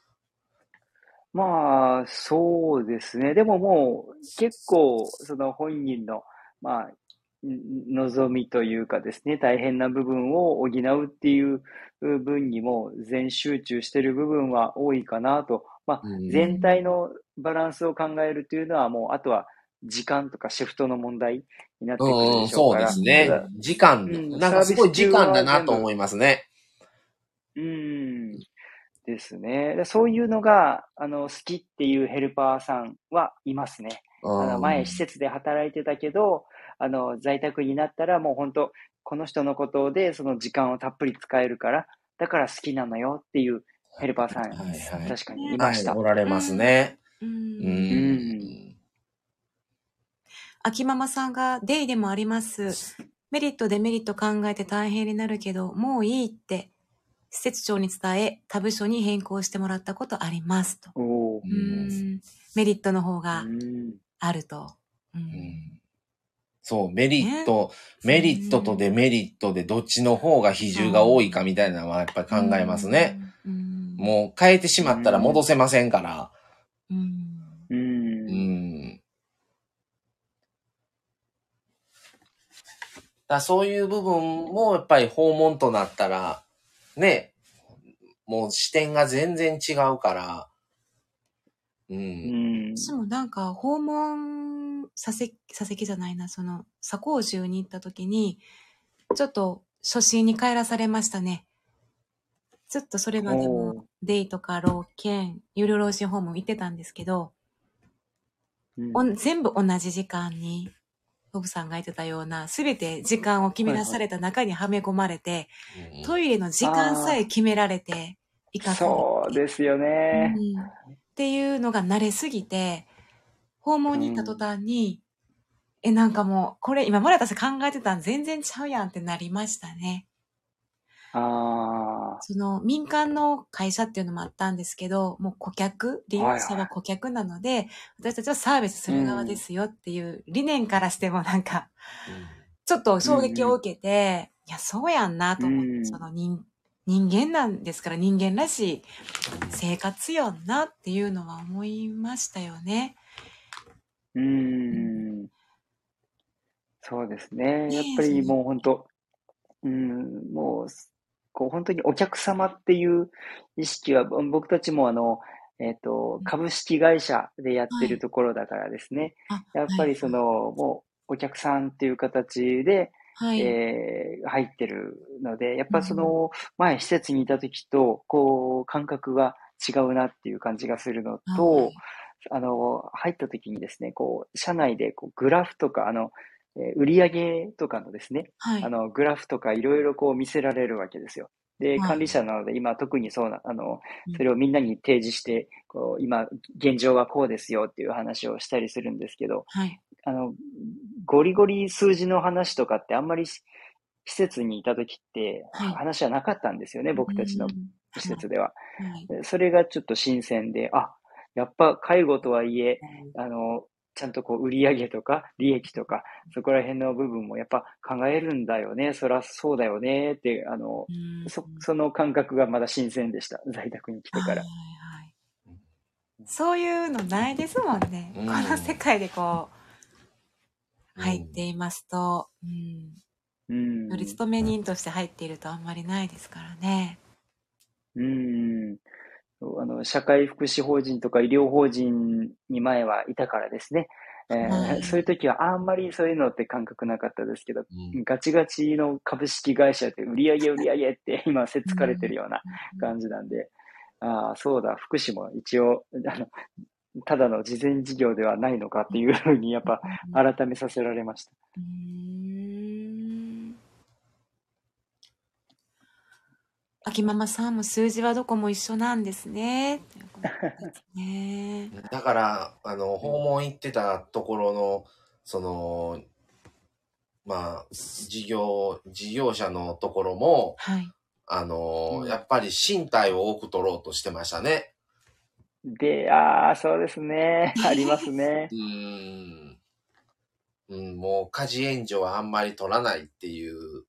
Speaker 3: まあ、そうですね。でももう、結構、その本人の、まあ、ん望みというかですね、大変な部分を補うっていう分にも全集中してる部分は多いかなと。まあ、
Speaker 1: う
Speaker 3: 全
Speaker 1: ん。
Speaker 3: 体のバランスを考えるというのはもう、あとは時間とかシフトの問題になってくるで
Speaker 1: うん、そうで
Speaker 3: しょうから。
Speaker 1: すね。
Speaker 3: ただ、
Speaker 1: 時間、
Speaker 3: うん、
Speaker 1: なん
Speaker 3: サービス
Speaker 1: かすごい時
Speaker 3: 中
Speaker 1: 間だな
Speaker 3: は全部、
Speaker 1: と思いますね。
Speaker 3: うん、ですね。でそういうのが、あの、好きっていうヘルパーさんはいますね。あの、前、施
Speaker 1: うん。
Speaker 3: 設で働いてたけど、あの、在宅になったらもう本当、この人のことでその時間をたっぷり使えるから、だから好きなのよっていうヘルパーさん、
Speaker 1: はいはい。
Speaker 3: 確かにいま
Speaker 1: はい、
Speaker 3: した。
Speaker 1: おられますね。
Speaker 2: う。
Speaker 1: うん
Speaker 3: うんん。
Speaker 1: ん。
Speaker 2: 秋ママさんがデイでもあります。 メリットデメリット考えて大変になるけど、もういいって施設長に伝え、他部署に変更してもらったことありますと。
Speaker 3: おー。
Speaker 2: うーんメリットの方が
Speaker 3: うん
Speaker 2: あると。う
Speaker 1: うんんそう、メリット、
Speaker 2: ね
Speaker 1: メリットとデメリットでどっちの方が比重が多いかみたいなのはやっぱり考えますね。
Speaker 2: うん
Speaker 1: もう変えてしまったら戻せませんから。
Speaker 2: うん
Speaker 3: う。
Speaker 1: うんん。だそういう部分もやっぱり訪問となったら、ね、もう視点が全然違うから、う。
Speaker 3: うんん。
Speaker 2: 私もなんか訪問させ、させきじゃないな、その、左高中に行った時に、ちょっと初心に帰らされましたね。ずっとそれまで
Speaker 3: お
Speaker 2: も
Speaker 3: ー
Speaker 2: デイとか老犬、有料老人ホーム行ってたんですけど、
Speaker 3: うん
Speaker 2: おん全部同じ時間に、ボブさんが言ってたような、すべて時間を決め出された中にはめ込まれて、
Speaker 1: うん
Speaker 2: トイレの時間さえ決められて、行かされて。
Speaker 3: そうですよね。
Speaker 2: うんっていうのが慣れすぎて、訪問に行った途端に、え、なんかもう、これ今まで私考えてたん全然ちゃうやんってなりましたね。
Speaker 3: あ
Speaker 2: その民間の会社っていうのもあったんですけど、もう顧客、利用者
Speaker 3: はいは
Speaker 2: は顧客なので、私たちはサービスする側ですよっていう理念からしてもなんか、ちょっと衝撃を受けて、いや、そうやんなと思って、
Speaker 3: うん
Speaker 2: その人、人間なんですから人間らしい生活よなっていうのは思いましたよね。
Speaker 3: い。うん。そうですね。
Speaker 2: ねえ
Speaker 3: やっぱりもう本当、うん、もう、こう本当にお客様っていう意識は、ぼ僕たちもあの、えっと、株式会社でやってるところだからですね。
Speaker 2: あ、
Speaker 3: やっぱりその、もうお客さんっていう形で、
Speaker 2: はい。
Speaker 3: えー入ってるので、やっぱそ
Speaker 2: うん
Speaker 3: の、前施設にいた時と、こう、感覚が違うなっていう感じがするのと、あの、入った時にですね、こう、社内でこうグラフとか、あの、えー売上とかのですね、
Speaker 2: はい。
Speaker 3: あの、グラフとかいろいろこう見せられるわけですよ。で、
Speaker 2: はい
Speaker 3: 管理者なので今特にそうな、あの
Speaker 2: うん、
Speaker 3: それをみんなに提示して、こう、今、現状はこうですよっていう話をしたりするんですけど、
Speaker 2: はい。
Speaker 3: あの、ゴリゴリ数字の話とかってあんまりし施設にいた時って
Speaker 2: はい
Speaker 3: 話はなかったんですよね、僕たちの
Speaker 2: うん
Speaker 3: 施設では。
Speaker 2: はい。
Speaker 3: でそれがちょっと新鮮で、あ、やっぱ介護とはいえ、あの、ちゃんとこう売上とか利益とか、そこら辺の部分もやっぱ考えるんだよね。そらそうだよねって、あの、
Speaker 2: うん
Speaker 3: そ、その感覚がまだ新鮮でした。在宅に来て
Speaker 2: はい
Speaker 3: から。
Speaker 2: はい。そういうのないですもんね。
Speaker 1: うん
Speaker 2: この世界でこう、
Speaker 1: うん
Speaker 2: 入っていますと、うん。
Speaker 3: うん。
Speaker 2: より勤め人として入っているとあんまりないですからね。
Speaker 3: うん。あの、社会福祉法人とか医療法人に前はいたからですね。えー
Speaker 2: はい
Speaker 3: そういう時はあんまりそういうのって感覚なかったですけど、
Speaker 1: うん
Speaker 3: ガチガチの株式会社で売り上げ売り上げって今せっつかれてるような感じなんで、ああ、そうだ、福祉も一応、あの、ただの慈善事業ではないのかっていうふうにやっぱ改めさせられました。
Speaker 2: うーん。秋ママさんも数字はどこも一緒なんですね。ということですね。
Speaker 1: だから、あの、訪問行ってたところの、その、まあ、事業、事業者のところも、
Speaker 2: はい。
Speaker 1: あの、
Speaker 3: うん
Speaker 1: やっぱり身体を多く取ろうとしてましたね。
Speaker 3: で、ああ、そうですね。ありますね
Speaker 1: う。ーん。うん、もう家事援助はあんまり取らないっていう。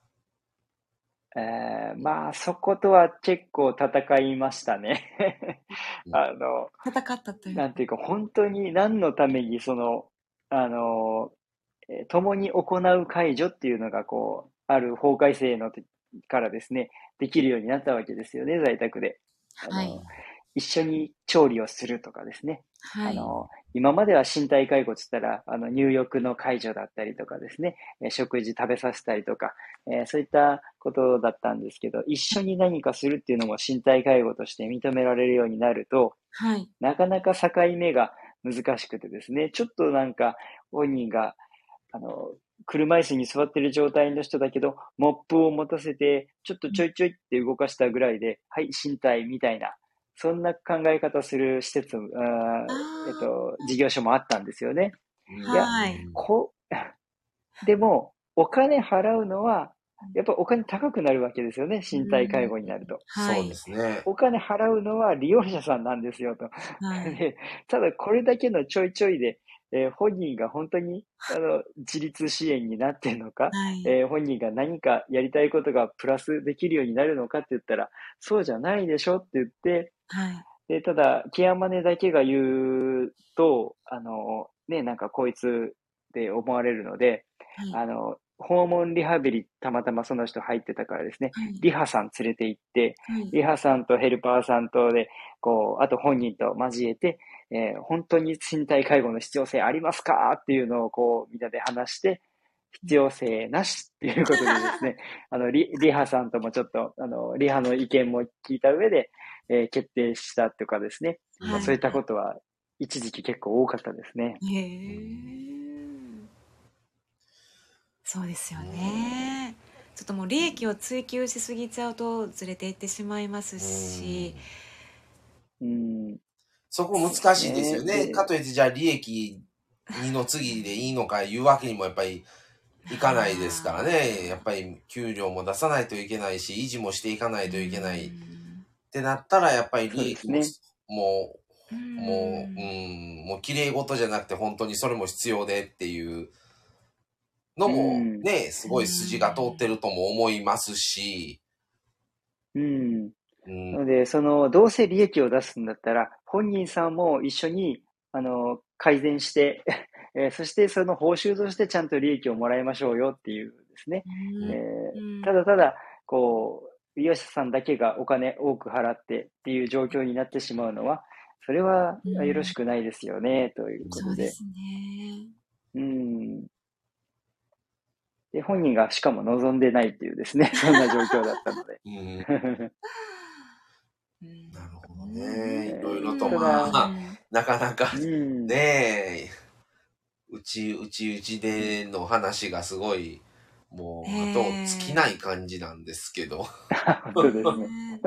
Speaker 3: えー、まあ、そことは結構戦いましたね。あの、
Speaker 2: 戦ったという。
Speaker 3: なんていうか、本当に何のために、その、あの、えー共に行う介助っていうのが、こう、ある法改正の時からですね、できるようになったわけですよね、在宅で。あの
Speaker 2: はい。
Speaker 3: 一緒に調理をするとかですね。
Speaker 2: はい。
Speaker 3: あの、今までは身体介護って言ったら、あの、入浴の介助だったりとかですね、えー食事食べさせたりとか、えーそういったことだったんですけど、一緒に何かするっていうのも身体介護として認められるようになると、
Speaker 2: はい。
Speaker 3: なかなか境目が難しくてですね、ちょっとなんか本人が、あの、車椅子に座ってる状態の人だけど、モップを持たせて、ちょっとちょいちょいって動かしたぐらいで、はい、身体みたいな、そんな考え方する施設、あーえっと、事業所もあったんですよね。
Speaker 1: うん
Speaker 3: いや
Speaker 2: はい。
Speaker 3: こ、でも、 お金払うのは、やっぱお金高くなるわけですよね。身体介護になると。
Speaker 1: そうですね。
Speaker 3: お金払うのは利用者さんなんですよと。
Speaker 2: はい。
Speaker 3: でただこれだけのちょいちょいで、えー本人が本当にあの自立支援になってるのか、
Speaker 2: はい。
Speaker 3: えー本人が何かやりたいことがプラスできるようになるのかって言ったら、そうじゃないでしょって言って、
Speaker 2: はい。
Speaker 3: でただ、ケアマネだけが言うと、あの、ね、なんかこいつで思われるので、
Speaker 2: はい。
Speaker 3: あの、訪問リハビリ、たまたまその人入ってたからですね、
Speaker 2: はい。
Speaker 3: リハさん連れて行って、
Speaker 2: はい。
Speaker 3: リハさんとヘルパーさんとで、こう、あと本人と交えて、えー本当に身体介護の必要性ありますかっていうのをこう、みんなで話して、必要性なしっていうことでですね、あの、リリハさんともちょっと、あの、リハの意見も聞いた上で、えー決定したとかですね、まあ、
Speaker 2: はい。
Speaker 3: そういったことは一時期結構多かったですね。
Speaker 2: へえ。そうですよね。ちょっともう利益を追求しすぎちゃうとずれていってしまいますし、
Speaker 3: うん。
Speaker 1: そこ難しいですよね。
Speaker 3: ねで
Speaker 1: かといってじゃあ利益にの次でいいのかいうわけにもやっぱりいかないですからね。やっぱり給料も出さないといけないし、維持もしていかないといけないってなったら、やっぱり利益も、
Speaker 3: そうです
Speaker 1: もう、
Speaker 2: うん
Speaker 1: もう、うん、もう綺麗事じゃなくて本当にそれも必要でっていうのも
Speaker 3: うん
Speaker 1: ね、すごい筋が通ってるとも思いますし、
Speaker 3: うん。
Speaker 1: うん、
Speaker 3: なので、その、どうせ利益を出すんだったら、本人さんも一緒に、あの、改善して、えーそしてその報酬としてちゃんと利益をもらいましょうよっていうですね。
Speaker 2: うん
Speaker 3: え
Speaker 2: うん
Speaker 3: ーただただ、こう、利用者さんだけがお金多く払ってっていう状況になってしまうのは、それはよろしくないですよね、ということで。
Speaker 2: そうですね。
Speaker 3: うん。で、本人がしかも望んでないっていうですね、そんな状況だったので。
Speaker 1: うん、
Speaker 2: うん
Speaker 1: なるほどね。いろいろと
Speaker 3: た
Speaker 1: まあ、
Speaker 3: だ
Speaker 1: なかなか
Speaker 3: うん。
Speaker 1: ねえ、うちうちうちでの話がすごい、もう、
Speaker 2: へ
Speaker 1: あと
Speaker 2: え
Speaker 1: 尽きない感じなんですけど。
Speaker 3: そうですね。
Speaker 2: ね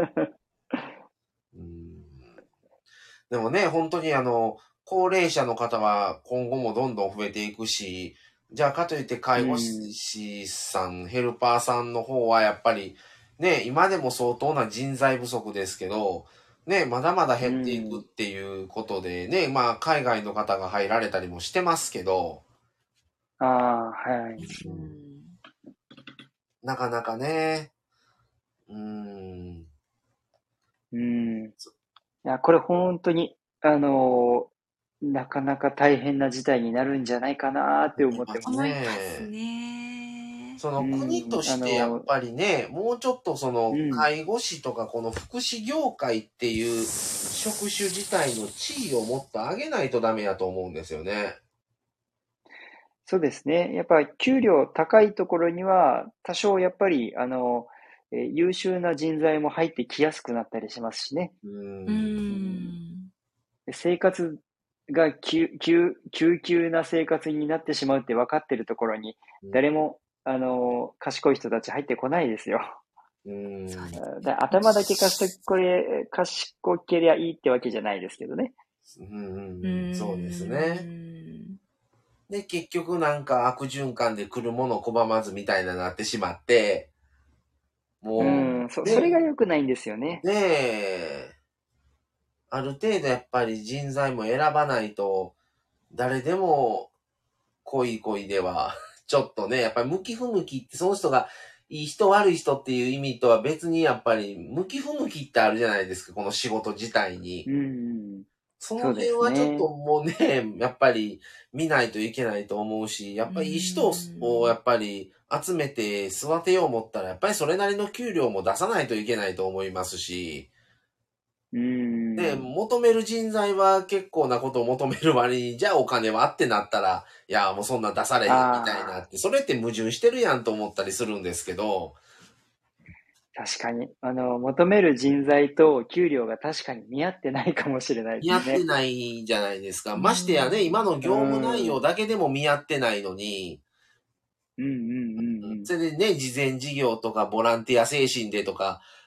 Speaker 1: うんでもね、本当にあの、高齢者の方は今後もどんどん増えていくし、じゃあかといって介護士さん、ヘルパーさんの方はやっぱり、ね、今でも相当な人材不足ですけど、ね、まだまだ減っていくっていうことでね、まあ海外の方が入られたりもしてますけど、
Speaker 3: ああ、はい。
Speaker 2: うん
Speaker 1: なかなかね、うーん、
Speaker 3: うん。いや、これ本当に、あのーなかなか大変な事態になるんじゃないかなって思ってます。
Speaker 2: 思いますね。
Speaker 1: その国と
Speaker 3: うん、あ
Speaker 1: してやっ
Speaker 3: の
Speaker 1: ぱりね、もうちょっとその
Speaker 3: うん
Speaker 1: 介護士とかこの福祉業界っていう職種自体の地位をもっと上げないとダメやと思うんですよね。
Speaker 3: そうですね。やっぱり給料高いところには、多少やっぱり、あの、えー優秀な人材も入ってきやすくなったりしますしね。
Speaker 1: う。
Speaker 2: うんん。
Speaker 3: で生活が急、急、急急な生活になってしまうって分かってるところに、誰も、あの、賢い人たち入ってこないですよ。
Speaker 1: うん。
Speaker 2: そうです
Speaker 3: だ頭だけ賢これ、賢けりゃいいってわけじゃないですけどね。
Speaker 1: うんうん
Speaker 2: う
Speaker 1: うんんそうですね。で、結局なんか悪循環で来るもの拒まずみたいななってしまって、もう、
Speaker 3: うん、そ、
Speaker 1: ね
Speaker 3: それが良くないんですよね。
Speaker 1: ねえ、ある程度やっぱり人材も選ばないと、誰でも恋恋では、ちょっとね、やっぱり向き不向きってその人がいい人悪い人っていう意味とは別にやっぱり向き不向きってあるじゃないですか、この仕事自体に。
Speaker 3: うん、
Speaker 1: その辺はちょっともうね、やっぱり見ないといけないと思うし、やっぱりいい人をやっぱり集めて育てよう思ったら、やっぱりそれなりの給料も出さないといけないと思いますし、
Speaker 3: うん。
Speaker 1: ね、求める人材は結構なことを求める割に、じゃあお金はってなったら、いや、もうそんな出されへんみたいなって、それって矛盾してるやんと思ったりするんですけど、
Speaker 3: 確かに。あの、求める人材と給料が確かに見合ってないかもしれない
Speaker 1: 見合って
Speaker 3: ですね。
Speaker 1: ないじゃないですか。
Speaker 2: うん
Speaker 1: ましてやね、今の業務内容だけでも見合ってないのに、
Speaker 3: うんうんうんうん。
Speaker 1: それでね、事前事業とかボランティア精神でとか、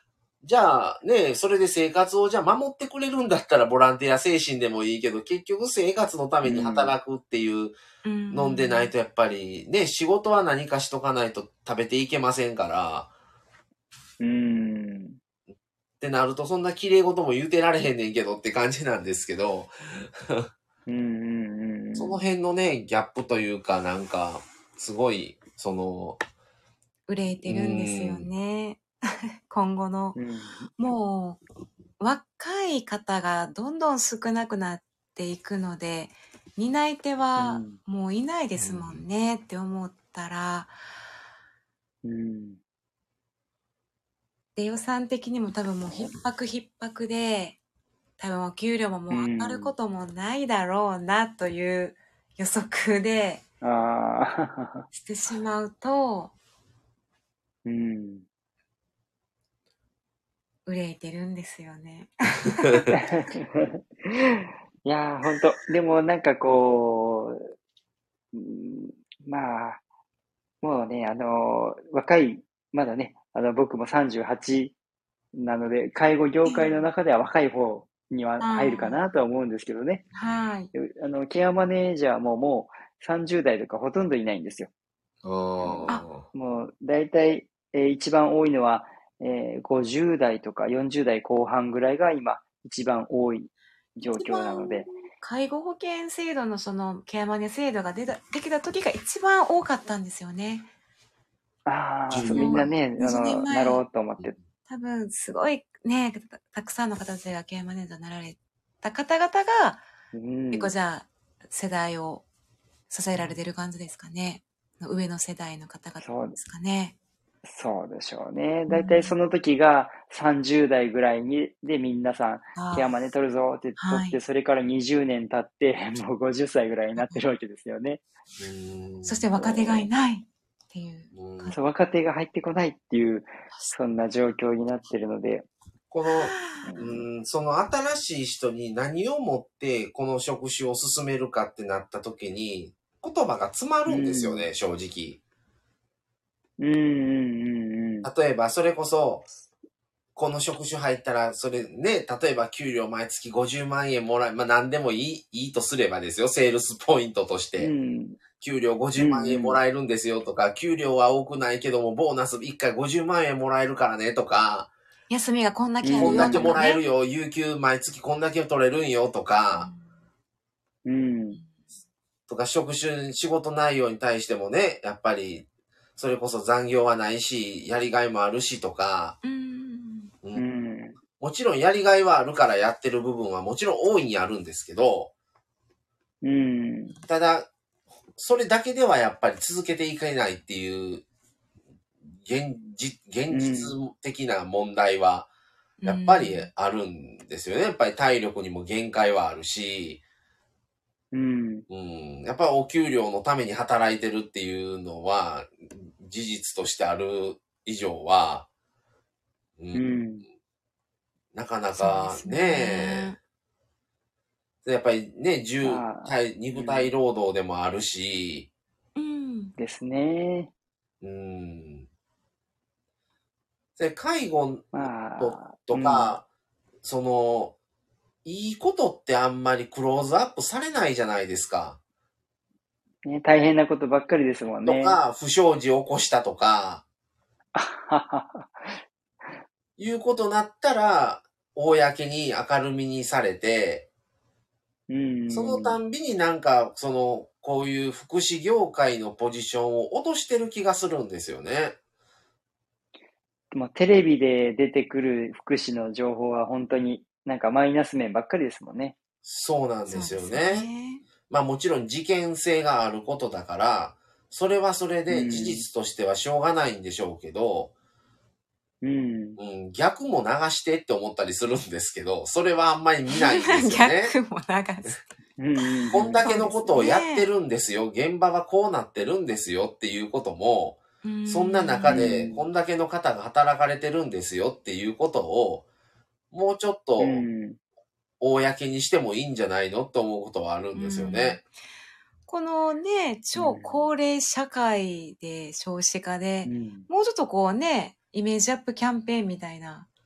Speaker 1: じゃあね、それで生活をじゃあ守ってくれるんだったらボランティア精神でもいいけど、結局生活のために働くっていうのんでないとやっぱりね、仕事は何かしとかないと食べていけませんから、
Speaker 3: うん。
Speaker 1: ってなるとそんな綺麗事も言うてられへんねんけどって感じなんですけど、
Speaker 3: うんうんうん。
Speaker 1: その辺のね、ギャップというかなんか、すごい、その、
Speaker 2: 憂えてるんですよね。今後の。
Speaker 3: うん、
Speaker 2: もう、若い方がどんどん少なくなっていくので、担い手はもういないですもんねって思ったら、
Speaker 3: うん、
Speaker 2: で予算的にも多分もう逼迫逼迫で、多分お給料ももう上がることもないだろうなという予測で
Speaker 3: あ
Speaker 2: してしまうと、
Speaker 3: うん、
Speaker 2: 憂えてるんですよね。
Speaker 3: いやー、ほんと。でもなんかこう、うん、まあ、もうね、あのー若い、まだね、あの、僕もさんじゅうはちなので、介護業界の中では若い方には入るかなとは思うんですけどね。
Speaker 2: はい。
Speaker 3: あの、ケアマネージャーももうさんじゅう代とかほとんどいないんですよ。あのもう大体、えー一番多いのは、えーごじゅう代とかよんじゅう代後半ぐらいが今一番多い状況なので。
Speaker 2: 介護保険制度のそのケアマネ制度が出たできた時が一番多かったんですよね。
Speaker 3: ああ、そうみんなね、あの、なろうと思って。
Speaker 2: 多分すごいね、た, たくさんの方たちがケアマネージャーになられた方々が、うん、結構じゃあ世代を支えられてる感じですかね。上の世代の方々ですかね。
Speaker 3: そうでしょうね。だいたいその時がさんじゅう代ぐらいにで皆さんケアマネ取るぞって取って、はい、それからにじゅうねん経ってもうごじゅっさいぐらいになってるわけですよね。
Speaker 2: そして若手がいないっていう。
Speaker 3: そう、若手が入ってこないっていう、そんな状況になってるので。
Speaker 1: この、うん、その新しい人に何をもってこの職種を進めるかってなった時に言葉が詰まるんですよね、うん、正直。
Speaker 3: うんうんうんうん。
Speaker 1: 例えばそれこそ、この職種入ったら、それね、例えば給料毎月ごじゅうまんえんもらえ、まあ何でもいい、いいとすればですよ、セールスポイントとして。うん、給料ごじゅうまんえんもらえるんですよとか、うんうん、給料は多くないけども、ボーナスいっかいごじゅうまんえんもらえるからねとか、
Speaker 2: 休みがこんだけあるよ
Speaker 1: こんだけもらえるよ、有給毎月こんだけ取れるんよとか、
Speaker 3: うん。
Speaker 1: とか、職種、仕事内容に対してもね、やっぱり、それこそ残業はないし、やりがいもあるしとか、
Speaker 3: うんうん、
Speaker 1: もちろんやりがいはあるからやってる部分はもちろん大いにあるんですけど、
Speaker 3: うん、
Speaker 1: ただ、それだけではやっぱり続けていけないっていう現実、現実的な問題はやっぱりあるんですよね。やっぱり体力にも限界はあるし、
Speaker 3: うん
Speaker 1: うん、やっぱりお給料のために働いてるっていうのは事実としてある以上は、うん
Speaker 3: うん、
Speaker 1: なかなかね、やっぱりね、重体、肉体労働でもあるし、
Speaker 2: うん、
Speaker 3: ですね。
Speaker 1: うん。で、介護と、とか、うん、その、いいことってあんまりクローズアップされないじゃないですか。
Speaker 3: ね、大変なことばっかりですもんね。
Speaker 1: とか、不祥事を起こしたとか、いうことになったら、公に明るみにされて、
Speaker 3: うん、
Speaker 1: そのたんびになんか、その、こういう福祉業界のポジションを落としてる気がするんですよね。
Speaker 3: もうテレビで出てくる福祉の情報は本当になんかマイナス面ばっかりですもんね。
Speaker 1: そうなんですよね。ねまあもちろん事件性があることだから、それはそれで事実としてはしょうがないんでしょうけど、
Speaker 3: うん
Speaker 1: うん、逆も流してって思ったりするんですけど、それはあんまり見ないんですよね。
Speaker 2: 逆も流す。
Speaker 1: こんだけのことをやってるんですよ。現場はこうなってるんですよっていうことも、そんな中でこんだけの方が働かれてるんですよっていうことを、もうちょっと公にしてもいいんじゃないのって思うことはあるんですよね。
Speaker 2: このね、超高齢社会で少子化で、もうちょっとこうね、イメージアップキャンペーンみたいな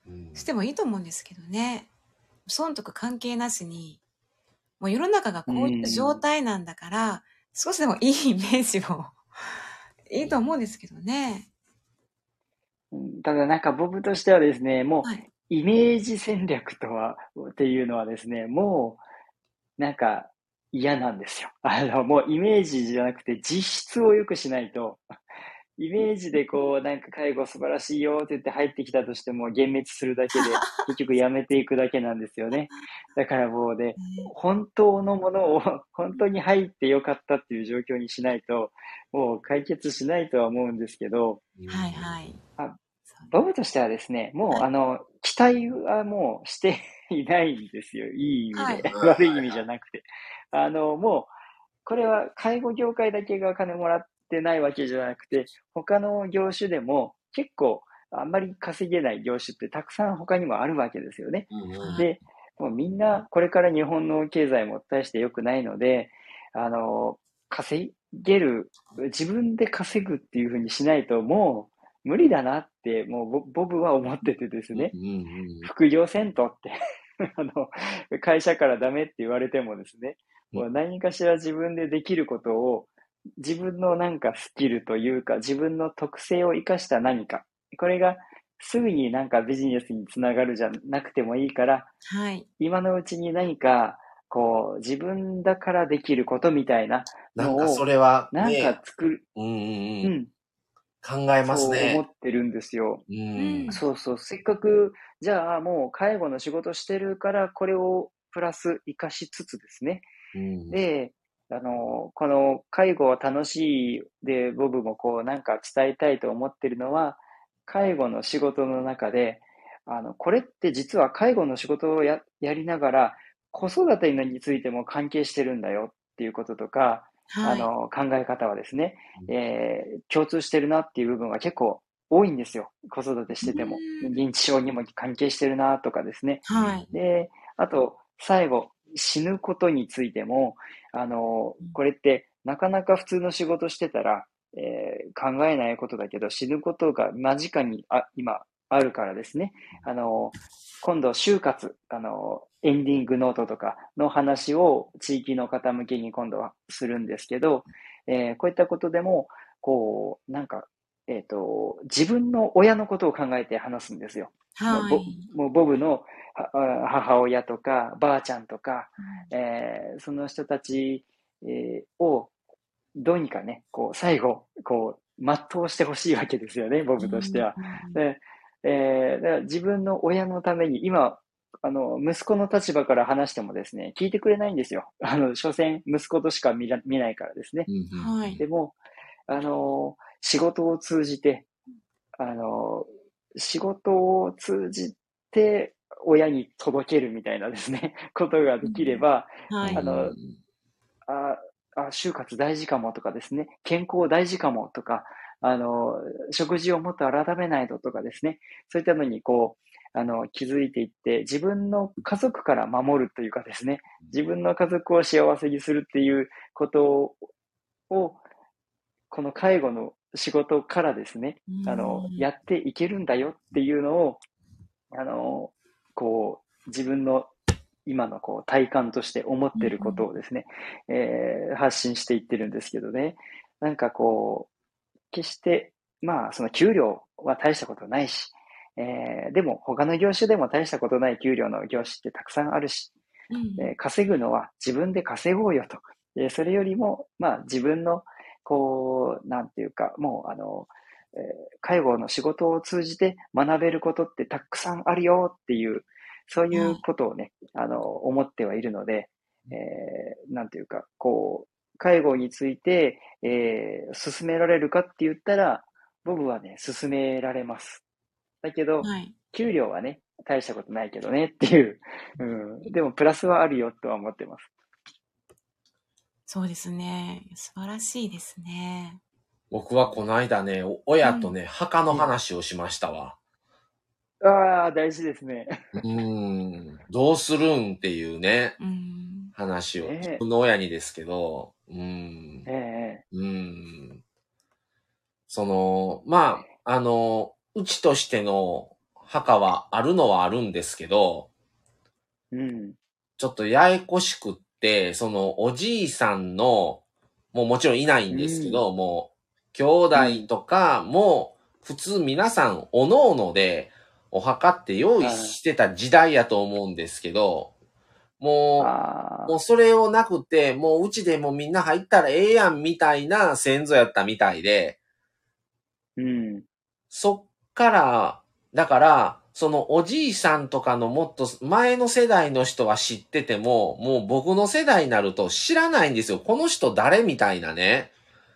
Speaker 2: してもいいと思うんですけどね。損得関係なしに、もう世の中がこういう状態なんだから、少しでもいいイメージをいいと思うんですけどね。
Speaker 3: ただなんか僕としてはですね、もうイメージ戦略とは、っていうのはですね、もうなんか嫌なんですよ。あの、もうイメージじゃなくて実質を良くしないと、イメージでこう、なんか介護素晴らしいよって言って入ってきたとしても、幻滅するだけで、結局やめていくだけなんですよね。だからもうね、本当のものを、本当に入ってよかったっていう状況にしないと、もう解決しないとは思うんですけど、
Speaker 2: はいはい。
Speaker 3: あ、僕としてはですね、もうあの、期待はもうしていないんですよ。いい意味で。悪い意味じゃなくて。あの、もう、これは介護業界だけが金もらってないわけじゃなくて、他の業種でも結構あんまり稼げない業種ってたくさん他にもあるわけですよね。
Speaker 1: うんうん、
Speaker 3: で、もうみんなこれから日本の経済も大して良くないので、あの、稼げる、自分で稼ぐっていう風にしないともう無理だなって、もうボボブは思っててですね、
Speaker 1: うんうんうん、
Speaker 3: 副業せんとってあの、会社からダメって言われてもですね、もう何かしら自分でできることを、自分のなんかスキルというか、自分の特性を生かした何か。これがすぐになんかビジネスにつながるじゃなくてもいいから、
Speaker 2: はい、
Speaker 3: 今のうちに何か、こう、自分だからできることみたいなのを、
Speaker 1: なんかそれは、ね、
Speaker 3: なんか作る、
Speaker 1: うんうんうん
Speaker 3: うん、
Speaker 1: 考えますね。
Speaker 3: そう思ってるんですよ。
Speaker 1: うん、
Speaker 3: そうそう。せっかく、じゃあもう介護の仕事してるから、これをプラス活かしつつですね。
Speaker 1: うん、
Speaker 3: で、あの、この介護は楽しいで、ボブもこうなんか伝えたいと思ってるのは、介護の仕事の中で、あの、これって実は介護の仕事をや、やりながら、子育てについても関係してるんだよっていうこととか、あ
Speaker 2: はい。
Speaker 3: の、考え方はですね、えー共通してるなっていう部分が結構多いんですよ。子育てしてても。認知症にも関係してるなとかですね。
Speaker 2: はい。
Speaker 3: で、あと、最後、死ぬことについても、あの、これってなかなか普通の仕事してたら、えー考えないことだけど、死ぬことが間近にあ今あるからですね。あの、今度、就活、あの、エンディングノートとかの話を地域の方向けに今度はするんですけど、えーこういったことでも、こう、なんか、えっ、と、自分の親のことを考えて話すんですよ。もうボ
Speaker 2: はい。
Speaker 3: もうボブのは母親とか、ばあちゃんとか、えーその人たち、えーをどうにかね、こう、最後、こう、全うしてほしいわけですよね、ボブとしては。で、えーだから自分の親のために、今、あの、息子の立場から話してもですね、聞いてくれないんですよ。あの、所詮、息子としか見ら見ないからですね。
Speaker 2: はい。
Speaker 3: でも、あの、仕事を通じて、あの、仕事を通じて、親に届けるみたいなですね、ことができれば、
Speaker 2: はい。
Speaker 3: あの、あ、あ、就活大事かもとかですね、健康大事かもとか、あの、食事をもっと改めないととかですね、そういったのにこう、あの、気づいていって、自分の家族から守るというかですね、自分の家族を幸せにするっていうことを、この介護の仕事からですね、あの、やっていけるんだよっていうのを、あの、こう、自分の今のこう体感として思ってることをですね、えー発信していってるんですけどね。なんかこう、決して、まあ、その給料は大したことないし、えーでも他の業種でも大したことない給料の業種ってたくさんあるし、えー稼ぐのは自分で稼ごうよと。えーそれよりも、まあ自分の、こう、なんていうか、もうあの、えー介護の仕事を通じて学べることってたくさんあるよっていう、そういうことをね、あの、思ってはいるので、えーなんていうか、こう、介護について、えー進められるかって言ったら、僕はね、進められます。だけど、
Speaker 2: はい。
Speaker 3: 給料はね、大したことないけどねっていう、うん、でもプラスはあるよとは思ってます。
Speaker 2: そうですね。素晴らしいですね。
Speaker 1: 僕はこの間ね、親とね、墓の話をしましたわ。
Speaker 3: ああ、大事ですね。
Speaker 1: うーん、どうするんっていうね、
Speaker 2: うん。
Speaker 1: 話を。自
Speaker 3: ね
Speaker 1: 分の親にですけど、うーん
Speaker 3: え、、え
Speaker 1: うーん。その、まあ、あの、うちとしての墓はあるのはあるんですけど、
Speaker 3: うん。
Speaker 1: ちょっとややこしくって、そのおじいさんの、もうもちろんいないんですけど、もう、兄弟とかも、普通皆さん、おのおので、お墓って用意してた時代やと思うんですけど、もう、もうそれをなくて、もううちでもみんな入ったらええやんみたいな先祖やったみたいで、
Speaker 3: うん。
Speaker 1: そっから、だから、そのおじいさんとかのもっと前の世代の人は知ってても、もう僕の世代になると知らないんですよ。この人誰みたいなね。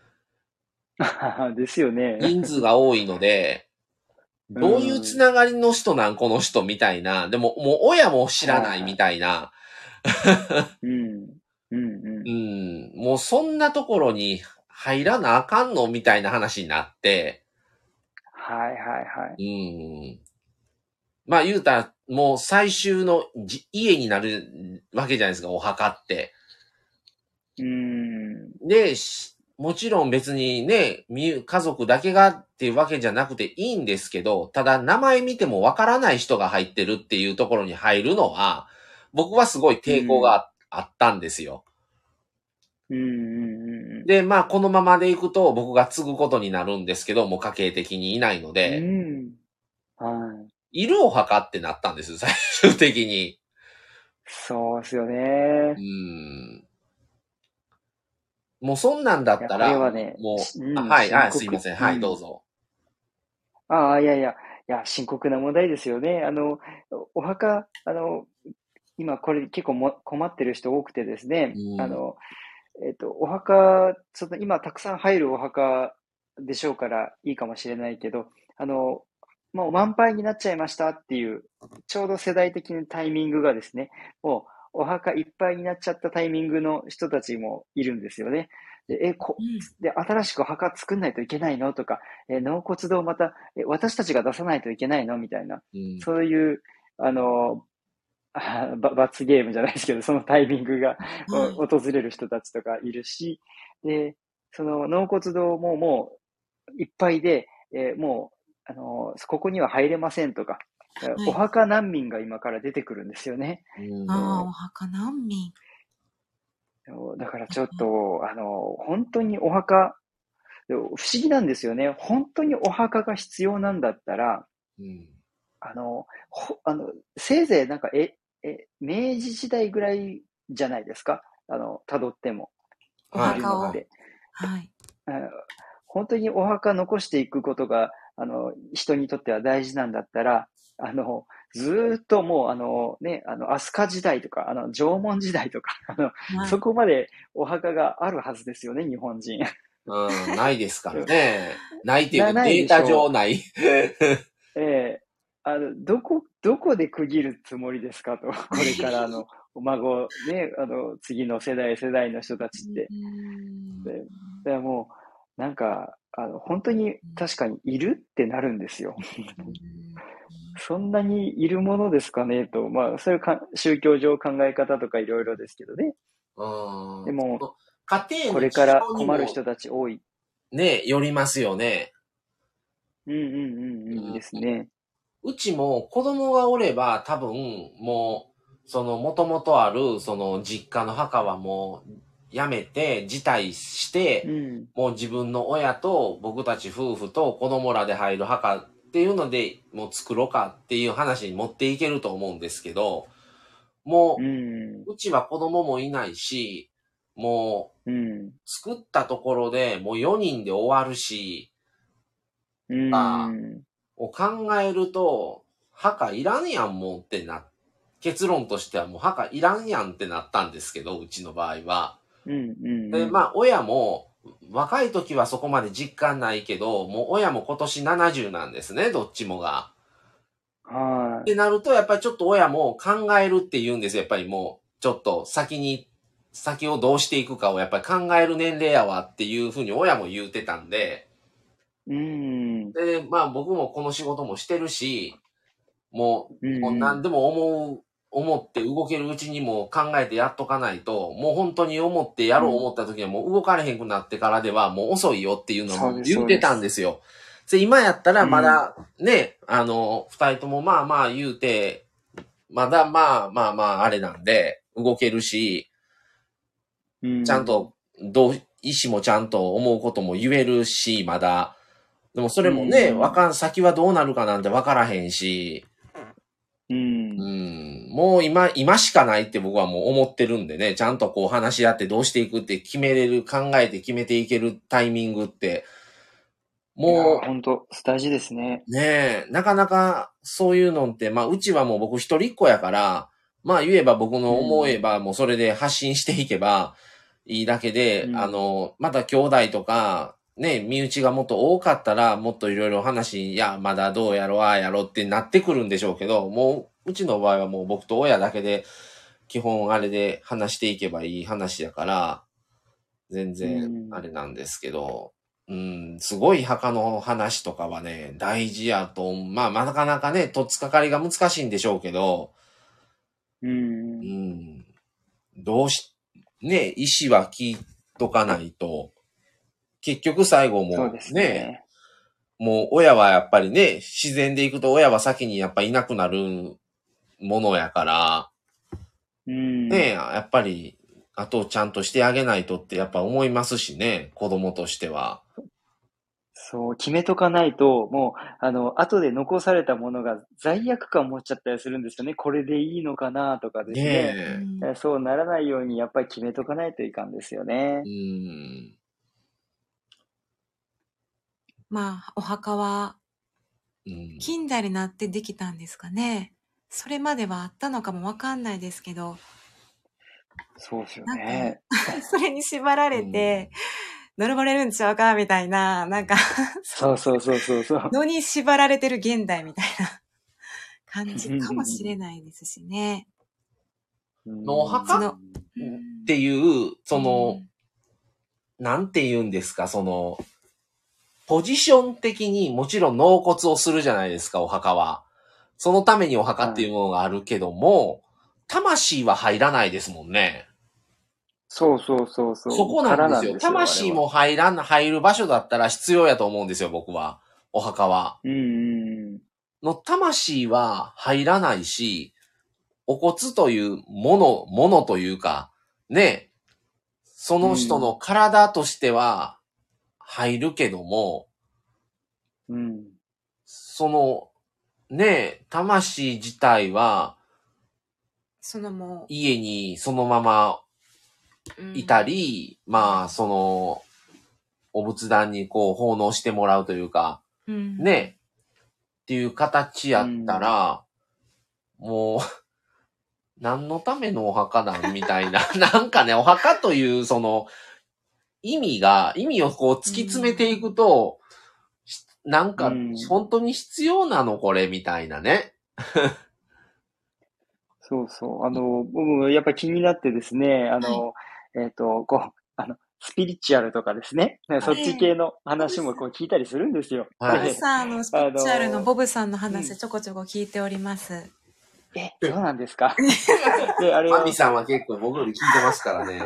Speaker 3: ですよね。
Speaker 1: 人数が多いので、どういうつながりの人なんこの人みたいな。でも、もう親も知らないみたいな。
Speaker 3: うん。うん。うん。
Speaker 1: うん。もうそんなところに入らなあかんのみたいな話になって。
Speaker 3: はいはいはい。
Speaker 1: うん。まあ言うたら、もう最終のじ家になるわけじゃないですか、お墓って。
Speaker 3: うん。
Speaker 1: で、もちろん別にね、家族だけがっていうわけじゃなくていいんですけど、ただ名前見てもわからない人が入ってるっていうところに入るのは、僕はすごい抵抗があったんですよ。
Speaker 3: うんうんうんうん、
Speaker 1: で、まあこのままでいくと僕が継ぐことになるんですけど、もう家系的にいないので、
Speaker 3: うんはい、
Speaker 1: いるお墓ってなったんですよ、最終的に。
Speaker 3: そうですよね。
Speaker 1: うん。もうそんなんだったら、
Speaker 3: これはね、
Speaker 1: もう、
Speaker 3: うん、
Speaker 1: あはい、あ、
Speaker 3: 深刻
Speaker 1: すいません。はい、どうぞ。
Speaker 3: ああ、いやいや、いや、深刻な問題ですよね。あの、お墓、あの、今これ結構も困ってる人多くてですね、
Speaker 1: うん、
Speaker 3: あの、えっと、お墓、その今たくさん入るお墓でしょうからいいかもしれないけど、あの、もう満杯になっちゃいましたっていう、ちょうど世代的なタイミングがですね、もうお墓いっぱいになっちゃったタイミングの人たちもいるんですよね。で、え、こ、で、新しくお墓作んないといけないのとか、え、納骨堂また、え、私たちが出さないといけないのみたいな、
Speaker 1: うん、
Speaker 3: そういう、あの、あば罰ゲームじゃないですけど、そのタイミングが訪れる人たちとかいるし、で、その納骨堂ももういっぱいで、えーもう、あのーここには入れませんとか、はい、お墓難民が今から出てくるんですよね。
Speaker 2: うん、ああ、お墓難民。
Speaker 3: だからちょっと、あのー本当にお墓、不思議なんですよね。本当にお墓が必要なんだったら、うん、あの、あの、せいぜいなんか、え、え、明治時代ぐらいじゃないですか。あの、辿っても。
Speaker 2: お墓を。はい。
Speaker 3: 本当にお墓残していくことが、あの、人にとっては大事なんだったら、あの、ずっともう、あの、ね、あの、飛鳥時代とか、あの、縄文時代とか、あの、はい、そこまでお墓があるはずですよね、日本人。
Speaker 1: うん、ないですからね。ないっていうか、データ上ない。
Speaker 3: ええーあの、どこ、どこで区切るつもりですかと、これからの、お孫、ね、あの、次の世代、世代の人たちって。で、でもう、なんか、あの、本当に確かにいるってなるんですよ。そんなにいるものですかねと、まあ、そういうか宗教上考え方とかいろいろですけどね。
Speaker 1: うん
Speaker 3: でも、
Speaker 1: 家庭の
Speaker 3: これから困る人たち多い。
Speaker 1: ね、よりますよね。
Speaker 3: うんうんうんうんですね。
Speaker 1: うちも子供がおれば多分もう、その元々あるその実家の墓はもうやめて辞退して、うん、もう自分の親と僕たち夫婦と子供らで入る墓っていうのでもう作ろうかっていう話に持っていけると思うんですけど、もう、うん、うちは子供もいないし、もう、うん、作ったところでもうよにんで終わるし、うん、を考えると、墓いらんやんもうってな、結論としてはもう墓いらんやんってなったんですけど、うちの場合は。うんうんうん、で、まあ親も、若い時はそこまで実感ないけど、もう親も今年ななじゅうなんですね、どっちもが。はい。ってなると、やっぱりちょっと親も考えるって言うんですよ。やっぱりもう、ちょっと先に、先をどうしていくかをやっぱり考える年齢やわっていうふうに親も言うてたんで、うん。で、まあ僕もこの仕事もしてるし、もう、うん、もう何でも思う、思って動けるうちにも考えてやっとかないと、もう本当に思ってやろう思った時にはもう動かれへんくなってからではもう遅いよっていうのも言ってたんですよ。 今やったらまだね、うん、あの、二人ともまあまあ言うて、まだまあまあまああれなんで、動けるし、うん、ちゃんと、どう、意思もちゃんと思うことも言えるし、まだ。でもそれもね、わ、うん、かん、先はどうなるかなんてわからへんし、うん、うん、もう今、今しかないって僕はもう思ってるんでね、ちゃんとこう話し合ってどうしていくって決めれる、考えて決めていけるタイミングって、
Speaker 3: もう、本当大事ですね。
Speaker 1: ねえ、なかなかそういうのって、まあうちはもう僕一人っ子やから、まあ言えば僕の思えばもうそれで発信していけばいいだけで、うん、あの、また兄弟とか、ね、身内がもっと多かったら、もっといろいろ話、いや、まだどうやろう、ああやろうってなってくるんでしょうけど、もう、うちの場合はもう僕と親だけで、基本あれで話していけばいい話やから、全然あれなんですけど、うん、うん、すごい墓の話とかはね、大事やと、まあ、なかなかね、とっつかかりが難しいんでしょうけど、うん、うん、どうし、ね、意思は聞いとかないと、結局最後もね、ねもう親はやっぱりね、自然で行くと親は先にやっぱいなくなるものやから、うん、ね、やっぱり、あとちゃんとしてあげないとってやっぱ思いますしね、子供としては。
Speaker 3: そう、決めとかないと、もう、あの、後で残されたものが罪悪感持っちゃったりするんですよね。これでいいのかなとかですね。ねそうならないように、やっぱり決めとかないといかんですよね。うん
Speaker 2: まあ、お墓は、近代になってできたんですかね。それまではあったのかもわかんないですけど。
Speaker 3: そうですよね。
Speaker 2: それに縛られて、呪われるんちゃうかみたいな、なんか
Speaker 3: そうそうそうそうそう。
Speaker 2: のに縛られてる現代みたいな感じかもしれないですしね。
Speaker 1: お墓っていう、その、なんて言うんですか、その、ポジション的にもちろん納骨をするじゃないですか、お墓は。そのためにお墓っていうものがあるけども、はい、魂は入らないですもんね。
Speaker 3: そうそうそうそう。
Speaker 1: そこなんですよ。魂も入らん、入る場所だったら必要やと思うんですよ、僕は。お墓は。うんうん。の魂は入らないし、お骨というもの、ものというか、ね、その人の体としては入るけども、うん、その、ね、魂自体は、
Speaker 2: そのもう、
Speaker 1: 家にそのままいたり、うん、まあ、その、お仏壇にこう奉納してもらうというか、うん、ね、っていう形やったら、うん、もう、何のためのお墓なんみたいな。なんかね、お墓というその、意味が、意味をこう突き詰めていくと、うん、なんか、本当に必要なのこれみたいなね。
Speaker 3: そうそう。あの、僕もやっぱり気になってですね、あの、はい、えっと、こう、あの、スピリチュアルとかですね、はい、そっち系の話もこう聞いたりするんですよ。
Speaker 2: ボブさんの、スピリチュアルのボブさんの話ちょこちょこ聞いております。
Speaker 3: え、そうなんですか
Speaker 1: で、あれは。マミさんは結構僕より聞いてますからね。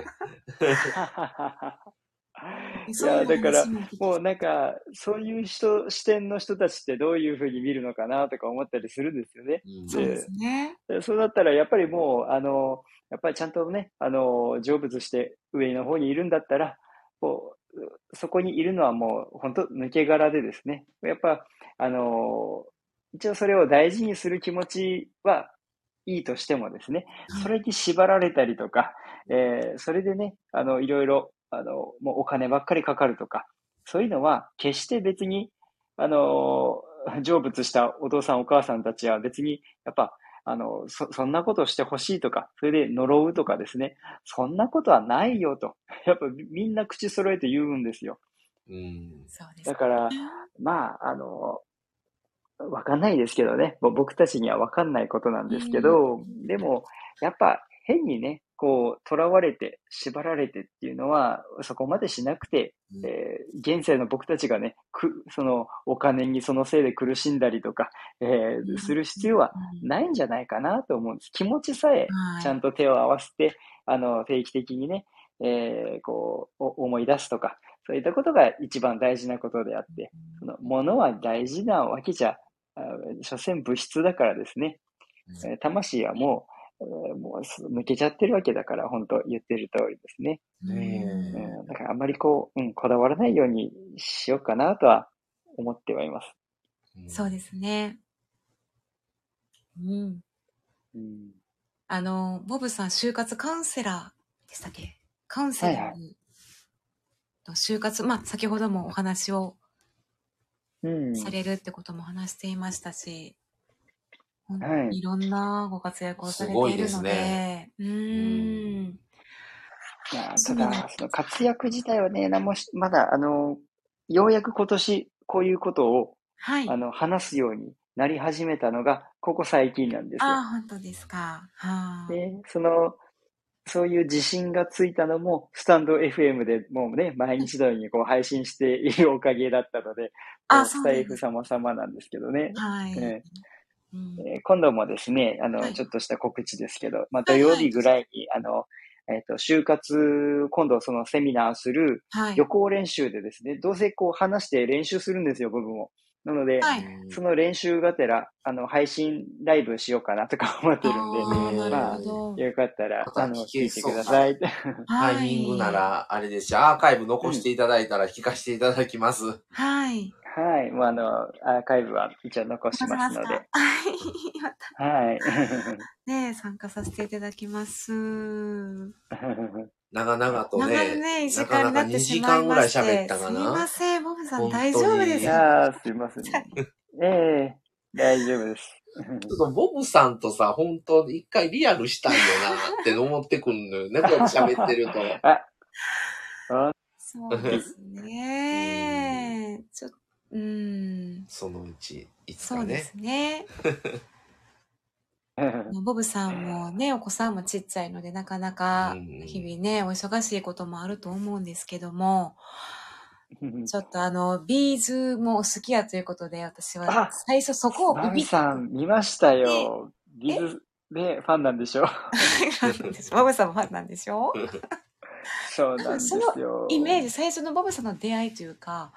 Speaker 3: いや、だから、もうなんか、そういう人、視点の人たちってどういうふうに見るのかなとか思ったりするんですよね。
Speaker 2: うん、そうですね。
Speaker 3: そうだったら、やっぱりもう、あの、やっぱりちゃんとね、あの、成仏して上の方にいるんだったら、こう、そこにいるのはもう、本当抜け殻でですね、やっぱ、あの、一応それを大事にする気持ちはいいとしてもですね、それに縛られたりとか、えー、それでね、あの、いろいろ、あの、もうお金ばっかりかかるとか、そういうのは決して別に、あの、成仏したお父さんお母さんたちは別に、やっぱ、あの、そ、そんなことをしてほしいとか、それで呪うとかですね、そんなことはないよと、やっぱみんな口揃えて言うんですよ。うん。だから、まあ、あの、わかんないですけどね。僕たちにはわかんないことなんですけど、でも、やっぱ変にね、こう、囚われて、縛られてっていうのは、そこまでしなくて、えー、現世の僕たちがね、く、その、お金にそのせいで苦しんだりとか、えー、する必要はないんじゃないかなと思うんです。気持ちさえ、ちゃんと手を合わせて、あの、定期的にね、えー、こう、思い出すとか、 そういったことが一番大事なことであって、その物は大事なわけじゃ、あ所詮物質だからですね。えー魂はもう、えーもう抜けちゃってるわけだから、本当言ってる通りですね。
Speaker 1: ね
Speaker 3: うん、だからあんまりこう、うん、こだわらないようにしようかなとは思ってはいます。
Speaker 1: え。
Speaker 2: そうですね。うん。
Speaker 3: うん、
Speaker 2: あの、ボブさん、就活カウンセラーでしたっけ？カウンセリング、
Speaker 3: はいは
Speaker 2: 就活、まあ、先ほどもお話を
Speaker 3: うん、
Speaker 2: されるってことも話していましたし、ほん
Speaker 3: はい
Speaker 2: いろんなご活躍をされているので、うーん。
Speaker 3: いやた
Speaker 2: そうなん
Speaker 3: だ、その活躍自体はね、何もし、まだ、あの、ようやく今年、こういうことを、
Speaker 2: はい。
Speaker 3: あの、話すようになり始めたのが、ここ最近なんですよ。
Speaker 2: ああ、本当ですか。はあ。
Speaker 3: で、その、そういう自信がついたのも、スタンド エフエム でもうね、毎日のようにこう配信しているおかげだったので、
Speaker 2: あ、
Speaker 3: もうスタイフ
Speaker 2: そうなんです。
Speaker 3: 様々なんですけどね。
Speaker 2: はい。
Speaker 3: え
Speaker 2: うん、
Speaker 3: ー今度もですね、あの、
Speaker 2: はい。
Speaker 3: ちょっとした告知ですけど、まあ、土
Speaker 2: はいはい。
Speaker 3: 曜日ぐらいに、あの、えっと、就活、今度そのセミナーする
Speaker 2: はい。
Speaker 3: 予行練習でですね、どうせこう話して練習するんですよ、僕も。なので、
Speaker 2: はい。
Speaker 3: その練習がてら、あの、配信ライブしようかなとか思ってるんで、
Speaker 2: ああ、なる
Speaker 3: まあ、
Speaker 2: ほど。
Speaker 3: よかったら、
Speaker 1: また聞
Speaker 3: あの、聞
Speaker 1: け
Speaker 3: いてく
Speaker 1: そうな
Speaker 3: ださい。
Speaker 1: タイ
Speaker 2: は
Speaker 1: ミングな
Speaker 2: い。
Speaker 1: ら、あれですし、アーカイブ残
Speaker 3: うん。
Speaker 1: していただいたら聞かせていただきます。
Speaker 2: はい。
Speaker 3: はい。もうあの、アーカイブは一応残し
Speaker 2: 残せますか？
Speaker 3: ますので。
Speaker 2: はい。また
Speaker 3: はい。
Speaker 2: ね、参加させていただきます。
Speaker 1: 長々と
Speaker 2: 長
Speaker 1: ね、
Speaker 2: ね、時
Speaker 1: なかなか
Speaker 2: 間になって
Speaker 1: 2時間ぐ
Speaker 2: しまいま
Speaker 1: らい喋っ
Speaker 2: して、
Speaker 1: たか
Speaker 2: すみま
Speaker 1: な。
Speaker 2: せん、ボブさん
Speaker 1: 本
Speaker 2: 大
Speaker 1: 当に。
Speaker 3: い
Speaker 2: 丈夫ですか？
Speaker 3: やー、すいません。ええ大丈夫です。
Speaker 1: ちょっとボブさんとさ、本当一回リアルしたいよなって思ってくんのよね、こうやって喋ってると。
Speaker 3: あ、あ、
Speaker 2: そうですね。ちょっと、うーん。
Speaker 1: そのうち、いつかね。
Speaker 2: そうですね。ボブさんもね、お子さんもちっちゃいので、なかなか日々ね、お忙しいこともあると思うんですけども、ちょっとあの、ビーズもお好きやということで、私は
Speaker 3: あ、
Speaker 2: 最初そこを
Speaker 3: マミ
Speaker 2: ビビッと。
Speaker 3: さん見ました
Speaker 2: ね、
Speaker 3: よ。ビ
Speaker 2: え
Speaker 3: ズでファンなんでしょ？
Speaker 2: ボブさんもファンなんでしょ？
Speaker 3: そうなんです
Speaker 2: 多分その
Speaker 3: よ。
Speaker 2: イメージ、最初のボブさんの出会いというか、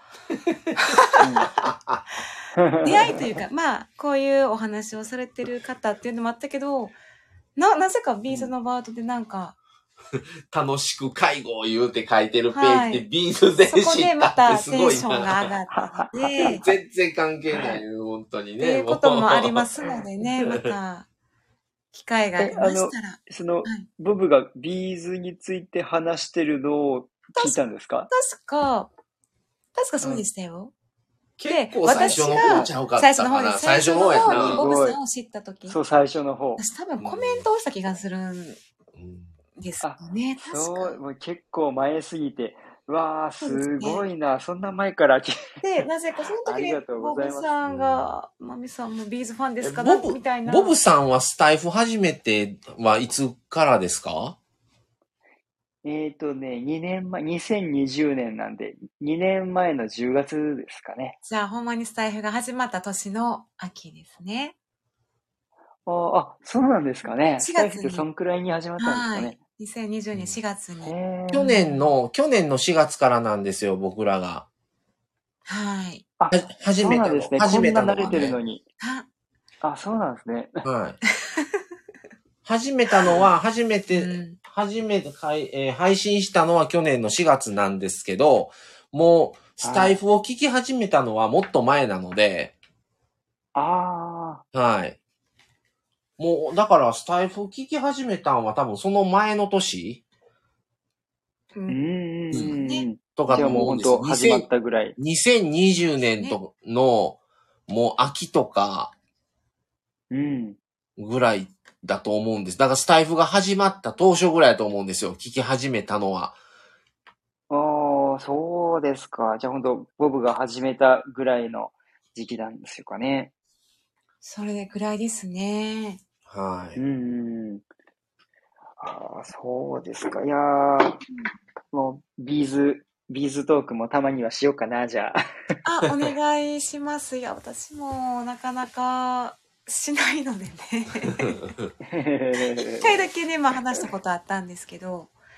Speaker 3: うん
Speaker 2: 出会いというか、まあ、こういうお話をされてる方っていうのもあったけど、な、なぜかビーズのワードでなんか、
Speaker 1: 楽しく介護を言うて書いてるページで、
Speaker 2: はい
Speaker 1: ビーズで知
Speaker 2: そこで
Speaker 1: ったっ
Speaker 2: また
Speaker 1: てすごい
Speaker 2: テンションが
Speaker 1: な。
Speaker 2: 上がったので、
Speaker 1: 全然関係ないよ、本当にね。
Speaker 2: っていうこともありますのでね、また、機会があり
Speaker 3: え、あの、
Speaker 2: ましたら。
Speaker 3: その、
Speaker 2: はい。
Speaker 3: ボブがビーズについて話してるのを聞いたんですか？
Speaker 2: 確か、確かそうでしたよ。
Speaker 1: 結構最初の方ちゃうかったかな。最初の方や
Speaker 2: 最初の方に
Speaker 1: な。
Speaker 2: ボブさんを知ったとき、
Speaker 3: そう、最初の方。
Speaker 2: 私多分コメントをした気がするん
Speaker 1: うん
Speaker 2: ですよね。確か。
Speaker 3: そう、もう結構前すぎて、うわー、
Speaker 2: そうですね
Speaker 3: すごいな、そんな前から聞い
Speaker 2: で、なぜかその時に
Speaker 3: ありがとう
Speaker 2: ボ
Speaker 3: ございます
Speaker 2: ブさんが、マミさんもビーズファンですかな
Speaker 1: えボブ
Speaker 2: みたいな。
Speaker 1: ボブさんはスタイフ初めてはいつからですか？
Speaker 3: えっとね、にねんまえ、にせんにじゅうねんなんで、にねんまえのじゅうがつですかね。
Speaker 2: じゃあ、ほんまにスタイフが始まった年の秋ですね。
Speaker 3: あーあ、そうなんですかね。
Speaker 2: 4
Speaker 3: スタイフ
Speaker 2: 月に。
Speaker 3: ってそんくらいに始まったんですかね。
Speaker 2: はい。にせんにじゅうねんしがつに。
Speaker 3: へー
Speaker 1: 去年の、去年のしがつからなんですよ、僕らが。
Speaker 2: はい。
Speaker 3: あ、
Speaker 1: は初めての
Speaker 3: そうなんですね。
Speaker 1: 初
Speaker 3: こんな慣れ
Speaker 1: めてのはね。
Speaker 3: てるのに。
Speaker 2: は、
Speaker 3: あ、そうなんですね。
Speaker 1: はい。始めたのは、初めて、
Speaker 2: うん。
Speaker 1: 初めてかい、えー配信したのは去年のしがつなんですけど、もう、スタイフを聞き始めたのはもっと前なので、
Speaker 3: あ
Speaker 1: はい。もう、だからスタイフを聞き始めたのは多分その前の年
Speaker 2: う
Speaker 3: ー、うんんうんうんうん。
Speaker 1: とかと
Speaker 3: じゃあもう本
Speaker 1: 思うんですよ。
Speaker 3: 当始まったぐらい。
Speaker 1: にせんにじゅうねんとの、もう秋とか
Speaker 3: うん。
Speaker 1: ぐらいだと思うんです。だからスタイフが始まった当初ぐらいだと思うんですよ。聞き始めたのは。
Speaker 3: ああ、そうですか。じゃあ本当ボブが始めたぐらいの時期なんですよかね。
Speaker 2: それぐらいですね。
Speaker 1: はい。
Speaker 3: うんうんうん。ああ、そうですか。いやー、もう、ビーズ、ビーズトークもたまにはしようかな、じゃあ。
Speaker 2: あ、お願いします。いや、私もなかなかしないのでね。一回だけね、まあ話したことあったんですけど、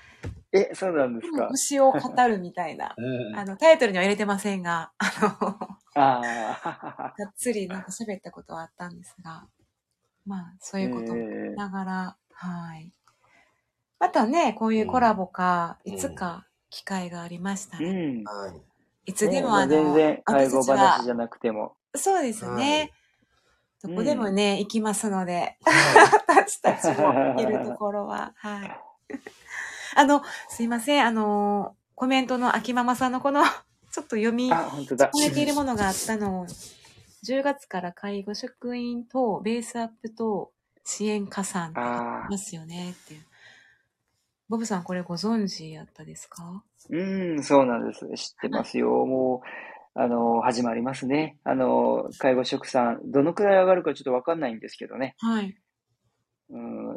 Speaker 3: え、そうなんですか。
Speaker 2: 牛を語るみたいな。
Speaker 1: うん。
Speaker 2: あの、タイトルには入れてませんが、あの、
Speaker 3: ああ、
Speaker 2: がっつりなんか喋ったことはあったんですが、まあ、そう
Speaker 3: え
Speaker 2: いうことも
Speaker 3: え
Speaker 2: ながら、はい。またね、こういうコラボか、いつか機会がありましたら、
Speaker 3: うん。
Speaker 1: はい
Speaker 3: ね、
Speaker 2: つでも
Speaker 3: まあ、全
Speaker 2: あの、
Speaker 3: 然介護
Speaker 2: 私たちは、
Speaker 3: 話じゃなくても。
Speaker 2: そうです
Speaker 1: はい
Speaker 2: ね。どこでもね、行きますので、
Speaker 1: は
Speaker 2: 私たちも行けるところは、はい。あの、すいません、あの、コメントの秋ママさんのこの、ちょっと読み
Speaker 3: あ、本当だ。
Speaker 2: 損ねているものがあったのを、じゅうがつから介護職員等、ベースアップ等、支援加算ってあり
Speaker 3: ああ、
Speaker 2: ますよね、っていう。ボブさん、これご存知やったですか？
Speaker 3: うん、そうなんです。知ってますよ。もう、あの、始まりますね。あの、介護職さん、どのくらい上がるかちょっとわかんないんですけどね。
Speaker 2: はい。
Speaker 3: うん、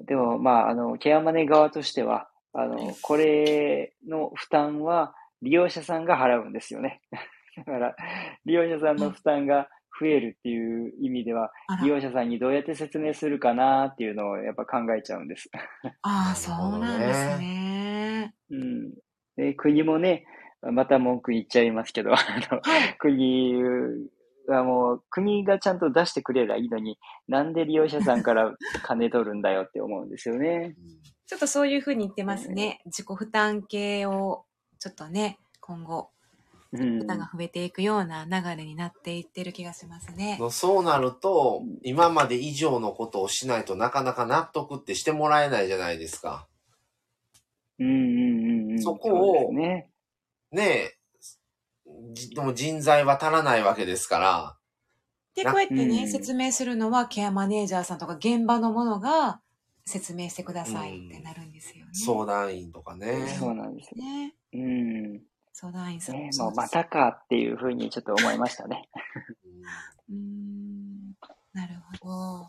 Speaker 3: でも、まあ、あの、ケアマネ側としては、あの、これの負担は利用者さんが払うんですよね。だから、利用者さんの負担が増えるっていう意味では、
Speaker 2: あら。
Speaker 3: 利用者さんにどうやって説明するかなっていうのをやっぱ考えちゃうんです。
Speaker 2: ああ、
Speaker 1: なるほどね
Speaker 2: そうなんですね。
Speaker 3: うん。で、国もね、また文句言っちゃいますけど、あの、
Speaker 2: はい。
Speaker 3: 国はもう、国がちゃんと出してくれりゃいいのに、なんで利用者さんから金取るんだよって思うんですよね。
Speaker 2: ちょっとそういうふうに言ってます
Speaker 3: え
Speaker 2: ね。自己負担系を、ちょっとね、今後、
Speaker 3: ー
Speaker 2: 負担が
Speaker 3: うん。
Speaker 2: 増えていくような流れになっていってる気がしますね。
Speaker 1: のそうなると、今まで以上のことをしないとなかなか納得ってしてもらえないじゃないですか。
Speaker 3: うんうんうんうん。
Speaker 1: そこ
Speaker 3: そうです
Speaker 1: を、
Speaker 3: ね。
Speaker 1: ねえ、じでも人材は足らないわけですから、
Speaker 2: で、
Speaker 1: な
Speaker 2: こうやってね、
Speaker 3: うん
Speaker 2: 説明するのはケアマネージャーさんとか現場のものが説明してくださいってなるんですよね。
Speaker 1: 相談員とかね。
Speaker 3: そうなんですよ。
Speaker 2: ね。
Speaker 3: うん。
Speaker 2: 相談員さんも
Speaker 3: ね、もう
Speaker 2: そうです。
Speaker 3: またかっていうふうにちょっと思いましたね。
Speaker 2: うーん。なるほど。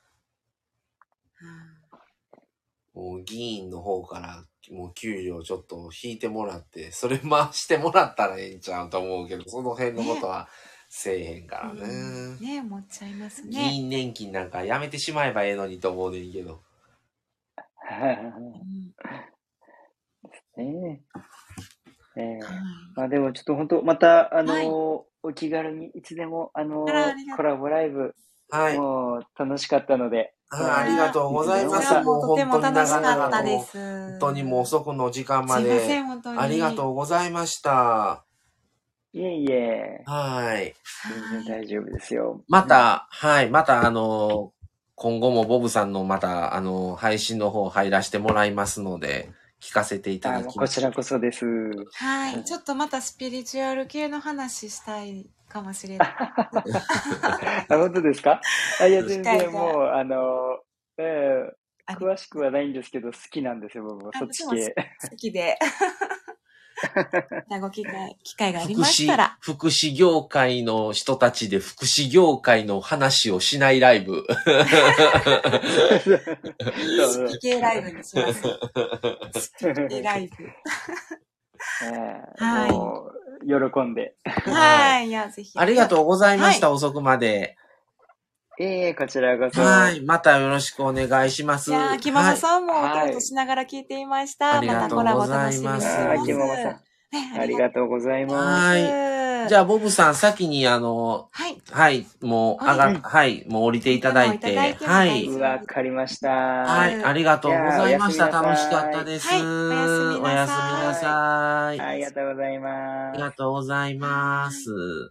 Speaker 2: うん
Speaker 1: もう議員の方からもう給料ちょっと引いてもらって、それ回してもらったらええんちゃうと思うけど、その辺のことはせえへんからね。
Speaker 2: うんね、思っちゃいます
Speaker 1: 議
Speaker 2: ね。
Speaker 1: 員年金なんかやめてしまえばええのにと思うねんけど。
Speaker 2: うん
Speaker 3: ねええ
Speaker 2: はい
Speaker 3: まあでもちょっと本当、また、あの
Speaker 2: はい
Speaker 3: お気軽にいつでも、あの
Speaker 2: あらありがとう
Speaker 3: コラボライブ、
Speaker 1: はい。
Speaker 3: もう楽しかったので、
Speaker 1: あありがとうございます。
Speaker 2: こちらも
Speaker 1: もう
Speaker 2: とても
Speaker 1: 本当に
Speaker 2: 楽しか
Speaker 1: 長々と、
Speaker 2: ったで
Speaker 1: 本
Speaker 2: す。
Speaker 1: 当にもう遅くの時間ます
Speaker 2: いませ
Speaker 1: で
Speaker 2: ん、本当に。
Speaker 1: ありがとうございました。
Speaker 3: いえいえ、
Speaker 1: はい。
Speaker 3: 全然大丈夫ですよ。
Speaker 1: また、はい、またあの、今後もボブさんのまた、あの、配信の方入らせてもらいますので、聞かせていた
Speaker 3: あ
Speaker 1: だきます。
Speaker 3: もうこちらこそです。
Speaker 2: はい。ちょっとまたスピリチュアル系の話したいかもしれない。
Speaker 3: あ本当ですかあいや、全
Speaker 2: 機会が
Speaker 3: 然もう、あのええ
Speaker 2: あり
Speaker 3: 詳しくはないんですけど、好きなんですよ、僕も、そっち系。
Speaker 2: 好きで。ご機会、機会があり
Speaker 1: 福祉
Speaker 2: ましたら。、
Speaker 1: 福祉業界の人たちで福祉業界の話をしないライブ。
Speaker 3: そうそう
Speaker 2: スピ系ライブにします。スピ系ライブ。
Speaker 3: ええ
Speaker 2: はい
Speaker 3: もう、喜んで。
Speaker 2: はい。いや、ぜひ。
Speaker 1: ありがとうございました、
Speaker 2: は
Speaker 1: 遅くまで。
Speaker 3: ええこちらこそ。
Speaker 1: はい。またよろしくお願いします。
Speaker 2: いや、秋ママ
Speaker 1: はい。
Speaker 2: さんも
Speaker 3: はい
Speaker 2: お手元しながら聞いていました。
Speaker 1: ありがとうございます
Speaker 2: またコラボ楽しみにして
Speaker 3: ああ、
Speaker 2: ます。
Speaker 3: 秋ママさん、
Speaker 2: ね、
Speaker 3: ありがとうございます。
Speaker 1: はい。じゃあ、ボブさん、先に、あの、
Speaker 2: はい。
Speaker 1: はい、もう、上が、
Speaker 3: うん
Speaker 1: はい、もう降りていただいて、
Speaker 2: いただいても
Speaker 1: はい
Speaker 2: 大丈。夫
Speaker 3: わかりました。
Speaker 1: はい、ありがとうございました。
Speaker 3: じゃあおやすみなさい
Speaker 1: 楽しかったです。
Speaker 2: はいおやすみなさい
Speaker 1: おやすみなさい。
Speaker 3: ありがとうござい
Speaker 1: あ
Speaker 3: ます。
Speaker 1: りがとうございます。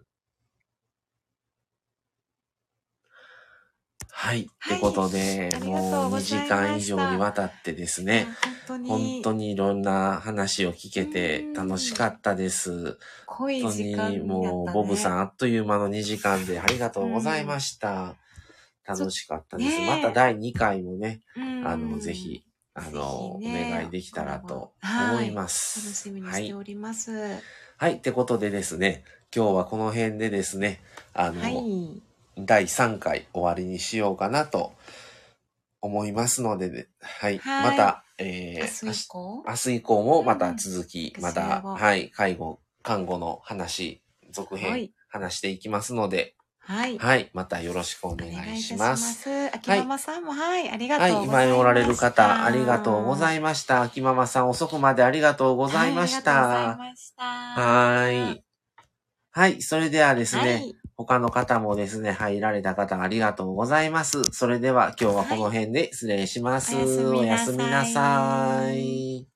Speaker 1: はい。ってことで、
Speaker 2: ありがとう
Speaker 1: もう2
Speaker 2: ございました
Speaker 1: 時間以上にわたってですね、
Speaker 2: 本当に。
Speaker 1: 本当にいろんな話を聞けて楽しかったです。
Speaker 2: 濃い
Speaker 1: 本当
Speaker 2: 時間に
Speaker 1: にもう、ボブさんあっという間のにじかんでありがとうございました。楽しかったです。
Speaker 2: ねえ
Speaker 1: まただいにかいもね、
Speaker 2: うん
Speaker 1: あの、ぜひ、あの、
Speaker 2: ぜひね
Speaker 1: お願いできたらと
Speaker 2: はい
Speaker 1: 思います。
Speaker 2: 楽しみに
Speaker 1: はい。
Speaker 2: しております。
Speaker 1: はい。ってことでですね、今日はこの辺でですね、あの、
Speaker 2: はい。
Speaker 1: だいさんかい終わりにしようかなと思いますので、ね、はい。
Speaker 2: はい
Speaker 1: また、えー、
Speaker 2: 明日以降
Speaker 1: 明日以降もまた続き、
Speaker 2: うん
Speaker 1: また、
Speaker 2: うん
Speaker 1: はい、介護、看護の話、続編、
Speaker 2: はい
Speaker 1: 話していきますので、
Speaker 2: はい。
Speaker 1: はい。またよろしくお願いします。
Speaker 2: お願いいたします。秋ママさんも、はい、はい、ありがとうございました。
Speaker 1: はい。今おられる方、ありがとうございました。秋ママさん、遅くまでありがとうございました。
Speaker 2: はい、ありがとうございました。
Speaker 1: はい。はい。それではですね、はい、他の方もですね、入られた方ありがとうございます。それでは今日はこの辺で失礼します。はい、おやすみなさい。